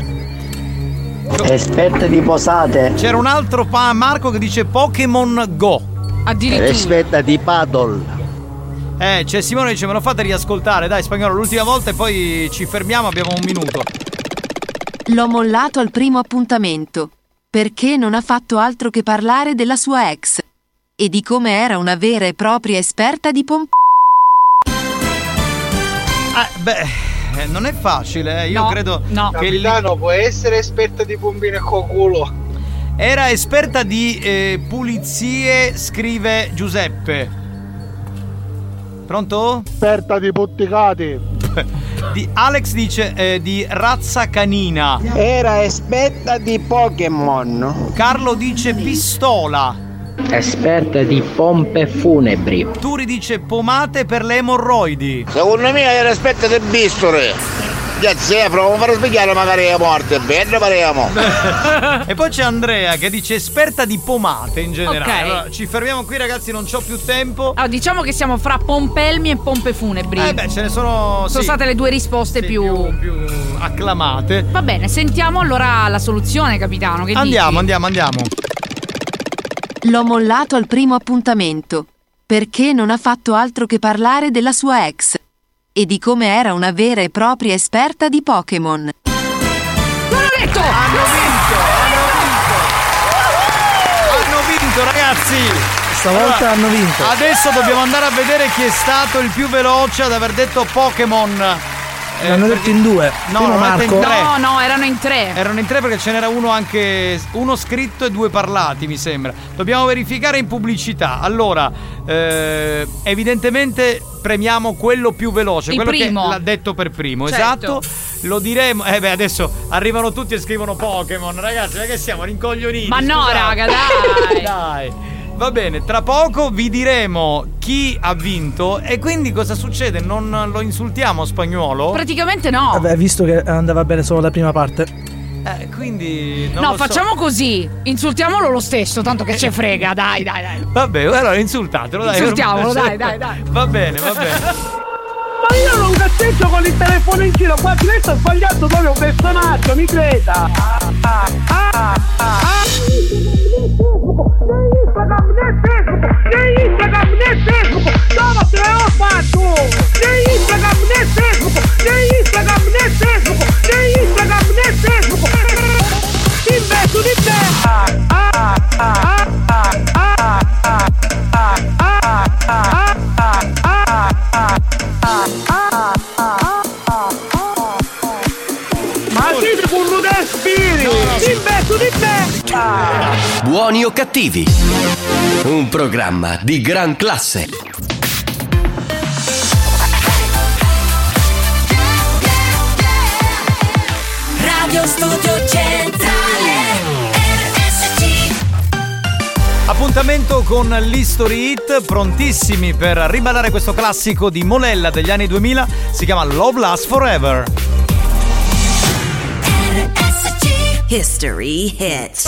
Speaker 14: Esperta di posate.
Speaker 7: C'era un altro Marco che dice Pokémon Go.
Speaker 8: Addirittura.
Speaker 14: Esperta di paddle.
Speaker 7: C'è Simone che dice me lo fate riascoltare, dai spagnolo, l'ultima volta e poi ci fermiamo, abbiamo un minuto.
Speaker 11: L'ho mollato al primo appuntamento, perché non ha fatto altro che parlare della sua ex e di come era una vera e propria esperta di
Speaker 7: Non è facile, io credo che
Speaker 15: Capitano, può essere esperta di pompine con culo.
Speaker 7: era esperta di pulizie, scrive Giuseppe. Pronto?
Speaker 14: Esperta di potticati.
Speaker 7: Alex dice di razza canina.
Speaker 14: Era esperta di Pokémon.
Speaker 7: Carlo dice pistola.
Speaker 25: Esperta di pompe funebri.
Speaker 7: Turi dice pomate per le emorroidi.
Speaker 15: Secondo me era esperta di bistore.
Speaker 13: Grazie, proviamo a fare svegliare magari le morte, bello parliamo.
Speaker 7: E poi c'è Andrea che dice esperta di pomate in generale.
Speaker 8: Ok.
Speaker 7: Allora, ci fermiamo qui ragazzi, non c'ho più tempo.
Speaker 8: Allora, diciamo che siamo fra pompelmi e pompe funebri.
Speaker 7: Ce ne sono.
Speaker 8: Sono state le due risposte più
Speaker 7: acclamate.
Speaker 8: Va bene, sentiamo allora la soluzione, capitano. Che
Speaker 7: andiamo.
Speaker 11: L'ho mollato al primo appuntamento, perché non ha fatto altro che parlare della sua ex e di come era una vera e propria esperta di Pokémon.
Speaker 8: Non l'ho detto!
Speaker 7: Hanno vinto ragazzi!
Speaker 9: Stavolta hanno vinto.
Speaker 7: Adesso dobbiamo andare a vedere chi è stato il più veloce ad aver detto Pokémon.
Speaker 9: L'hanno detto in due.
Speaker 7: No,
Speaker 9: Primo Marco.
Speaker 8: No, erano in tre.
Speaker 7: Erano in tre perché ce n'era uno anche. Uno scritto e due parlati, mi sembra. Dobbiamo verificare in pubblicità. Allora, evidentemente premiamo quello più veloce,
Speaker 8: Il
Speaker 7: quello
Speaker 8: primo.
Speaker 7: che l'ha detto per primo,
Speaker 8: Certo.
Speaker 7: esatto. Lo diremo. Adesso arrivano tutti e scrivono Pokémon, ragazzi, non è che siamo rincoglioniti.
Speaker 8: Ma no,
Speaker 7: scusate.
Speaker 8: raga, dai.
Speaker 7: Dai. Va bene, tra poco vi diremo chi ha vinto e quindi cosa succede? Non lo insultiamo Spagnuolo?
Speaker 8: Praticamente no.
Speaker 9: Vabbè, visto che andava bene solo la prima parte.
Speaker 7: Quindi non
Speaker 8: No,
Speaker 7: lo so.
Speaker 8: facciamo così. Insultiamolo lo stesso, tanto che ce frega. Dai.
Speaker 7: Vabbè, allora insultatelo, dai.
Speaker 8: Insultiamolo, dai.
Speaker 7: Va bene.
Speaker 10: Ma io non cazzeggio con il telefono in giro, qua lei sta sbagliando proprio un personaggio, mi creda. Né Instagram né Facebook, no, te l'ho fatto. Né Instagram né Facebook, né Instagram né Facebook, né Instagram né Facebook. Investo di te. Ma siete con un respiri, investo di te.
Speaker 1: Buoni o cattivi? Un programma di gran classe.
Speaker 2: Radio Studio Centrale RSC.
Speaker 7: Appuntamento con l'History Hit, prontissimi per riballare questo classico di Molella degli anni 2000, si chiama Love Lasts Forever.
Speaker 2: History Hits.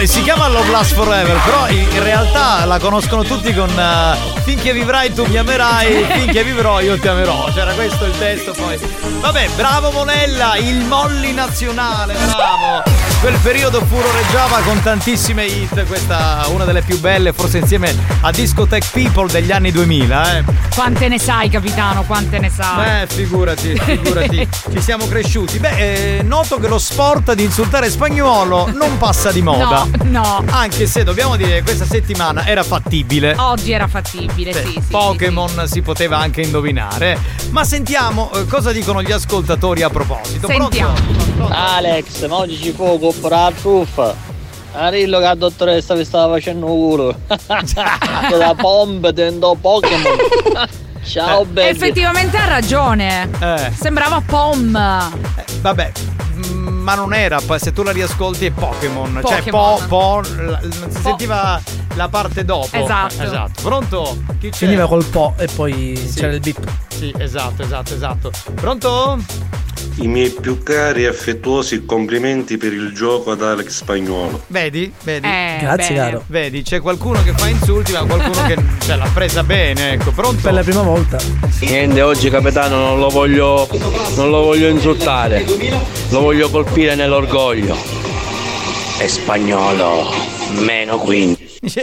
Speaker 7: poi si chiama Love Last Forever, però in realtà la conoscono tutti con finché vivrai tu mi amerai, finché vivrò io ti amerò. C'era questo il testo poi. Vabbè, bravo Monella, il Molly nazionale, bravo. Quel periodo furoreggiava con tantissime hit, questa una delle più belle, forse insieme a Discotheque People degli anni 2000.
Speaker 8: Quante ne sai, capitano, quante ne sai?
Speaker 7: Figurati, ci siamo cresciuti. Noto che lo sport di insultare spagnolo non passa di moda.
Speaker 8: No.
Speaker 7: Anche se dobbiamo dire che questa settimana era fattibile.
Speaker 8: Oggi era fattibile, sì.
Speaker 7: Pokémon si poteva anche indovinare. Ma sentiamo cosa dicono gli ascoltatori a proposito.
Speaker 8: Sentiamo.
Speaker 7: Pronto?
Speaker 22: Alex, ma oggi ci fu per la truffa. Arillo che la dottoressa vi stava facendo culo. Che la pompa diventò Pokémon. Ciao baby.
Speaker 8: Effettivamente ha ragione. Sembrava Pom.
Speaker 7: Vabbè, ma non era, se tu la riascolti è Pokémon. Cioè non si sentiva la parte dopo.
Speaker 8: Esatto.
Speaker 7: Pronto? Chi c'è?
Speaker 9: Finiva col po' e poi c'era il bip.
Speaker 7: Sì, esatto. Pronto?
Speaker 16: I miei più cari e affettuosi complimenti per il gioco ad Alex Spagnuolo.
Speaker 7: Vedi?
Speaker 9: Grazie, caro.
Speaker 7: Vedi, c'è qualcuno che fa insulti, ma qualcuno che l'ha presa bene, ecco. Pronto?
Speaker 9: Per la prima volta.
Speaker 22: Niente, oggi capitano non lo voglio insultare. Lo voglio colpire nell'orgoglio. È spagnolo, meno 15.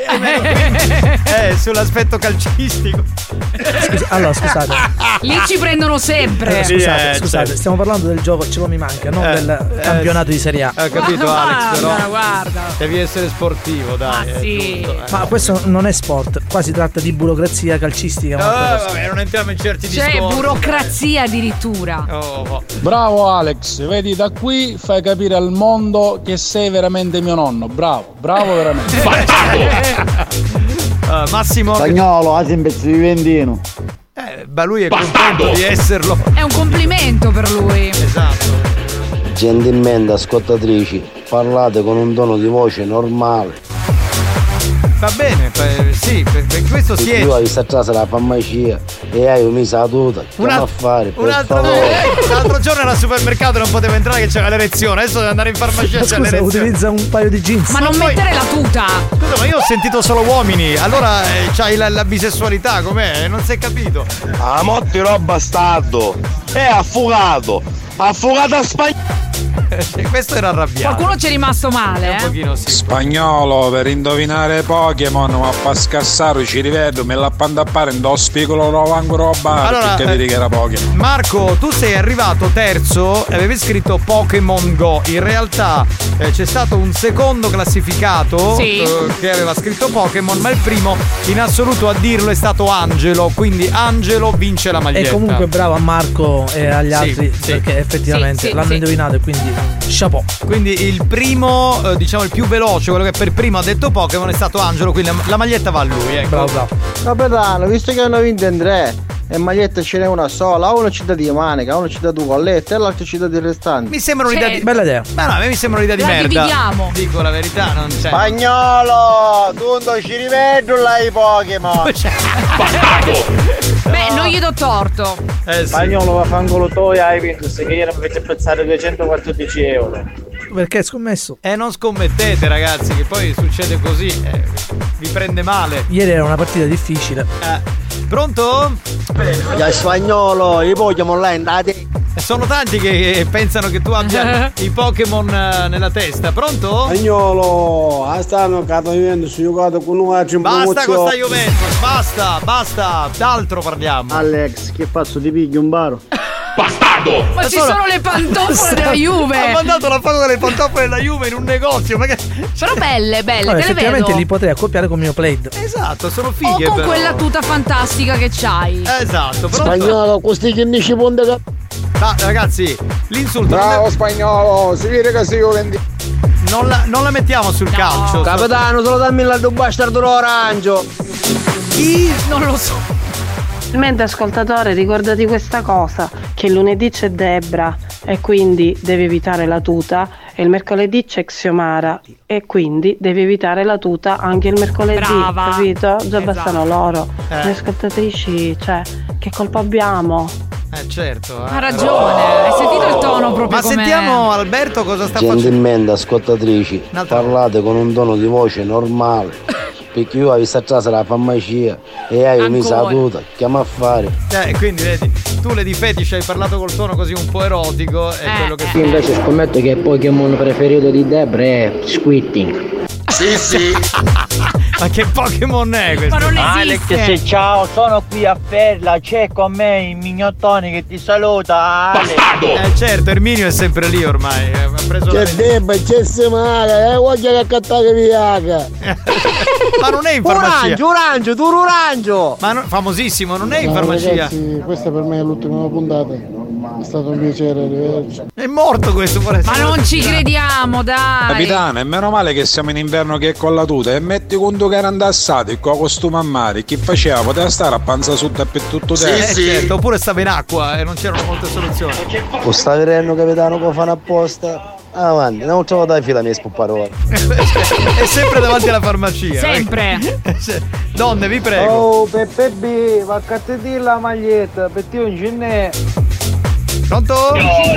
Speaker 7: Sull'aspetto calcistico.
Speaker 9: Scusate.
Speaker 8: Lì ci prendono sempre.
Speaker 9: Scusate, stiamo parlando del gioco Ce lo mi manca, non del campionato di Serie A.
Speaker 7: Ho capito, Alex, però
Speaker 8: guarda.
Speaker 7: devi essere sportivo, dai.
Speaker 8: Sì.
Speaker 7: Giusto,
Speaker 9: Ma questo non è sport, qua si tratta di burocrazia calcistica.
Speaker 7: Vabbè, non entriamo in certi discorsi.
Speaker 8: C'è burocrazia addirittura.
Speaker 17: Bravo Alex, vedi da qui fai capire al mondo che sei veramente mio nonno. Bravo veramente.
Speaker 7: Massimo
Speaker 15: Spagnolo, ha un pezzo di vendino.
Speaker 7: Ma lui è contento di esserlo.
Speaker 8: È un complimento per lui.
Speaker 7: Esatto.
Speaker 14: Gentilmente ascoltatrici, parlate con un tono di voce normale.
Speaker 7: Va bene, sì, per questo si è.
Speaker 14: Tu hai visto la farmacia e hai messo la tuta. Andiamo a fare, per favore.
Speaker 7: L'altro giorno era al supermercato e non poteva entrare che c'era l'erezione. Adesso deve andare in farmacia.
Speaker 9: Scusa, utilizza un paio di jeans.
Speaker 8: Ma non mettere la tuta.
Speaker 7: Scusa, ma io ho sentito solo uomini. Allora c'hai la bisessualità, com'è? Non si è capito.
Speaker 18: Ah, motti roba bastardo. È affogato a spagnolo.
Speaker 7: Questo era arrabbiato.
Speaker 8: Qualcuno ci è rimasto male,
Speaker 7: Un pochino sì.
Speaker 17: Spagnolo, per indovinare Pokémon, ma per scassare ci rivedo, me la pandappare in do spicolo roba
Speaker 7: allora,
Speaker 17: per capire che era Pokémon.
Speaker 7: Marco, tu sei arrivato terzo e avevi scritto Pokémon Go. In realtà c'è stato un secondo classificato che aveva scritto Pokémon, ma il primo in assoluto a dirlo è stato Angelo, quindi Angelo vince la maglietta.
Speaker 9: E comunque bravo a Marco e agli altri perché effettivamente l'hanno indovinato e quindi chapeau.
Speaker 7: Quindi il primo, diciamo il più veloce, quello che per primo ha detto Pokémon è stato Angelo, quindi la maglietta va a lui, ecco.
Speaker 9: Bravo.
Speaker 15: Capitano, visto che hanno vinto in 3 e maglietta ce n'è una sola, uno ci dà di manica, uno ci dà due collette e l'altro ci dà di restanti.
Speaker 7: Mi sembra un'idea di
Speaker 9: bella idea.
Speaker 7: Ma no, a me mi sembra un'idea di merda.
Speaker 8: Dividiamo.
Speaker 7: Dico la verità, non c'è.
Speaker 15: Spagnolo, tu non ci rivedo là i Pokémon.
Speaker 8: Beh, non gli do torto.
Speaker 15: Spagnolo va a fangolo toi hai vinto, se che ieri mi fece apprezzare 214 euro.
Speaker 9: Perché hai scommesso?
Speaker 7: Non scommettete ragazzi, che poi succede così, vi prende male.
Speaker 9: Ieri era una partita difficile.
Speaker 7: Pronto?
Speaker 15: Ya Spagnolo, i Pokémon là andate.
Speaker 7: Sono tanti che pensano che tu abbia i Pokémon nella testa. Pronto?
Speaker 10: Spagnolo, stanno vivendo su giocato con un altro.
Speaker 7: Basta con sta Juventus, basta, d'altro parliamo.
Speaker 15: Alex, che faccio ti pigli un baro?
Speaker 7: Bastardo!
Speaker 8: Ma ci sono le pantofole della Juve.
Speaker 7: Ha mandato la foto delle pantofole della Juve in un negozio, ma che.
Speaker 8: Sono belle, te le vedo.
Speaker 9: Effettivamente li potrei accoppiare con il mio Blade.
Speaker 7: Esatto, sono fighe.
Speaker 8: O con
Speaker 7: però
Speaker 8: quella tuta fantastica che c'hai.
Speaker 7: Esatto, pronto?
Speaker 15: Spagnolo, questi che mi ci ponte.
Speaker 7: Ragazzi, l'insulto.
Speaker 10: Bravo Spagnolo, si vede che sei vendi.
Speaker 7: Non la mettiamo sul calcio.
Speaker 15: Capitano, solo dammi il bastardo orange.
Speaker 8: Chi? Non lo so.
Speaker 5: Mentre ascoltatore, ricordati questa cosa, che il lunedì c'è Debra e quindi devi evitare la tuta, e il mercoledì c'è Xiomara e quindi devi evitare la tuta anche il mercoledì.
Speaker 8: Brava.
Speaker 5: Capito? Già
Speaker 8: Esatto.
Speaker 5: bastano loro. Le ascoltatrici, cioè, che colpa abbiamo?
Speaker 7: Certo.
Speaker 8: Ha ragione, hai sentito il tono proprio.
Speaker 7: Ma sentiamo Alberto cosa sta facendo.
Speaker 14: Gentilmente, ascoltatrici, parlate con un tono di voce normale. Perché io ho visto a casa la farmacia e hai mi saluta, chiama a fare.
Speaker 7: Quindi vedi, tu le di fetish hai parlato col tono così un po' erotico. È quello che
Speaker 25: Io invece scommetto che il Pokémon preferito di Debra è Squirting.
Speaker 18: Sì.
Speaker 7: Ma che Pokémon è questo?
Speaker 22: Ma non esiste. Alex, ciao, sono qui a Ferla, c'è con me il mignottone che ti saluta.
Speaker 7: Certo, Erminio è sempre lì ormai. Ha preso
Speaker 15: c'è Debra, c'è Semara, voglio che cattare viaga.
Speaker 7: Ma non è in farmacia.
Speaker 22: Urancio.
Speaker 7: Ma famosissimo, non è in farmacia.
Speaker 15: Ragazzi, questa per me è l'ultima puntata. È stato un piacere, arrivederci.
Speaker 7: È morto questo, vuole
Speaker 8: Ma non ci crediamo, dai.
Speaker 17: Capitano, è meno male che siamo in inverno che è con la tuta. E metti conto che era andassato con costume a mare. Chi faceva? Poteva stare a panza sutta per tutto il tempo.
Speaker 7: Certo, oppure stava in acqua e non c'erano molte soluzioni.
Speaker 14: O sta vedendo, capitano, che fanno apposta? Avanti, non trovo dai fila mia spupparone.
Speaker 7: È sempre davanti alla farmacia.
Speaker 8: Sempre.
Speaker 7: Donne, vi prego.
Speaker 10: Oh, Peppe B, va a cattetire la maglietta, perché io non ce n'è.
Speaker 7: Pronto?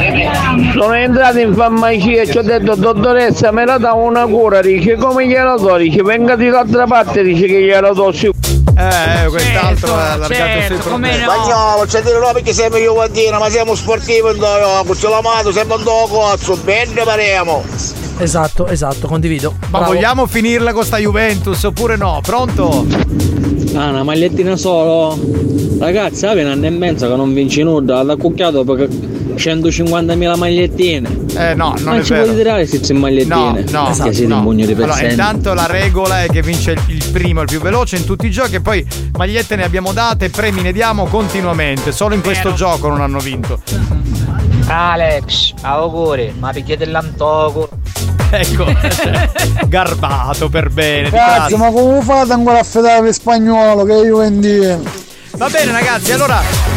Speaker 15: Sono entrato in farmacia e ci ho detto dottoressa me la dà una cura, dice come glielo do, dice venga di l'altra parte, dice che glielo do su.
Speaker 7: Quest'altro ha allargato sempre
Speaker 8: come no.
Speaker 13: Spagnolo, c'è dire no perché sei io guardina, ma siamo sportivi in dopo, ce l'amato, sempre un do cozzo, bene paremo.
Speaker 9: Esatto, condivido.
Speaker 7: Ma
Speaker 9: bravo.
Speaker 7: vogliamo finirla con sta Juventus oppure no? Pronto?
Speaker 24: Una magliettina solo. Ragazzi, avete un anno e mezzo che non vinci nulla, l'ha cucchiato perché 150.000 magliettine.
Speaker 7: No, non è
Speaker 24: ci
Speaker 7: vero.
Speaker 24: puoi tirare se sei magliettine.
Speaker 7: No,
Speaker 24: che siete un pugno di
Speaker 7: allora,
Speaker 24: pezzenti.
Speaker 7: intanto la regola è che vince il primo, il più veloce in tutti i giochi, e poi magliette ne abbiamo date, premi ne diamo continuamente. Solo in questo gioco non hanno vinto.
Speaker 22: Alex, auguri, ma picchiate l'antoco.
Speaker 7: Ecco, garbato per bene.
Speaker 15: Cazzo, ma come fate ancora a fedare per Spagnolo che io vendino?
Speaker 7: Va bene ragazzi, allora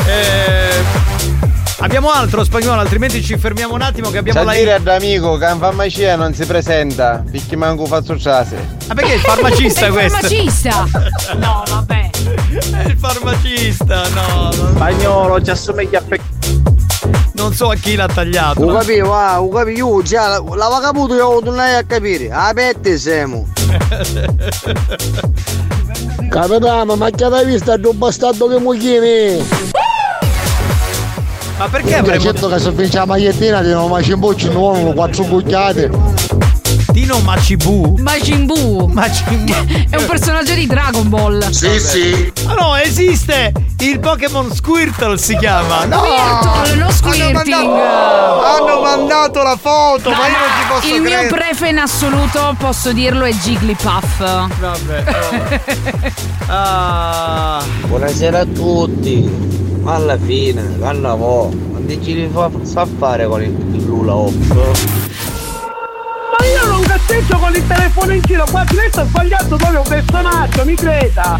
Speaker 7: abbiamo altro Spagnolo, altrimenti ci fermiamo un attimo che abbiamo
Speaker 10: dire ad amico che in farmacia non si presenta, perché manco faccio ciase.
Speaker 7: Ma perché il farmacista questo?
Speaker 8: Farmacista? No, vabbè.
Speaker 7: È il farmacista, no.
Speaker 10: Spagnolo ci assomiglia a
Speaker 7: non so a chi l'ha tagliato.
Speaker 13: Ho capito, io già l'aveva caputo, io non hai a capire. Aperti siamo.
Speaker 15: Capitano, ma che hai visto a un bastardo che mucchini?
Speaker 7: Ma perché avremmo
Speaker 15: certo che se vince la magliettina di non macimbucci non 4 bucchiate.
Speaker 7: Dino Machibu?
Speaker 8: Majin Buu. È un personaggio di Dragon Ball.
Speaker 18: Sì.
Speaker 7: Ma no, esiste! Il Pokémon Squirtle si chiama. No!
Speaker 8: Squirtle, non Squirting.
Speaker 7: Hanno mandato la foto, ma io non ci posso
Speaker 8: il
Speaker 7: credere.
Speaker 8: mio prefe in assoluto, posso dirlo, è Jigglypuff.
Speaker 7: Vabbè.
Speaker 22: Buonasera a tutti. Ma alla fine, cannavò, non ti ci fa fare con il Lula Hop.
Speaker 15: Ma io non cazzeggio con il telefono in giro, qua lei sta sbagliando proprio un personaggio, mi creda.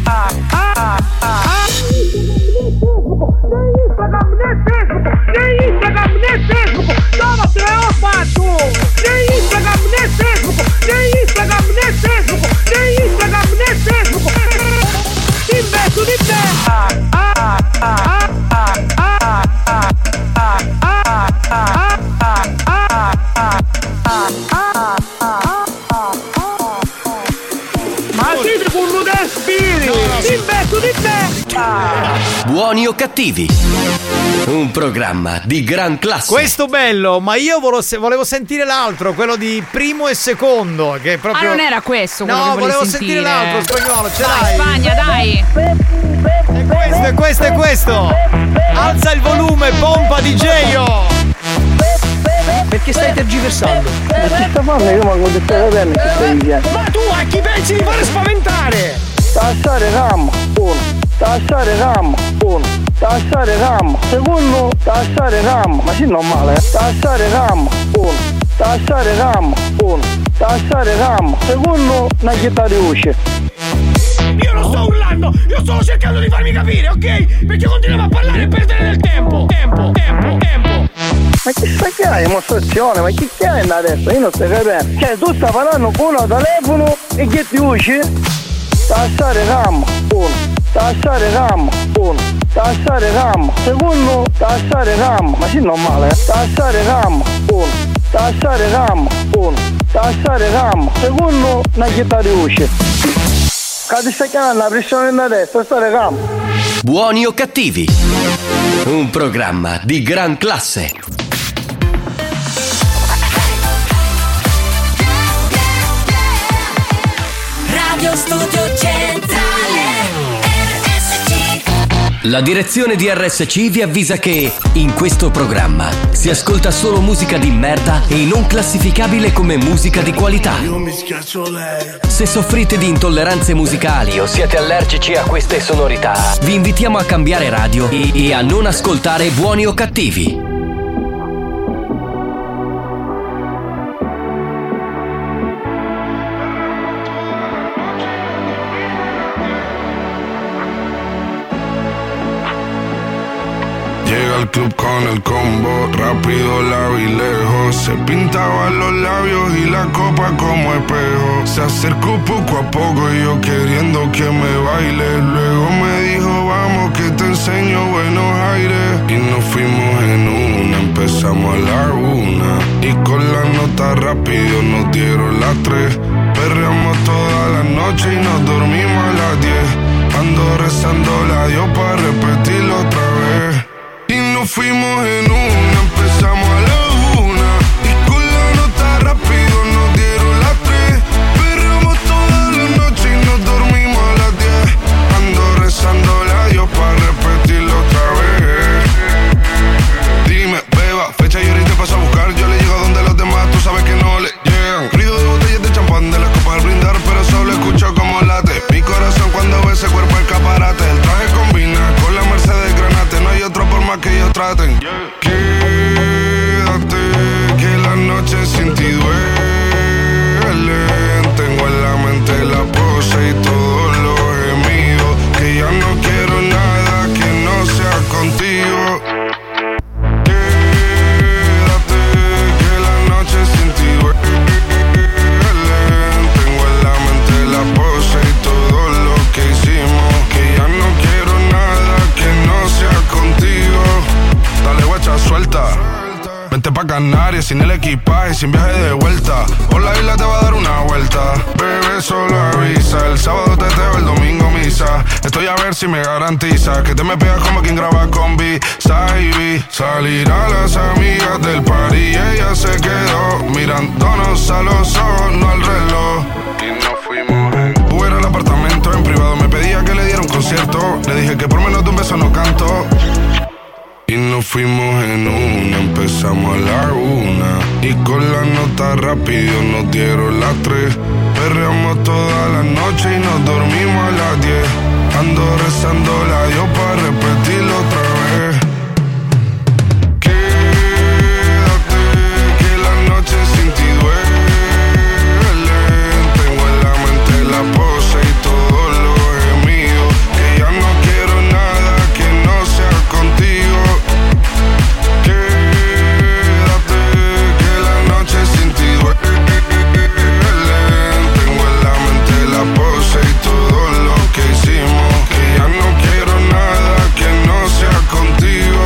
Speaker 15: Né Instagram né Facebook, dove te l'ho fatto? Né Instagram né Facebook, né Instagram né Facebook, né Instagram né Facebook. Investo di te. Ma siete con un respiri, investo di te.
Speaker 1: Buoni o cattivi? Un programma di gran classe.
Speaker 7: Questo bello, ma io volevo sentire l'altro, quello di primo e secondo, che è proprio.
Speaker 8: Ah, non era questo quello
Speaker 7: no,
Speaker 8: che
Speaker 7: volevo
Speaker 8: sentire
Speaker 7: l'altro, Spagnolo, ce
Speaker 8: dai,
Speaker 7: l'hai?
Speaker 8: Spagna, dai.
Speaker 7: È questo. Alza il volume, pompa DJ-o.
Speaker 22: Perché stai tergiversando?
Speaker 15: Ma che sta fanno? Io manco di stare bene che stai dicendo.
Speaker 22: Ma tu a chi pensi di fare spaventare?
Speaker 15: Tassare RAM, 1. Tassare RAM, 1. Tassare RAM, secondo. Tassare RAM, ma sì normale. Tassare RAM, 1. Tassare RAM, 1. Tassare RAM, secondo. Una chitarra di voce.
Speaker 22: Io non sto urlando, io sto cercando di farmi capire, ok? Perché continuiamo a parlare e perdere del tempo. Tempo.
Speaker 15: Ma che stai che hai dimostrazione? Ma che hai adesso? Io non stai capendo. Cioè tu stai parlando con un telefono e che ti usci? Tassare RAM, 1. tassare cam, 1, tassare cam, secondo, tassare cam, ma sì normale, tassare cam, 1, tassare cam, 1, tassare cam, secondo, una chitarra di luce. Che ti stai chiamando la pressione da destra, stare cam.
Speaker 1: Buoni o cattivi? Un programma di gran classe.
Speaker 2: Radio Studio Centrale RSC.
Speaker 1: La direzione di RSC vi avvisa che in questo programma si ascolta solo musica di merda e non classificabile come musica di qualità. Se soffrite di intolleranze musicali o siete allergici a queste sonorità, vi invitiamo a cambiare radio e a non ascoltare Buoni o Cattivi.
Speaker 4: Al club con el combo, rápido la vi lejos. Se pintaba los labios y la copa como espejo. Se acercó poco a poco y yo queriendo que me baile. Luego me dijo vamos que te enseño buenos aires. Y nos fuimos en una, empezamos a la 1. Y con la nota rápido nos dieron las 3. Perreamos toda la noche y nos dormimos a las 10. Ando rezando la Dios para repetirlo otra vez. Y nos fuimos en una, empezamos a la 1. Y con la nota rápido nos dieron las 3. Perramos toda la noche y nos dormimos a las 10. Ando rezando la Dios para repetirlo otra vez. Dime, beba, fecha y ahorita paso a buscar. Yo le llego donde los demás, tú sabes que no le llegan. Ruido de botellas de champán, de las copas al brindar, pero solo escucho como late mi corazón cuando ve ese cuerpo escaparate. El traje combina con la Mercedes Granate. No hay otro por más que ellos traten. Quédate, que la noche sin ti duele. Tengo en la mente la pose y todos los gemidos. Que ya no quiero nada que no sea contigo. Quédate, que la noche sin ti duele. Tengo en la mente la pose y todo lo que hicimos. Que ya no quiero nada que no sea contigo. Dale guacha, suelta. Vente pa' Canarias sin el equipaje, sin viaje de vuelta. Por la isla te va a dar una vuelta. Bebé, solo avisa. El sábado teteo, el domingo misa. Estoy a ver si me garantiza que te me pegas como quien graba con B-Side. Salir a las amigas del party y ella se quedó mirándonos a los ojos, no al reloj. Y nos fuimos en Uber al apartamento en privado. Me pedía que le diera un concierto. Le dije que por menos de un beso no canto. Y nos fuimos en una, empezamos a la 1. Y con la nota rápido nos dieron las 3. Perreamos toda la noche y nos dormimos a las 10. Ando rezando la Dios para repetirlo otra vez. Quédate, que la noche sin ti duele. Tengo en la mente la pose y todos los gemidos. Que ya no quiero nada que no sea contigo. Quédate, que la noche sin ti duele. Tengo en la mente la pose y todo lo que hicimos. Que ya no quiero nada que no sea contigo.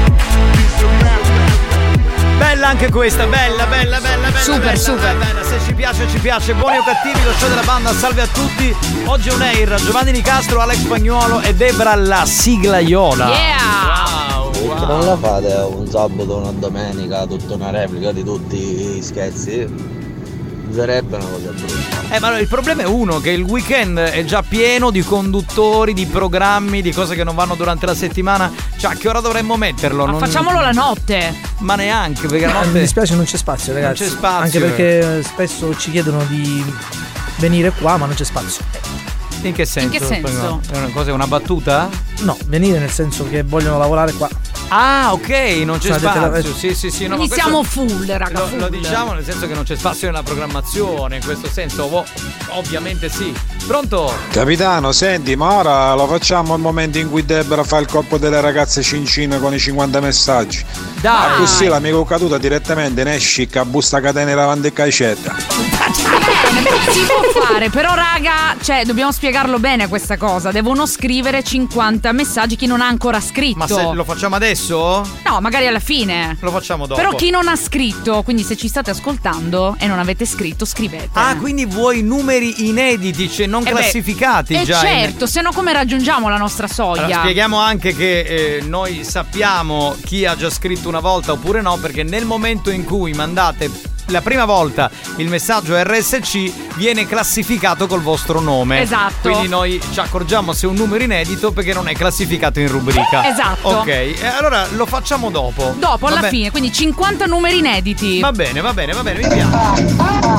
Speaker 7: Bella anche questa, bella.
Speaker 8: Super,
Speaker 7: bella,
Speaker 8: super.
Speaker 7: Bella. Se ci piace. Buoni o cattivi, lo show della banda. Salve a tutti. Oggi on air Giovanni Nicastro, Alex Spagnuolo e Debra la siglaiola.
Speaker 8: Yeah.
Speaker 7: Wow.
Speaker 24: Non la fate un sabato, una domenica, tutta una replica di tutti i scherzi? Sarebbe una cosa brutta.
Speaker 7: Ma il problema è uno, che il weekend è già pieno di conduttori, di programmi, di cose che non vanno durante la settimana. Cioè, a che ora dovremmo metterlo?
Speaker 8: Ma facciamolo la notte.
Speaker 7: Ma neanche, perché la notte...
Speaker 9: Mi dispiace, non c'è spazio, ragazzi.
Speaker 7: Non c'è spazio.
Speaker 9: Anche perché spesso ci chiedono di venire qua, ma non c'è spazio.
Speaker 7: In che senso?
Speaker 8: In che senso?
Speaker 7: È una cosa, una battuta?
Speaker 9: No, venire nel senso che vogliono lavorare qua.
Speaker 7: Ah, ok, non c'è spazio. Sì. No,
Speaker 8: Iniziamo full, raga.
Speaker 7: Lo diciamo nel senso che non c'è spazio nella programmazione, in questo senso, ovviamente sì. Pronto?
Speaker 17: Capitano, senti, ma ora lo facciamo al momento in cui Debra fa il coppo delle ragazze cincine con i 50 messaggi.
Speaker 7: Dai!
Speaker 17: Ma così l'amico caduta direttamente ne scicca a busta catene lavande e caicetta.
Speaker 8: bene, si può fare, però raga, cioè dobbiamo spiegarlo bene questa cosa. Devono scrivere 50 messaggi chi non ha ancora scritto.
Speaker 7: Ma se lo facciamo adesso?
Speaker 8: No, magari alla fine.
Speaker 7: Lo facciamo dopo.
Speaker 8: Però chi non ha scritto, quindi se ci state ascoltando e non avete scritto, scrivete.
Speaker 7: Ah, quindi vuoi numeri inediti, cioè non classificati già.
Speaker 8: Certo, se no come raggiungiamo la nostra soglia?
Speaker 7: Allora, spieghiamo anche che noi sappiamo chi ha già scritto una volta oppure no, perché nel momento in cui mandate la prima volta il messaggio RSC viene classificato col vostro nome.
Speaker 8: Esatto.
Speaker 7: Quindi noi ci accorgiamo se è un numero inedito perché non è classificato in rubrica.
Speaker 8: Esatto.
Speaker 7: Ok, allora lo facciamo dopo.
Speaker 8: Dopo, alla fine, quindi 50 numeri inediti.
Speaker 7: Va bene, mi piace.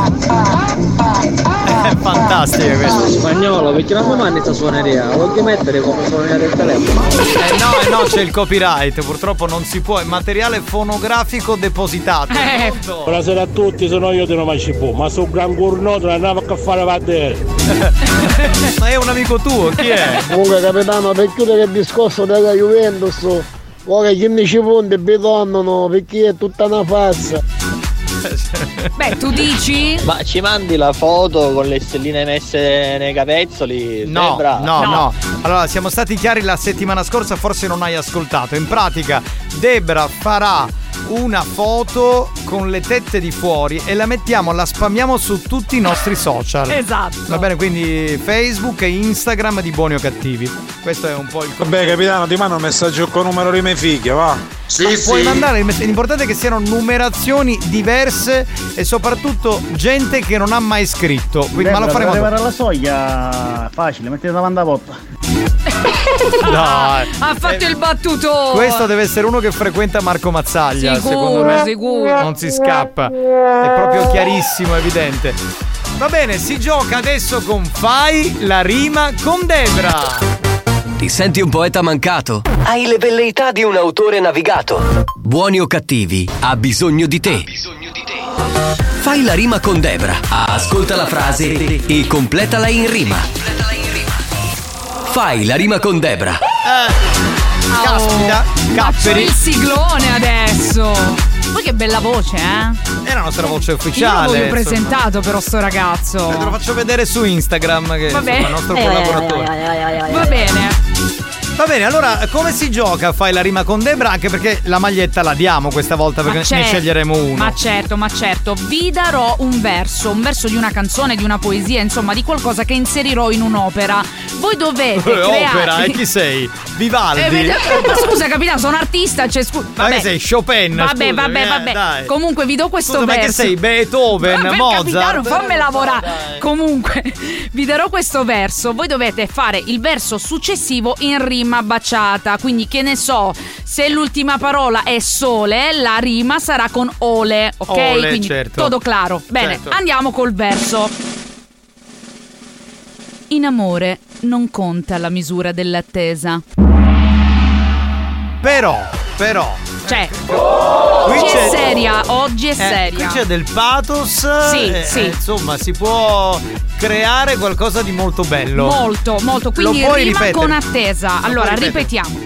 Speaker 7: È fantastica questa.
Speaker 24: Spagnolo, perché non mi mandi sta suoneria? Lo vuoi mettere come suoneria del telefono?
Speaker 7: No, c'è il copyright, purtroppo non si può, è materiale fonografico depositato.
Speaker 6: Buonasera a tutti, sono io di Roma Cipù, ma su Gran Gurnoto non andavo a fare vedere.
Speaker 7: Ma è un amico tuo, chi è?
Speaker 6: Comunque capitano, per chiudere il discorso della Juventus, ora gli 15 punti bitonano perché è tutta una farsa.
Speaker 8: Beh, tu dici?
Speaker 22: Ma ci mandi la foto con le stelline messe nei capezzoli?
Speaker 7: No. Allora, siamo stati chiari la settimana scorsa, forse non hai ascoltato. In pratica, Debra farà una foto con le tette di fuori e la spammiamo su tutti i nostri social.
Speaker 8: Esatto.
Speaker 7: Va bene, quindi Facebook e Instagram di Buoni o Cattivi. Questo è un po' il...
Speaker 17: Vabbè, capitano, ti mando un messaggio con numero di mie figlie, va?
Speaker 7: Puoi mandare, l'importante è che siano numerazioni diverse e soprattutto gente che non ha mai scritto. Quindi, ma lo faremo
Speaker 12: per arrivare alla soglia facile, mettete davanti alla porta.
Speaker 7: Dai.
Speaker 8: Ha fatto il battutone.
Speaker 7: Questo deve essere uno che frequenta Marco Mazzaglia. Secondo me
Speaker 8: sicuro.
Speaker 7: Non si scappa. È proprio chiarissimo, evidente. Va bene, si gioca adesso con Fai la rima con Debra.
Speaker 1: Ti senti un poeta mancato? Hai le velleità di un autore navigato? Buoni o Cattivi ha bisogno di te. Fai la rima con Debra. Ascolta la frase e completala in rima. Fai la rima con Debra.
Speaker 7: Caspita,
Speaker 8: C'è il siglone adesso. Poi che bella voce,
Speaker 7: È la nostra voce
Speaker 8: Io
Speaker 7: ufficiale.
Speaker 8: lo voglio presentato però sto ragazzo.
Speaker 7: Te lo faccio vedere su Instagram, che
Speaker 8: Vabbè.
Speaker 7: è il nostro collaboratore.
Speaker 8: Va bene.
Speaker 7: Va bene, allora come si gioca? Fai la rima con Debra, anche perché la maglietta la diamo questa volta perché ne sceglieremo uno.
Speaker 8: Ma certo. Vi darò un verso di una canzone, di una poesia, insomma, di qualcosa che inserirò in un'opera. Voi dovete creare...
Speaker 7: Opera, e chi sei? Vivaldi?
Speaker 8: Ma scusa, capitano, sono artista,
Speaker 7: Ma che sei? Chopin?
Speaker 8: Vabbè.
Speaker 7: Dai.
Speaker 8: Comunque vi do questo
Speaker 7: Scusa,
Speaker 8: verso.
Speaker 7: ma che sei? Beethoven?
Speaker 8: Vabbè,
Speaker 7: Mozart?
Speaker 8: Capitano, fammi lavorare. Comunque, vi darò questo verso. Voi dovete fare il verso successivo in rima baciata. Quindi, che ne so, se l'ultima parola è sole, la rima sarà con ole, ok?
Speaker 7: Ole,
Speaker 8: quindi
Speaker 7: certo.
Speaker 8: tutto claro. Bene,
Speaker 7: Certo.
Speaker 8: andiamo col verso. In amore non conta la misura dell'attesa.
Speaker 7: Però.
Speaker 8: Cioè,
Speaker 7: Qui
Speaker 8: oggi
Speaker 7: c'è-
Speaker 8: è seria, oggi è seria.
Speaker 7: Qui c'è del pathos.
Speaker 8: Sì.
Speaker 7: Insomma, si può creare qualcosa di molto bello.
Speaker 8: Molto. Quindi
Speaker 7: Lo puoi
Speaker 8: rima
Speaker 7: ripetere?
Speaker 8: con attesa.
Speaker 7: Lo
Speaker 8: Allora,
Speaker 7: puoi ripetere?
Speaker 8: ripetiamo.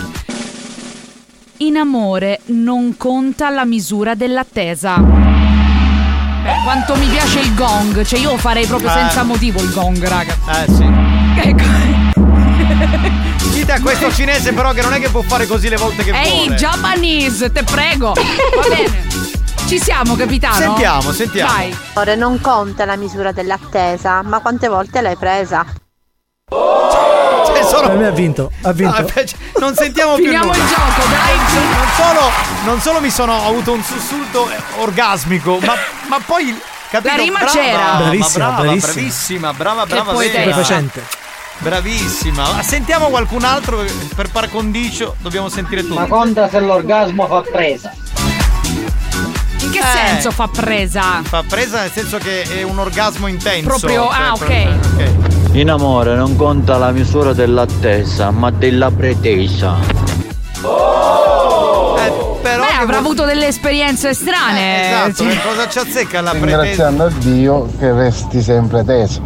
Speaker 8: In amore non conta la misura dell'attesa. Quanto mi piace il gong. Cioè, io farei proprio senza motivo il gong, raga.
Speaker 7: Sì.
Speaker 8: Ecco.
Speaker 7: Dite a questo cinese però che non è che può fare così le volte che
Speaker 8: Ehi,
Speaker 7: vuole.
Speaker 8: Japanese, te prego. Va bene. Ci siamo, capitano?
Speaker 7: Sentiamo.
Speaker 8: Vai.
Speaker 19: Ora non conta la misura dell'attesa, ma quante volte l'hai presa?
Speaker 9: Per me ha vinto.
Speaker 7: Non sentiamo più
Speaker 8: Finiamo
Speaker 7: nulla.
Speaker 8: il gioco, dai.
Speaker 7: Non solo mi sono avuto un sussulto orgasmico, ma poi capito,
Speaker 8: La rima
Speaker 7: brava,
Speaker 8: c'era.
Speaker 7: Bravissima, brava,
Speaker 9: Stupefacente.
Speaker 7: Bravissima. Ma sentiamo qualcun altro per par condicio, dobbiamo sentire tutti.
Speaker 3: Ma conta se l'orgasmo fa presa.
Speaker 8: In che senso fa presa?
Speaker 7: Fa presa nel senso che è un orgasmo intenso.
Speaker 8: Proprio, ok.
Speaker 24: In amore non conta la misura dell'attesa, ma della pretesa.
Speaker 7: Però
Speaker 8: Beh, avrà avuto delle esperienze strane.
Speaker 7: esatto, che cosa ci azzecca la pretesa?
Speaker 14: Ringraziando a Dio che resti sempre teso.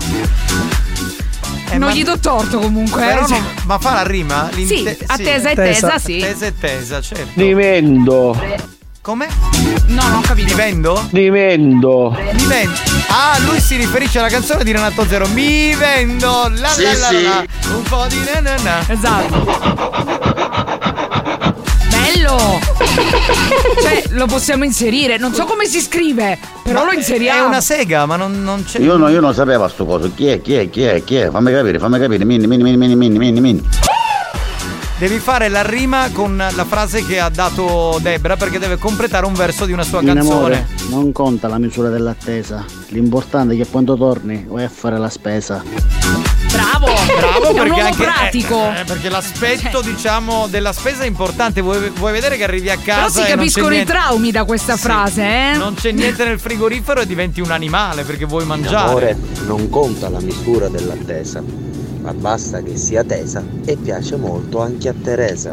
Speaker 8: Non gli do torto comunque.
Speaker 7: Però ma fa la rima?
Speaker 8: Sì, attesa e tesa, sì.
Speaker 7: Attesa e tesa, certo.
Speaker 6: Divento.
Speaker 7: Come?
Speaker 8: No, non ho capito.
Speaker 7: Divendo?
Speaker 12: Divendo.
Speaker 7: Ah, lui si riferisce alla canzone di Renato Zero. Mi vendo la
Speaker 18: Sì,
Speaker 7: la la
Speaker 18: sì.
Speaker 7: la, un po' di na na na.
Speaker 8: Esatto. Bello! Cioè, lo possiamo inserire. Non so come si scrive, però lo inseriamo.
Speaker 7: È una sega, ma non c'è.
Speaker 14: Io non sapevo sto coso. Chi è? Fammi capire. Mini.
Speaker 7: Devi fare la rima con la frase che ha dato Debra, perché deve completare un verso di una sua
Speaker 12: In amore,
Speaker 7: canzone.
Speaker 12: non conta la misura dell'attesa. L'importante è che quando torni vai a fare la spesa.
Speaker 8: Bravo
Speaker 7: Bravo,
Speaker 8: è un
Speaker 7: perché
Speaker 8: uomo
Speaker 7: anche
Speaker 8: pratico.
Speaker 7: perché l'aspetto, diciamo, della spesa è importante. Vuoi vedere che arrivi a
Speaker 8: Però
Speaker 7: casa
Speaker 8: si
Speaker 7: e non
Speaker 8: capiscono
Speaker 7: c'è
Speaker 8: i
Speaker 7: niente.
Speaker 8: traumi da questa frase, eh?
Speaker 7: Non c'è niente nel frigorifero e diventi un animale perché vuoi mangiare.
Speaker 11: Amore, non conta la misura dell'attesa, ma basta che sia tesa e piace molto anche a Teresa.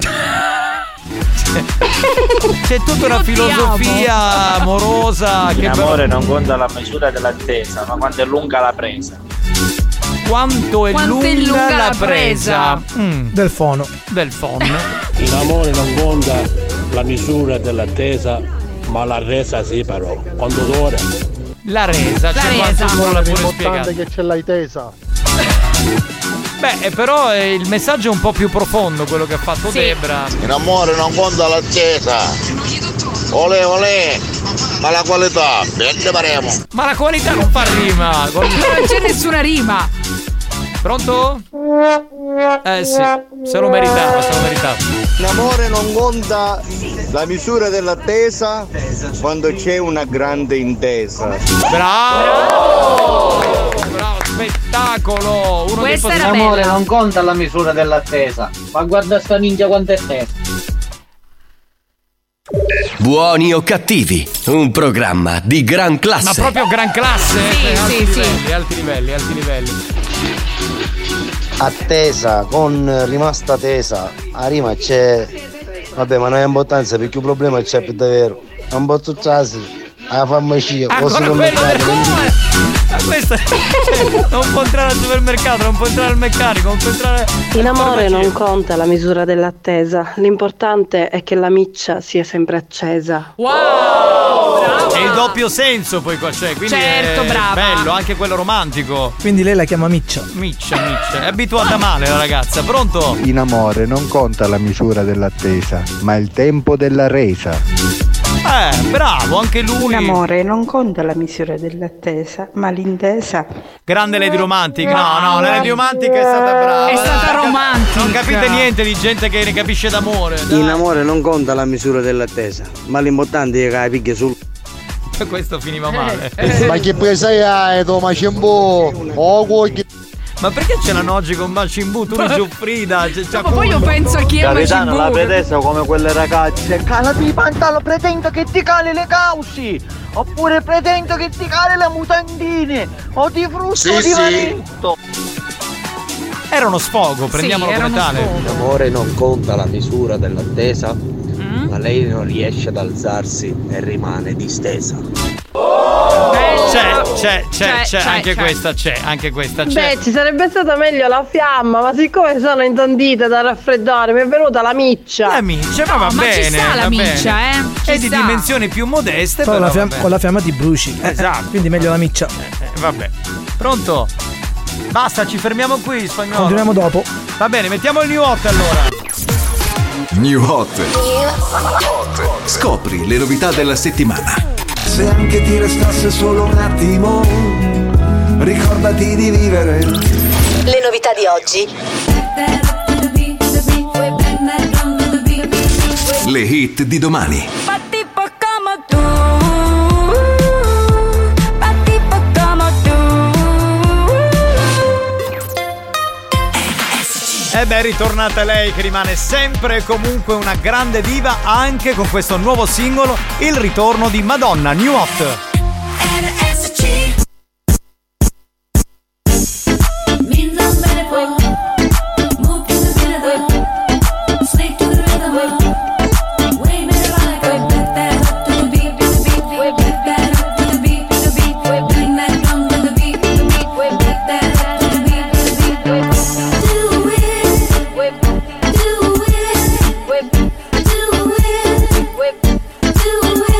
Speaker 7: C'è tutta una filosofia amorosa che
Speaker 16: L'amore
Speaker 7: però...
Speaker 16: non conta la misura dell'attesa, ma quanto è lunga la presa.
Speaker 7: Quanto è lunga la presa.
Speaker 9: Del fono.
Speaker 20: In amore non conta la misura dell'attesa, ma la resa sì però. Quando dura.
Speaker 7: La resa, cioè quanto dura la pure
Speaker 6: L'importante
Speaker 7: spiegare.
Speaker 6: è che ce l'hai tesa.
Speaker 7: Beh, però il messaggio è un po' più profondo quello che ha fatto Debra.
Speaker 18: In amore non conta l'attesa. Olè, ma la qualità, ben ne faremo.
Speaker 7: Ma la qualità non fa rima.
Speaker 8: Non c'è nessuna rima.
Speaker 7: Pronto? Sì, se lo meritava.
Speaker 13: In amore non conta la misura dell'attesa quando c'è una grande intesa.
Speaker 7: Bravo, spettacolo. Uno dei
Speaker 3: In amore non conta la misura dell'attesa, ma guarda sta ninja quanto è tesa.
Speaker 1: Buoni o cattivi, un programma di gran classe.
Speaker 7: Ma proprio gran classe? Alti livelli.
Speaker 14: Attesa con rimasta tesa. A rima c'è. Vabbè, ma non è importanza perché il problema c'è per davvero. Non posso trassi alla farmacia.
Speaker 7: Ancora quello questo non può entrare al supermercato, non può entrare al meccanico, non può entrare.
Speaker 5: In amore non conta la misura dell'attesa, l'importante è che la miccia sia sempre accesa.
Speaker 7: Wow! E il doppio senso poi qua c'è, quindi
Speaker 8: certo,
Speaker 7: è
Speaker 8: brava.
Speaker 7: bello, anche quello romantico.
Speaker 9: Quindi lei la chiama Miccia.
Speaker 7: Miccia, è abituata male la ragazza, pronto?
Speaker 21: In amore non conta la misura dell'attesa, ma il tempo della resa.
Speaker 7: Bravo, anche lui.
Speaker 23: In amore non conta la misura dell'attesa, ma l'intesa.
Speaker 7: Grande Lady Romantic. No, la Lady Romantic è stata brava.
Speaker 8: È stata romantica.
Speaker 7: Non capite niente di gente che ne capisce d'amore.
Speaker 14: In amore non conta la misura dell'attesa, ma l'importante è che la piglia sul.
Speaker 7: Questo finiva male.
Speaker 6: Ma che presa hai, Toma Cimbo?
Speaker 7: Ma perché ce l'hanno oggi con Machin Buu? Tu non Giuffrida.
Speaker 8: Ma poi io penso a chi è
Speaker 13: Capitano,
Speaker 8: Machin
Speaker 13: la
Speaker 8: Buu.
Speaker 13: pretesa come quelle ragazze. Calati i pantaloni, pretendo che ti cali le causi. Oppure pretendo che ti cali le mutandine. O di frutto o di vanetto.
Speaker 7: Era uno sfogo, prendiamolo come tale.
Speaker 11: In amore non conta la misura dell'attesa, ma lei non riesce ad alzarsi e rimane distesa.
Speaker 7: C'è, anche questa c'è.
Speaker 5: Beh, ci sarebbe stata meglio la fiamma, ma siccome sono intondita da raffreddare, mi è venuta la miccia.
Speaker 7: La miccia, ma va
Speaker 8: ma
Speaker 7: bene.
Speaker 8: ci sta la
Speaker 7: va
Speaker 8: miccia,
Speaker 7: bene.
Speaker 8: Ci
Speaker 7: È di
Speaker 8: sta.
Speaker 7: dimensioni più modeste,
Speaker 9: Però
Speaker 7: però
Speaker 9: con la fiamma ti bruci.
Speaker 7: Esatto.
Speaker 9: Quindi meglio la Miccia.
Speaker 7: Vabbè. Pronto? Basta, ci fermiamo qui, spagnolo.
Speaker 9: Continuiamo dopo.
Speaker 7: Va bene, mettiamo il new hot allora.
Speaker 26: New Hot. Scopri le novità della settimana.
Speaker 27: Se anche ti restasse solo un attimo, ricordati di vivere.
Speaker 2: Le novità di oggi.
Speaker 26: Le hit di domani.
Speaker 7: È ritornata lei che rimane sempre e comunque una grande diva anche con questo nuovo singolo, il ritorno di Madonna, New Hot.
Speaker 2: Do it.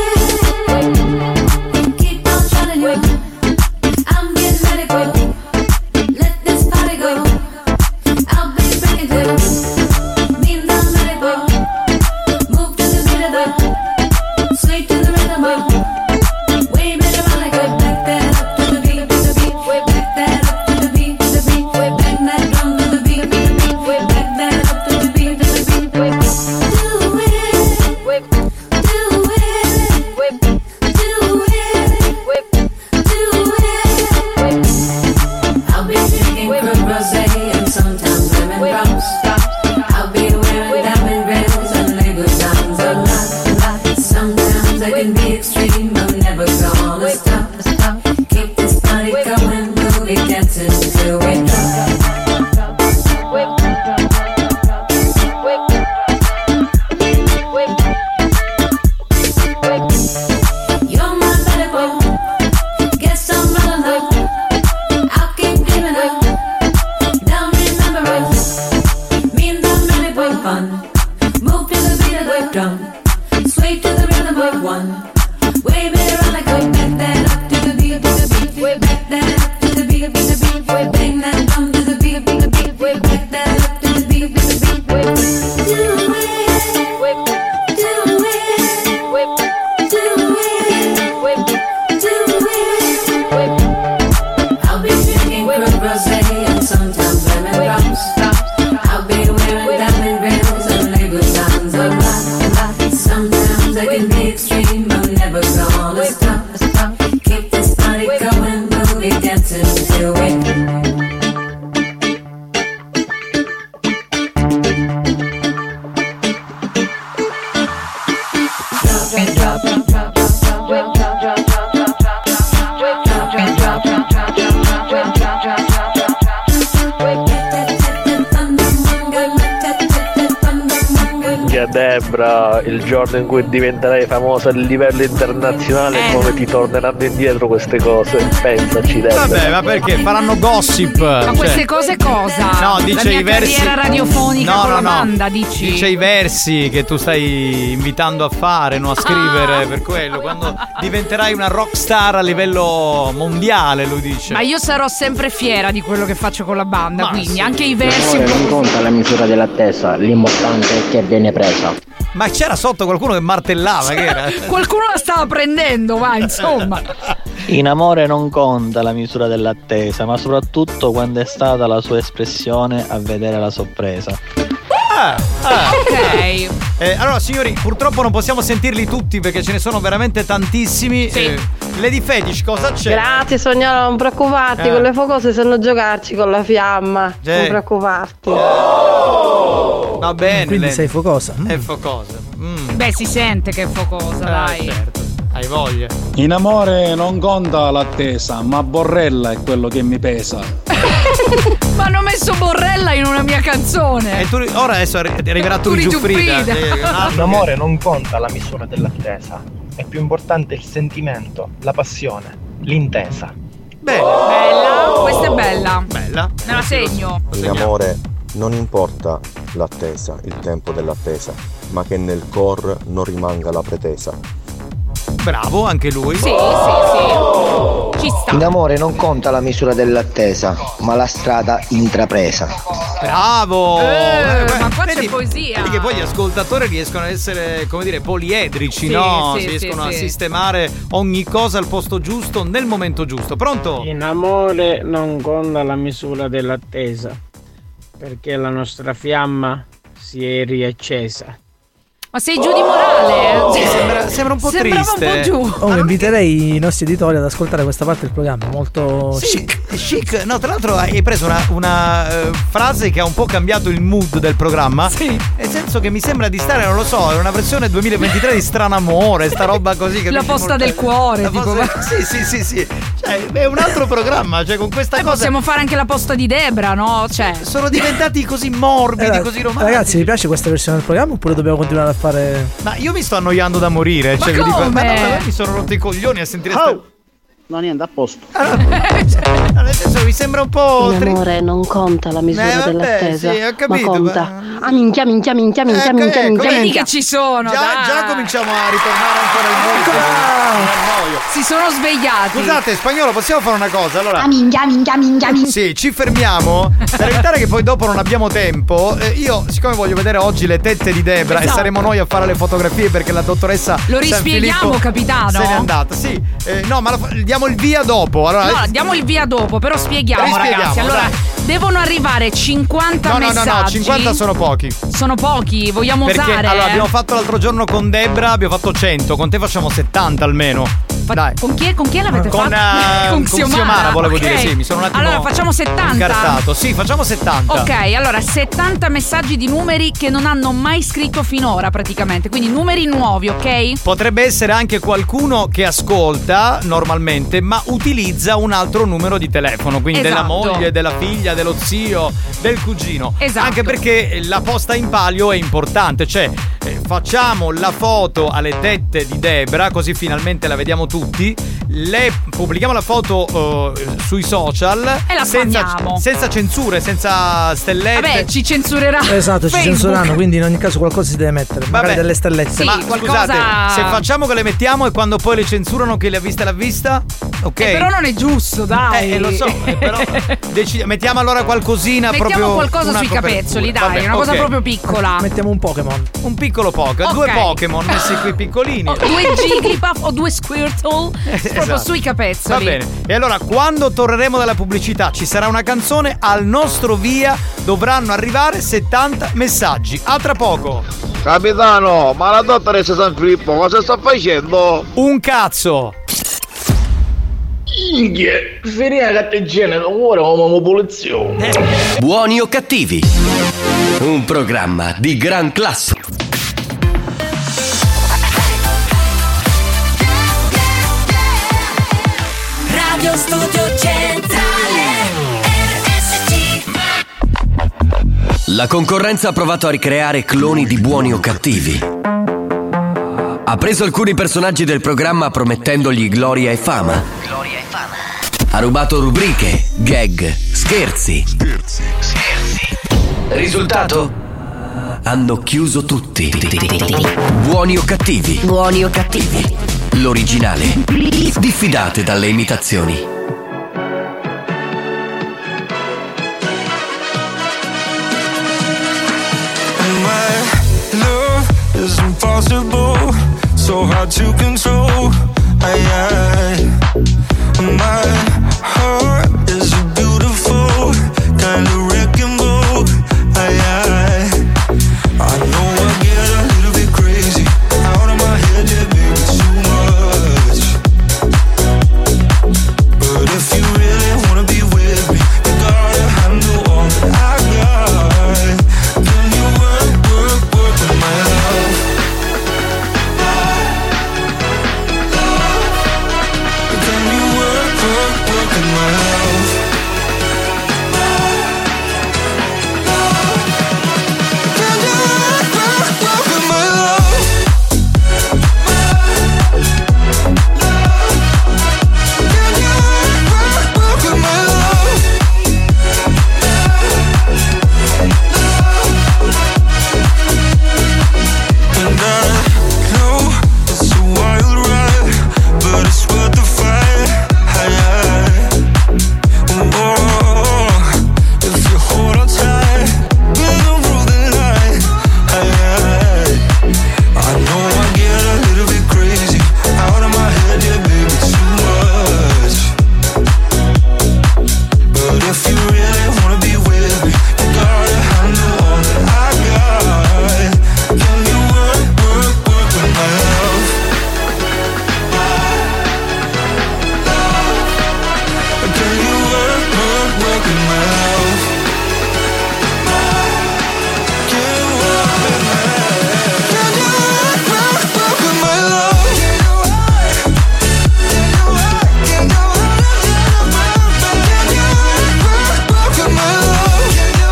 Speaker 4: Debra, il giorno in cui diventerai famosa a livello internazionale, come ti torneranno indietro queste cose? Pensaci, Debra.
Speaker 7: Vabbè, ma perché? Faranno gossip.
Speaker 8: Ma queste cose cosa?
Speaker 7: No, dice
Speaker 8: la mia
Speaker 7: i versi.
Speaker 8: carriera radiofonica con la banda, dici?
Speaker 7: Dice i versi che tu stai invitando a fare, no, a scrivere, per quello. Quando diventerai una rockstar a livello mondiale, lui dice.
Speaker 8: Ma io sarò sempre fiera di quello che faccio con la banda, quindi
Speaker 7: sì.
Speaker 8: anche i versi.
Speaker 12: Non conta la misura dell'attesa, l'importante è che viene presa.
Speaker 7: Ma c'era sotto qualcuno che martellava, che era?
Speaker 8: Qualcuno la stava prendendo, va, insomma.
Speaker 24: In amore non conta la misura dell'attesa, ma soprattutto quando è stata la sua espressione a vedere la sorpresa.
Speaker 8: Ok.
Speaker 7: Allora signori, purtroppo non possiamo sentirli tutti perché ce ne sono veramente tantissimi.
Speaker 8: Sì.
Speaker 7: Lady Fetish, cosa c'è?
Speaker 5: Grazie Sognolo, non preoccuparti, con le focose sanno giocarci con la fiamma. Non preoccuparti.
Speaker 7: Va bene.
Speaker 9: Quindi sei focosa.
Speaker 7: È focosa.
Speaker 8: Beh, si sente che è focosa, dai.
Speaker 7: Certo. Hai voglia.
Speaker 10: In amore non conta l'attesa, ma Borrella è quello che mi pesa.
Speaker 8: Ma hanno messo Borrella in una mia canzone.
Speaker 7: E tu, ora adesso arriverà Turi Giuffrida.
Speaker 15: In amore non conta la misura dell'attesa, è più importante il sentimento, la passione, l'intesa.
Speaker 8: Bella, questa è bella.
Speaker 7: Bella.
Speaker 8: Me la segno.
Speaker 17: In amore non importa l'attesa, il tempo dell'attesa, ma che nel core non rimanga la pretesa.
Speaker 7: Bravo, anche lui.
Speaker 8: Sì. Ci sta.
Speaker 14: In amore non conta la misura dell'attesa, ma la strada intrapresa.
Speaker 7: Bravo!
Speaker 8: Ma qua c'è poesia.
Speaker 7: Vedi che poi gli ascoltatori riescono ad essere, come dire, poliedrici,
Speaker 8: Sì,
Speaker 7: no?
Speaker 8: sì,
Speaker 7: riescono
Speaker 8: sì,
Speaker 7: a
Speaker 8: sì.
Speaker 7: sistemare ogni cosa al posto giusto, nel momento giusto. Pronto?
Speaker 19: In amore non conta la misura dell'attesa, perché la nostra fiamma si è riaccesa.
Speaker 8: Ma sei giù di morale?
Speaker 7: Sembra un po'
Speaker 8: Sembrava
Speaker 7: triste.
Speaker 8: un po' giù.
Speaker 9: Inviterei i nostri editori ad ascoltare questa parte del programma, molto
Speaker 7: chic. No, tra l'altro hai preso una frase che ha un po' cambiato il mood del programma.
Speaker 8: Sì.
Speaker 7: Nel senso che mi sembra di stare, non lo so, è una versione 2023 di Stranamore, sta roba così che
Speaker 8: La posta del cuore, tipo.
Speaker 7: Sì. Cioè, è un altro programma, cioè con questa cosa
Speaker 8: possiamo fare anche la posta di Debra, no? Cioè,
Speaker 7: sono diventati così morbidi, così romantici.
Speaker 9: Ragazzi, vi piace questa versione del programma oppure dobbiamo continuare a fare?
Speaker 7: Ma io mi sto annoiando da morire.
Speaker 8: Ma
Speaker 7: cioè, vi dico,
Speaker 8: come?
Speaker 7: ma mi sono rotto i coglioni a sentire
Speaker 12: No, niente, a posto.
Speaker 7: nel senso, mi sembra un po'
Speaker 5: In amore non conta la misura
Speaker 7: vabbè,
Speaker 5: dell'attesa,
Speaker 7: sì, ho capito,
Speaker 5: ma conta.
Speaker 7: ma-
Speaker 5: Minchia.
Speaker 8: vedi che ci sono,
Speaker 7: già cominciamo a ritornare ancora in mood.
Speaker 8: Si sono svegliati.
Speaker 7: Scusate, Spagnolo, possiamo fare una cosa? Allora,
Speaker 2: minchia.
Speaker 7: sì, ci fermiamo per evitare che poi dopo non abbiamo tempo. Io, siccome voglio vedere oggi le tette di Debra e
Speaker 8: Esatto.
Speaker 7: saremo noi a fare le fotografie perché la dottoressa
Speaker 8: Lo
Speaker 7: San
Speaker 8: rispieghiamo,
Speaker 7: Filippo
Speaker 8: capitano?
Speaker 7: se n'è andata. Sì, no, ma diamo il via dopo. Allora,
Speaker 8: No, diamo il via dopo, però spieghiamo, ragazzi. Allora,
Speaker 7: dai.
Speaker 8: devono arrivare 50 messaggi.
Speaker 7: No, 50 sono pochi.
Speaker 8: Sono pochi, vogliamo
Speaker 7: Perché
Speaker 8: usare?
Speaker 7: allora abbiamo fatto l'altro giorno con Debra, abbiamo fatto 100, con te facciamo 70 almeno. Dai.
Speaker 8: Con chi l'avete
Speaker 7: Con,
Speaker 8: fatto?
Speaker 7: con Xiomara volevo dire, sì, mi sono un attimo
Speaker 8: Allora facciamo 70.
Speaker 7: incartato. Sì, facciamo 70.
Speaker 8: Ok, allora 70 messaggi di numeri che non hanno mai scritto finora praticamente, quindi numeri nuovi, ok?
Speaker 7: Potrebbe essere anche qualcuno che ascolta normalmente ma utilizza un altro numero di telefono, quindi della
Speaker 8: Esatto.
Speaker 7: moglie, della figlia, dello zio, del cugino.
Speaker 8: Esatto.
Speaker 7: Anche perché la posta in palio è importante, cioè facciamo la foto alle tette di Debra, così finalmente la vediamo tutti, le pubblichiamo la foto sui social
Speaker 8: E la spammiamo.
Speaker 7: senza censure, senza stellette.
Speaker 8: Vabbè, ci censurerà.
Speaker 9: Esatto, ci
Speaker 8: Facebook.
Speaker 9: censureranno, quindi in ogni caso qualcosa si deve mettere, magari
Speaker 7: Vabbè.
Speaker 9: delle stellette.
Speaker 8: Sì,
Speaker 7: Ma
Speaker 8: qualcosa-
Speaker 7: scusate, se facciamo che le mettiamo e quando poi le censurano che l'ha vista, ok.
Speaker 8: Però non è giusto, dai.
Speaker 7: Lo so, però mettiamo allora qualcosina
Speaker 8: Mettiamo
Speaker 7: proprio
Speaker 8: qualcosa
Speaker 7: una
Speaker 8: sui capezzoli,
Speaker 7: copertura.
Speaker 8: dai,
Speaker 7: Vabbè,
Speaker 8: una cosa
Speaker 7: ok.
Speaker 8: proprio piccola.
Speaker 9: Mettiamo un Pokémon.
Speaker 7: Un piccolo Pokémon,
Speaker 8: Ok.
Speaker 7: 2 Pokémon messi qui piccolini.
Speaker 8: O 2 Jigglypuff o 2 Squirtle proprio
Speaker 7: Esatto.
Speaker 8: sui capezzoli.
Speaker 7: Va bene. E allora quando torneremo dalla pubblicità ci sarà una canzone, al nostro via dovranno arrivare 70 messaggi. A tra poco.
Speaker 18: Capitano, ma la dottoressa San Filippo cosa sta facendo?
Speaker 7: Un cazzo.
Speaker 15: Finire la catteggina, ora come pulizia.
Speaker 1: Buoni o cattivi? Un programma di gran classe.
Speaker 3: Radio Studio Centrale RSC.
Speaker 1: La concorrenza ha provato a ricreare cloni di Buoni o cattivi. Ha preso alcuni personaggi del programma promettendogli gloria e fama. Ha rubato rubriche, gag, scherzi. Risultato? Hanno chiuso tutti. Buoni o cattivi?
Speaker 2: Buoni o cattivi?
Speaker 1: L'originale. Diffidate dalle imitazioni.
Speaker 27: Is impossible, so hard to control. My heart is a beautiful kind of wrecking ball. I know I get a little bit crazy, out of my head, yeah, baby, too much. But if you really wanna be with me, you gotta handle all that I got. Can you work with my love? Can you work with my love? Can you work with my love? Can you work with my love? And I know it's a wild ride, but it's worth the fight. If you hold on tight, we'll rule the night. I know I get a little bit crazy, out of my head, yeah, baby, too much. But if you really wanna be with me, you gotta handle all that I got. Can you work with my love? Can you work with my love? Can you work with my love? Can you work with my love? Can you work with my love?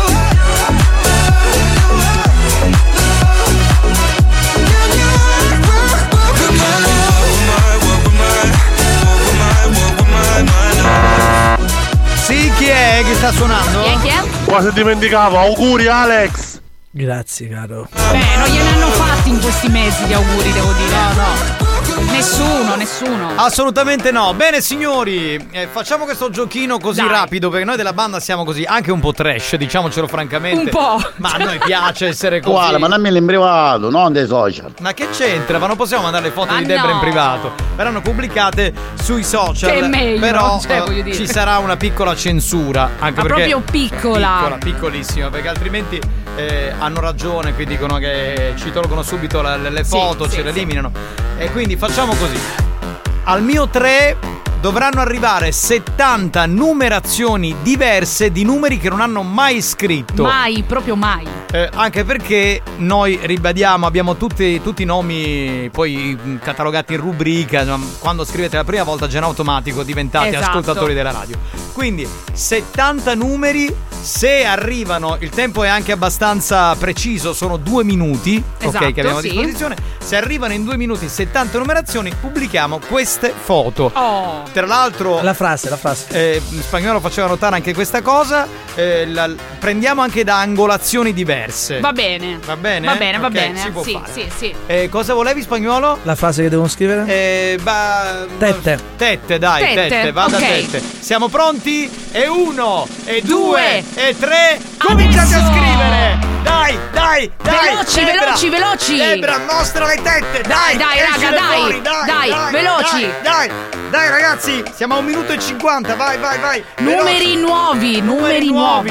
Speaker 7: Sì, chi è che sta suonando?
Speaker 8: Chi è?
Speaker 4: Quasi dimenticavo, auguri Alex!
Speaker 9: Grazie, caro.
Speaker 8: Beh, non gliene hanno fatti in questi mesi di auguri, devo dire.
Speaker 7: No.
Speaker 8: Nessuno.
Speaker 7: Assolutamente no. Bene signori, facciamo questo giochino così rapido, perché noi della banda siamo così, anche un po' trash, diciamocelo francamente.
Speaker 8: Un po'.
Speaker 7: Ma a noi piace essere così.
Speaker 12: Quale? Ma dammi in privato, non dei social.
Speaker 7: Ma che c'entra? Ma non possiamo mandare le foto
Speaker 8: Ma
Speaker 7: di Debra
Speaker 8: no.
Speaker 7: in privato. Verranno pubblicate sui social.
Speaker 8: Che è meglio,
Speaker 7: però
Speaker 8: cioè, voglio dire.
Speaker 7: ci sarà una piccola censura. Anche
Speaker 8: Ma
Speaker 7: perché
Speaker 8: proprio piccola.
Speaker 7: Piccolissima, perché altrimenti hanno ragione, qui dicono che ci tolgono subito le foto, ce le eliminano. E quindi facciamo così. Al mio 3 dovranno arrivare 70 numerazioni diverse di numeri che non hanno mai scritto.
Speaker 8: Mai, proprio mai.
Speaker 7: Anche perché noi ribadiamo, abbiamo tutti i nomi poi catalogati in rubrica. Quando scrivete la prima volta già in automatico diventate ascoltatori della radio. Quindi 70 numeri. Se arrivano, il tempo è anche abbastanza preciso, sono 2 minuti,
Speaker 8: esatto,
Speaker 7: ok, che abbiamo a disposizione. Se arrivano in 2 minuti 70 numerazioni, pubblichiamo queste foto.
Speaker 8: Oh.
Speaker 7: Tra l'altro,
Speaker 9: La frase.
Speaker 7: Spagnolo faceva notare anche questa cosa. Prendiamo anche da angolazioni diverse.
Speaker 8: Va bene.
Speaker 7: Va bene?
Speaker 8: Va bene, va
Speaker 7: Ok,
Speaker 8: bene.
Speaker 7: si può fare.
Speaker 8: Sì.
Speaker 7: Cosa volevi, Spagnolo?
Speaker 9: La frase che devono scrivere? Tette.
Speaker 7: Tette, dai, tette, vada
Speaker 8: ok.
Speaker 7: tette. Siamo pronti? E 1, e 2, e 3. Cominciate a scrivere! Dai!
Speaker 8: Veloci!
Speaker 7: Debra, mostra le tette! Dai,
Speaker 8: raga,
Speaker 7: fuori,
Speaker 8: dai, veloci!
Speaker 7: Dai, ragazzi, siamo a 1 minuto e 50, vai!
Speaker 8: Numeri nuovi.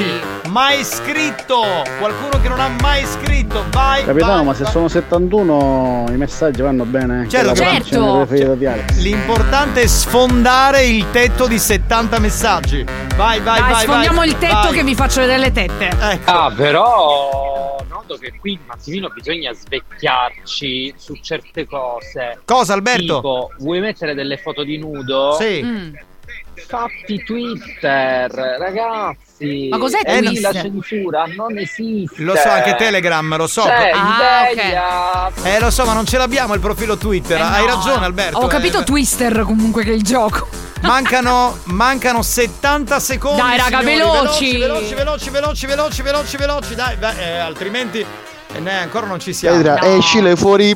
Speaker 7: mai scritto. Qualcuno che non ha mai scritto. Vai.
Speaker 12: Capitano,
Speaker 7: vai,
Speaker 12: ma se
Speaker 7: vai.
Speaker 12: sono 71 i messaggi vanno bene?
Speaker 7: Certo. L'importante è sfondare il tetto di 70 messaggi. Vai.
Speaker 8: Sfondiamo il tetto
Speaker 7: vai.
Speaker 8: che vi faccio vedere le tette.
Speaker 7: Ecco.
Speaker 6: Però noto che qui un attimino bisogna svecchiarci su certe cose.
Speaker 7: Cosa, Alberto?
Speaker 6: Tipo, vuoi mettere delle foto di nudo?
Speaker 7: Sì.
Speaker 6: Fatti Twitter, ragazzi.
Speaker 8: Ma cos'è
Speaker 6: Twitter?
Speaker 8: Twitter?
Speaker 6: La censura non esiste.
Speaker 7: Lo so, anche Telegram, lo so.
Speaker 6: Sveglia.
Speaker 7: Lo so, ma non ce l'abbiamo il profilo Twitter. Hai ragione, Alberto.
Speaker 8: Ho capito Twister comunque che è il gioco.
Speaker 7: Mancano 70 secondi.
Speaker 8: Dai, raga,
Speaker 7: signori.
Speaker 8: veloci.
Speaker 7: Veloci. Dai, altrimenti ancora non ci siamo.
Speaker 14: Pedra, escile fuori.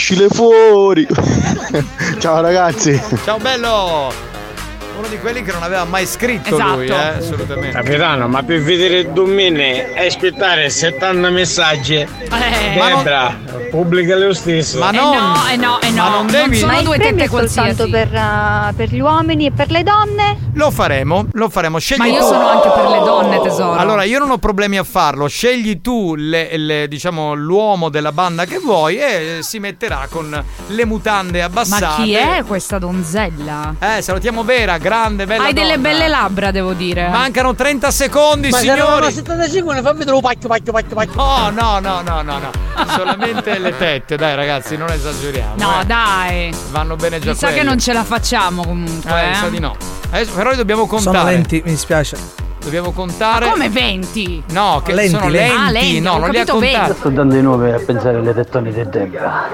Speaker 14: Ciao ragazzi.
Speaker 7: Ciao bello. Uno di quelli che non aveva mai scritto lui, assolutamente.
Speaker 19: Capitano, ma per vedere Domine e aspettare 70 messaggi, Debra, pubblica lo stesso.
Speaker 8: Ma no.
Speaker 7: Ma non devi.
Speaker 8: Sono due tette qualsiasi.
Speaker 16: soltanto per gli uomini e per le donne?
Speaker 7: Lo faremo. Scegli
Speaker 8: Ma io
Speaker 7: tu.
Speaker 8: sono anche per le donne, tesoro.
Speaker 7: Allora, io non ho problemi a farlo. Scegli tu diciamo l'uomo della banda che vuoi e si metterà con le mutande abbassate.
Speaker 8: Ma chi è questa donzella?
Speaker 7: Salutiamo Vera, grande, bella.
Speaker 8: Hai delle
Speaker 7: donna.
Speaker 8: belle labbra, devo dire.
Speaker 7: Mancano 30 secondi,
Speaker 24: Ma
Speaker 7: signori.
Speaker 24: se eravamo a 75 ne fa vedere un pacchio.
Speaker 7: No. Solamente le tette, dai ragazzi, non esageriamo.
Speaker 8: No, dai.
Speaker 7: Vanno bene già
Speaker 8: Mi sa
Speaker 7: quelle.
Speaker 8: che non ce la facciamo comunque.
Speaker 7: Mi sa di no. Però li dobbiamo contare.
Speaker 9: Sono lenti, mi dispiace.
Speaker 7: Dobbiamo contare.
Speaker 8: Ma come 20?
Speaker 7: No, che
Speaker 9: lenti,
Speaker 7: sono
Speaker 9: lenti.
Speaker 7: lenti.
Speaker 8: Ah, lenti,
Speaker 7: No,
Speaker 8: ho
Speaker 7: non li ha
Speaker 8: capito
Speaker 7: contati.
Speaker 8: 20.
Speaker 12: Sto dando di nuovo a pensare alle tettoni di Debra.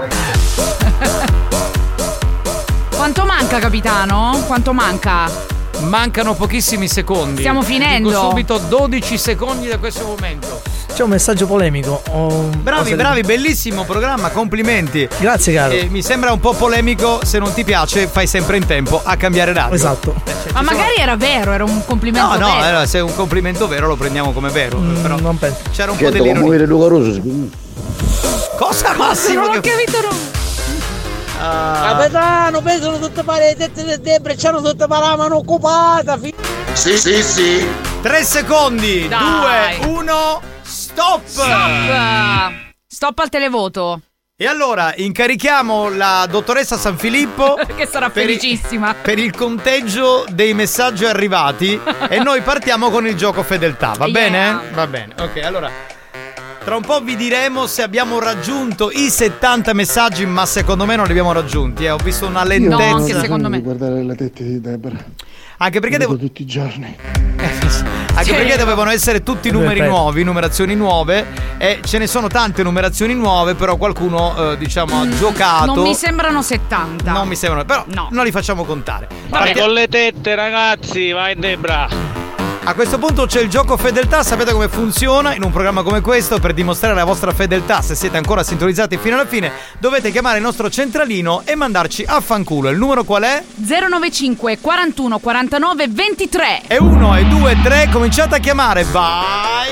Speaker 8: Quanto manca, capitano? Quanto manca?
Speaker 7: Mancano pochissimi secondi.
Speaker 8: Stiamo finendo.
Speaker 7: Dico subito 12 secondi da questo momento.
Speaker 9: C'è un messaggio polemico.
Speaker 7: Bravi, bellissimo programma, complimenti.
Speaker 9: Grazie, caro.
Speaker 7: Mi sembra un po' polemico, se non ti piace fai sempre in tempo a cambiare radio.
Speaker 9: Esatto.
Speaker 8: Ma magari era vero, era un complimento vero.
Speaker 7: No, se è un complimento vero lo prendiamo come vero. Però
Speaker 9: non penso.
Speaker 7: c'era un po' dell'ironia.
Speaker 12: Luca
Speaker 7: Cosa, Massimo?
Speaker 8: Non ho capito, no.
Speaker 24: Capitano, pensano tutte le tette del Debra e c'hanno tutte la mano occupata.
Speaker 18: Sì.
Speaker 7: 3 secondi.
Speaker 8: Dai.
Speaker 7: 2, 1, stop.
Speaker 8: Stop al televoto.
Speaker 7: E allora incarichiamo la dottoressa Sanfilippo
Speaker 8: che sarà felicissima
Speaker 7: per il conteggio dei messaggi arrivati e noi partiamo con il gioco fedeltà, va bene? Va bene, ok, allora tra un po' vi diremo se abbiamo raggiunto i 70 messaggi, ma secondo me non li abbiamo raggiunti, ho visto una lentezza.
Speaker 8: No, anche secondo me.
Speaker 12: Guardare le tette di Debra.
Speaker 7: Anche perché
Speaker 12: tutti i giorni.
Speaker 7: Anche perché dovevano essere tutti numeri nuovi, numerazioni nuove, e ce ne sono tante numerazioni nuove, però qualcuno ha giocato.
Speaker 8: Non mi sembrano 70.
Speaker 7: Non mi sembrano, però non li facciamo contare.
Speaker 24: Vai con le tette, ragazzi, vai Debra.
Speaker 7: A questo punto c'è il gioco fedeltà, sapete come funziona in un programma come questo? Per dimostrare la vostra fedeltà, se siete ancora sintonizzati fino alla fine, dovete chiamare il nostro centralino e mandarci a fanculo. Il numero qual è?
Speaker 8: 095 41 49 23.
Speaker 7: E 1, e 2, 3, cominciate a chiamare. Vai.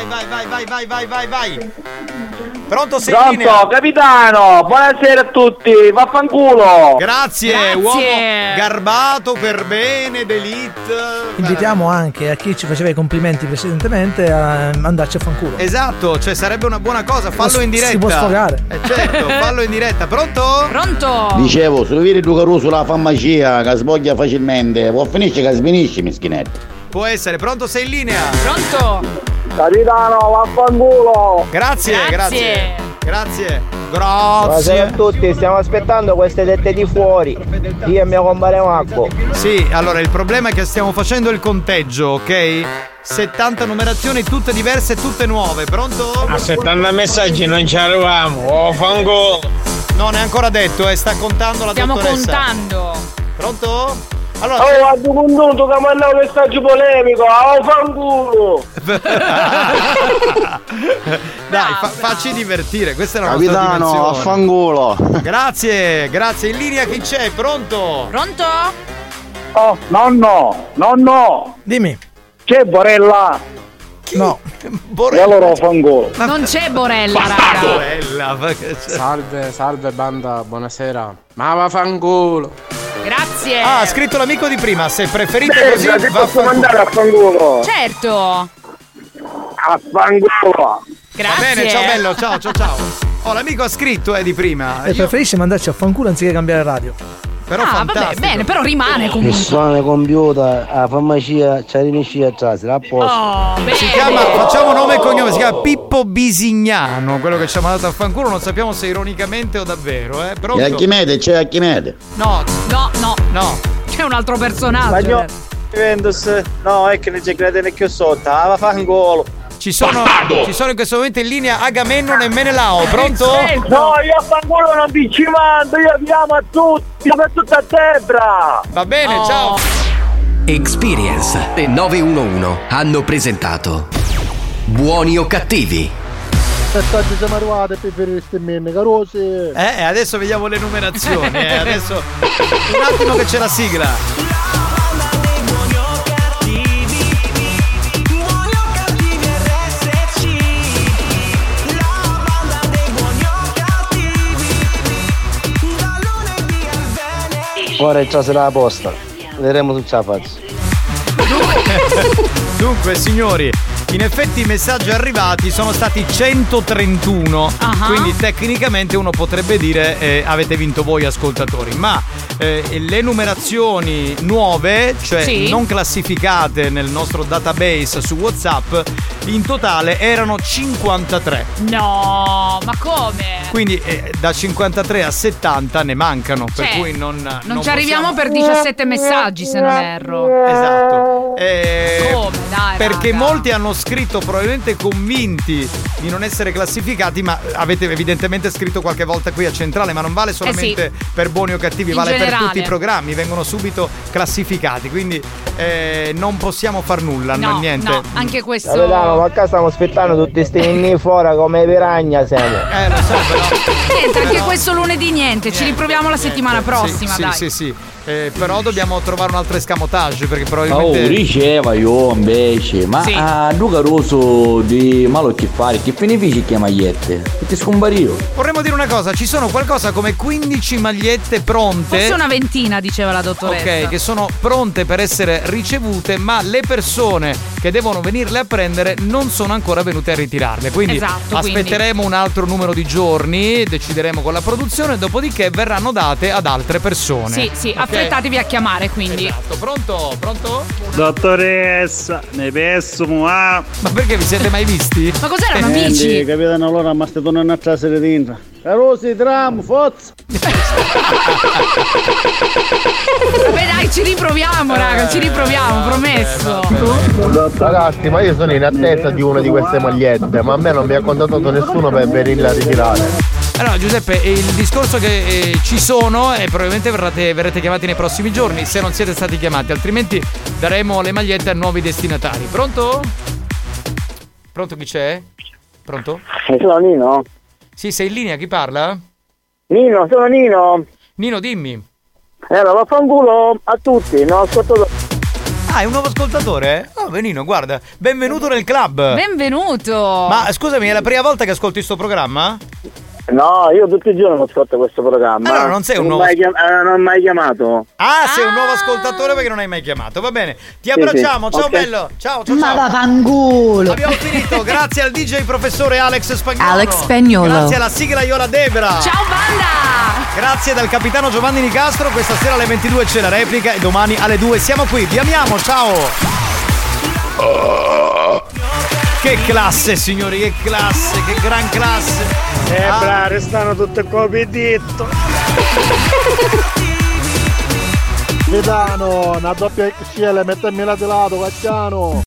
Speaker 7: Pronto, sei in linea?
Speaker 13: Pronto, capitano, buonasera a tutti, vaffanculo.
Speaker 7: Grazie, uomo garbato, per bene, d'elite.
Speaker 9: Invitiamo anche a chi ci faceva i complimenti precedentemente a andarci a fanculo.
Speaker 7: Esatto, cioè sarebbe una buona cosa, fallo in diretta.
Speaker 9: Si può sfogare.
Speaker 7: Certo, fallo in diretta. Pronto?
Speaker 8: Pronto?
Speaker 12: Dicevo, se lo vedi Luca Russo la farmacia che sboglia facilmente, può finire che svinisci, mischinetto.
Speaker 7: Può essere, pronto, sei in linea?
Speaker 8: Pronto?
Speaker 13: Capitano, vaffanculo.
Speaker 7: Grazie.
Speaker 13: Buonasera a tutti, stiamo aspettando queste tette di fuori. Io e mio compare Marco.
Speaker 7: Sì, allora il problema è che stiamo facendo il conteggio, ok? 70 numerazioni, tutte diverse, tutte nuove. Pronto?
Speaker 19: A 70 messaggi non ci arriviamo. Oh, fango.
Speaker 7: Non è ancora detto, sta contando la
Speaker 8: Stiamo
Speaker 7: dottoressa.
Speaker 8: contando.
Speaker 7: Pronto? Allora,
Speaker 13: guarda un minuto che manda un messaggio polemico, fanculo.
Speaker 7: Dai, facci divertire, questa è la
Speaker 14: Capitano,
Speaker 7: nostra dimensione.
Speaker 14: affanculo.
Speaker 7: Grazie, in linea chi c'è? Pronto?
Speaker 8: Pronto?
Speaker 13: Oh, nonno.
Speaker 9: Dimmi.
Speaker 13: C'è Borella?
Speaker 9: No.
Speaker 13: E allora fanculo.
Speaker 8: Non c'è Borella, raga.
Speaker 7: Borella.
Speaker 24: Salve banda, buonasera. Ma vaffanculo.
Speaker 8: Grazie.
Speaker 7: Ha scritto l'amico di prima, se preferite così
Speaker 13: Ti posso
Speaker 7: vaffanculo.
Speaker 13: mandare a fanculo.
Speaker 8: Certo.
Speaker 13: Affanculo.
Speaker 8: Grazie.
Speaker 7: Va bene, ciao bello, ciao. Oh, l'amico ha scritto di prima.
Speaker 9: E preferisce mandarci a fanculo anziché cambiare radio.
Speaker 7: Però
Speaker 8: vabbè, bene, però rimane
Speaker 14: Mi
Speaker 8: comunque.
Speaker 14: suona computer, a farmacia, c'è rinisci a trasi, a posto.
Speaker 7: Si chiama, facciamo nome e cognome, si chiama Pippo Bisignano, quello che ci ha mandato a fanculo, non sappiamo se ironicamente o davvero, Pronto?
Speaker 12: C'è Archimede.
Speaker 7: No.
Speaker 8: C'è un altro personaggio.
Speaker 19: Juventus, no, è che non ci crede neanche sotto, va fanculo.
Speaker 7: Ci sono in questo momento in linea Agamennone e Menelao, pronto?
Speaker 13: No, io a fanculo non vi ci mando, io vi amo a tutti, amo a tutta a Debra.
Speaker 7: Va bene, ciao.
Speaker 1: Experience e 911 hanno presentato Buoni o cattivi?
Speaker 10: Messaggi siamo arrivati, preferireste menne carosi.
Speaker 7: Adesso vediamo le numerazioni, adesso un attimo che c'è la sigla.
Speaker 14: Ora è trasera la posta, vedremo se ce la faccio.
Speaker 7: Dunque signori, in effetti i messaggi arrivati sono stati 131, quindi tecnicamente uno potrebbe dire avete vinto voi ascoltatori, ma le numerazioni nuove, cioè non classificate nel nostro database su WhatsApp, in totale erano 53.
Speaker 8: No, ma come?
Speaker 7: Quindi da 53 a 70 ne mancano, per cui non
Speaker 8: ci arriviamo per 17 messaggi, se non erro.
Speaker 7: Esatto.
Speaker 8: Come? Dai,
Speaker 7: perché
Speaker 8: raga.
Speaker 7: molti hanno scritto probabilmente convinti di non essere classificati, ma avete evidentemente scritto qualche volta qui a Centrale, ma non vale solamente per buoni o cattivi,
Speaker 8: In
Speaker 7: vale
Speaker 8: generale.
Speaker 7: per tutti i programmi, vengono subito classificati, quindi non possiamo far nulla, niente.
Speaker 8: No, anche questo.
Speaker 19: Capitano, ma qua stiamo aspettando tutti questi inni fuori come piragna siamo.
Speaker 7: Lo so, però.
Speaker 8: Niente, anche questo lunedì niente, ci riproviamo la settimana prossima, dai.
Speaker 7: Sì. Però dobbiamo trovare un altro escamotage, perché probabilmente
Speaker 11: diceva io invece, ma a Luca Rosso di malo che fare, che benefici che magliette? E ti scompario.
Speaker 7: vorremmo dire una cosa, ci sono qualcosa come 15 magliette pronte.
Speaker 8: Forse una ventina, diceva la dottoressa.
Speaker 7: Ok, che sono pronte per essere ricevute, ma le persone che devono venirle a prendere non sono ancora venute a ritirarle. Quindi aspetteremo un altro numero di giorni, decideremo con la produzione, dopodiché verranno date ad altre persone.
Speaker 8: Sì, affrettatevi a chiamare, quindi.
Speaker 7: Esatto, pronto?
Speaker 10: Dottoressa, ne penso,
Speaker 7: Ma perché vi siete mai visti?
Speaker 8: Ma cos'erano, amici?
Speaker 10: Capitano, allora ma stai tornando a trasere dentro. Carosi, tram, forza.
Speaker 8: Vabbè dai, ci riproviamo, raga, promesso.
Speaker 18: Ragazzi, ma io sono in attesa di una di queste magliette, ma a me non mi ha contattato nessuno per venirle a ritirare.
Speaker 7: Allora Giuseppe, il discorso che ci sono e probabilmente verrete chiamati nei prossimi giorni, se non siete stati chiamati, altrimenti daremo le magliette a nuovi destinatari. Pronto? Pronto, chi c'è? Pronto?
Speaker 13: Sono Nino.
Speaker 7: Sì, sei in linea, chi parla?
Speaker 13: Nino, sono Nino.
Speaker 7: Nino, dimmi.
Speaker 13: Allora, vaffanculo a tutti, no, ascoltatore.
Speaker 7: Ah, è un nuovo ascoltatore? Oh, Nino, guarda, benvenuto nel club.
Speaker 8: Benvenuto.
Speaker 7: Ma scusami, è la prima volta che ascolti sto programma?
Speaker 13: No, io tutti i giorni ascolto questo programma.
Speaker 7: Allora non sei un nuovo
Speaker 13: non ho mai chiamato.
Speaker 7: sei un nuovo ascoltatore perché non hai mai chiamato. Va bene, ti abbracciamo, ciao
Speaker 13: okay.
Speaker 7: bello. Ciao.
Speaker 2: Ma vaffanculo.
Speaker 7: Abbiamo finito, grazie al DJ professore Alex Spagnuolo.
Speaker 2: Alex Spagnuolo.
Speaker 7: Grazie alla sigla Iola Debra.
Speaker 8: Ciao banda.
Speaker 7: Grazie dal capitano Giovanni Nicastro. Questa sera alle 22 c'è la replica e domani alle 2 siamo qui. Vi amiamo, ciao. Che classe, signori, che classe, che gran classe.
Speaker 10: Restano tutte copie detto. Vedano, una doppia XL, mettermi là di lato, cacciano.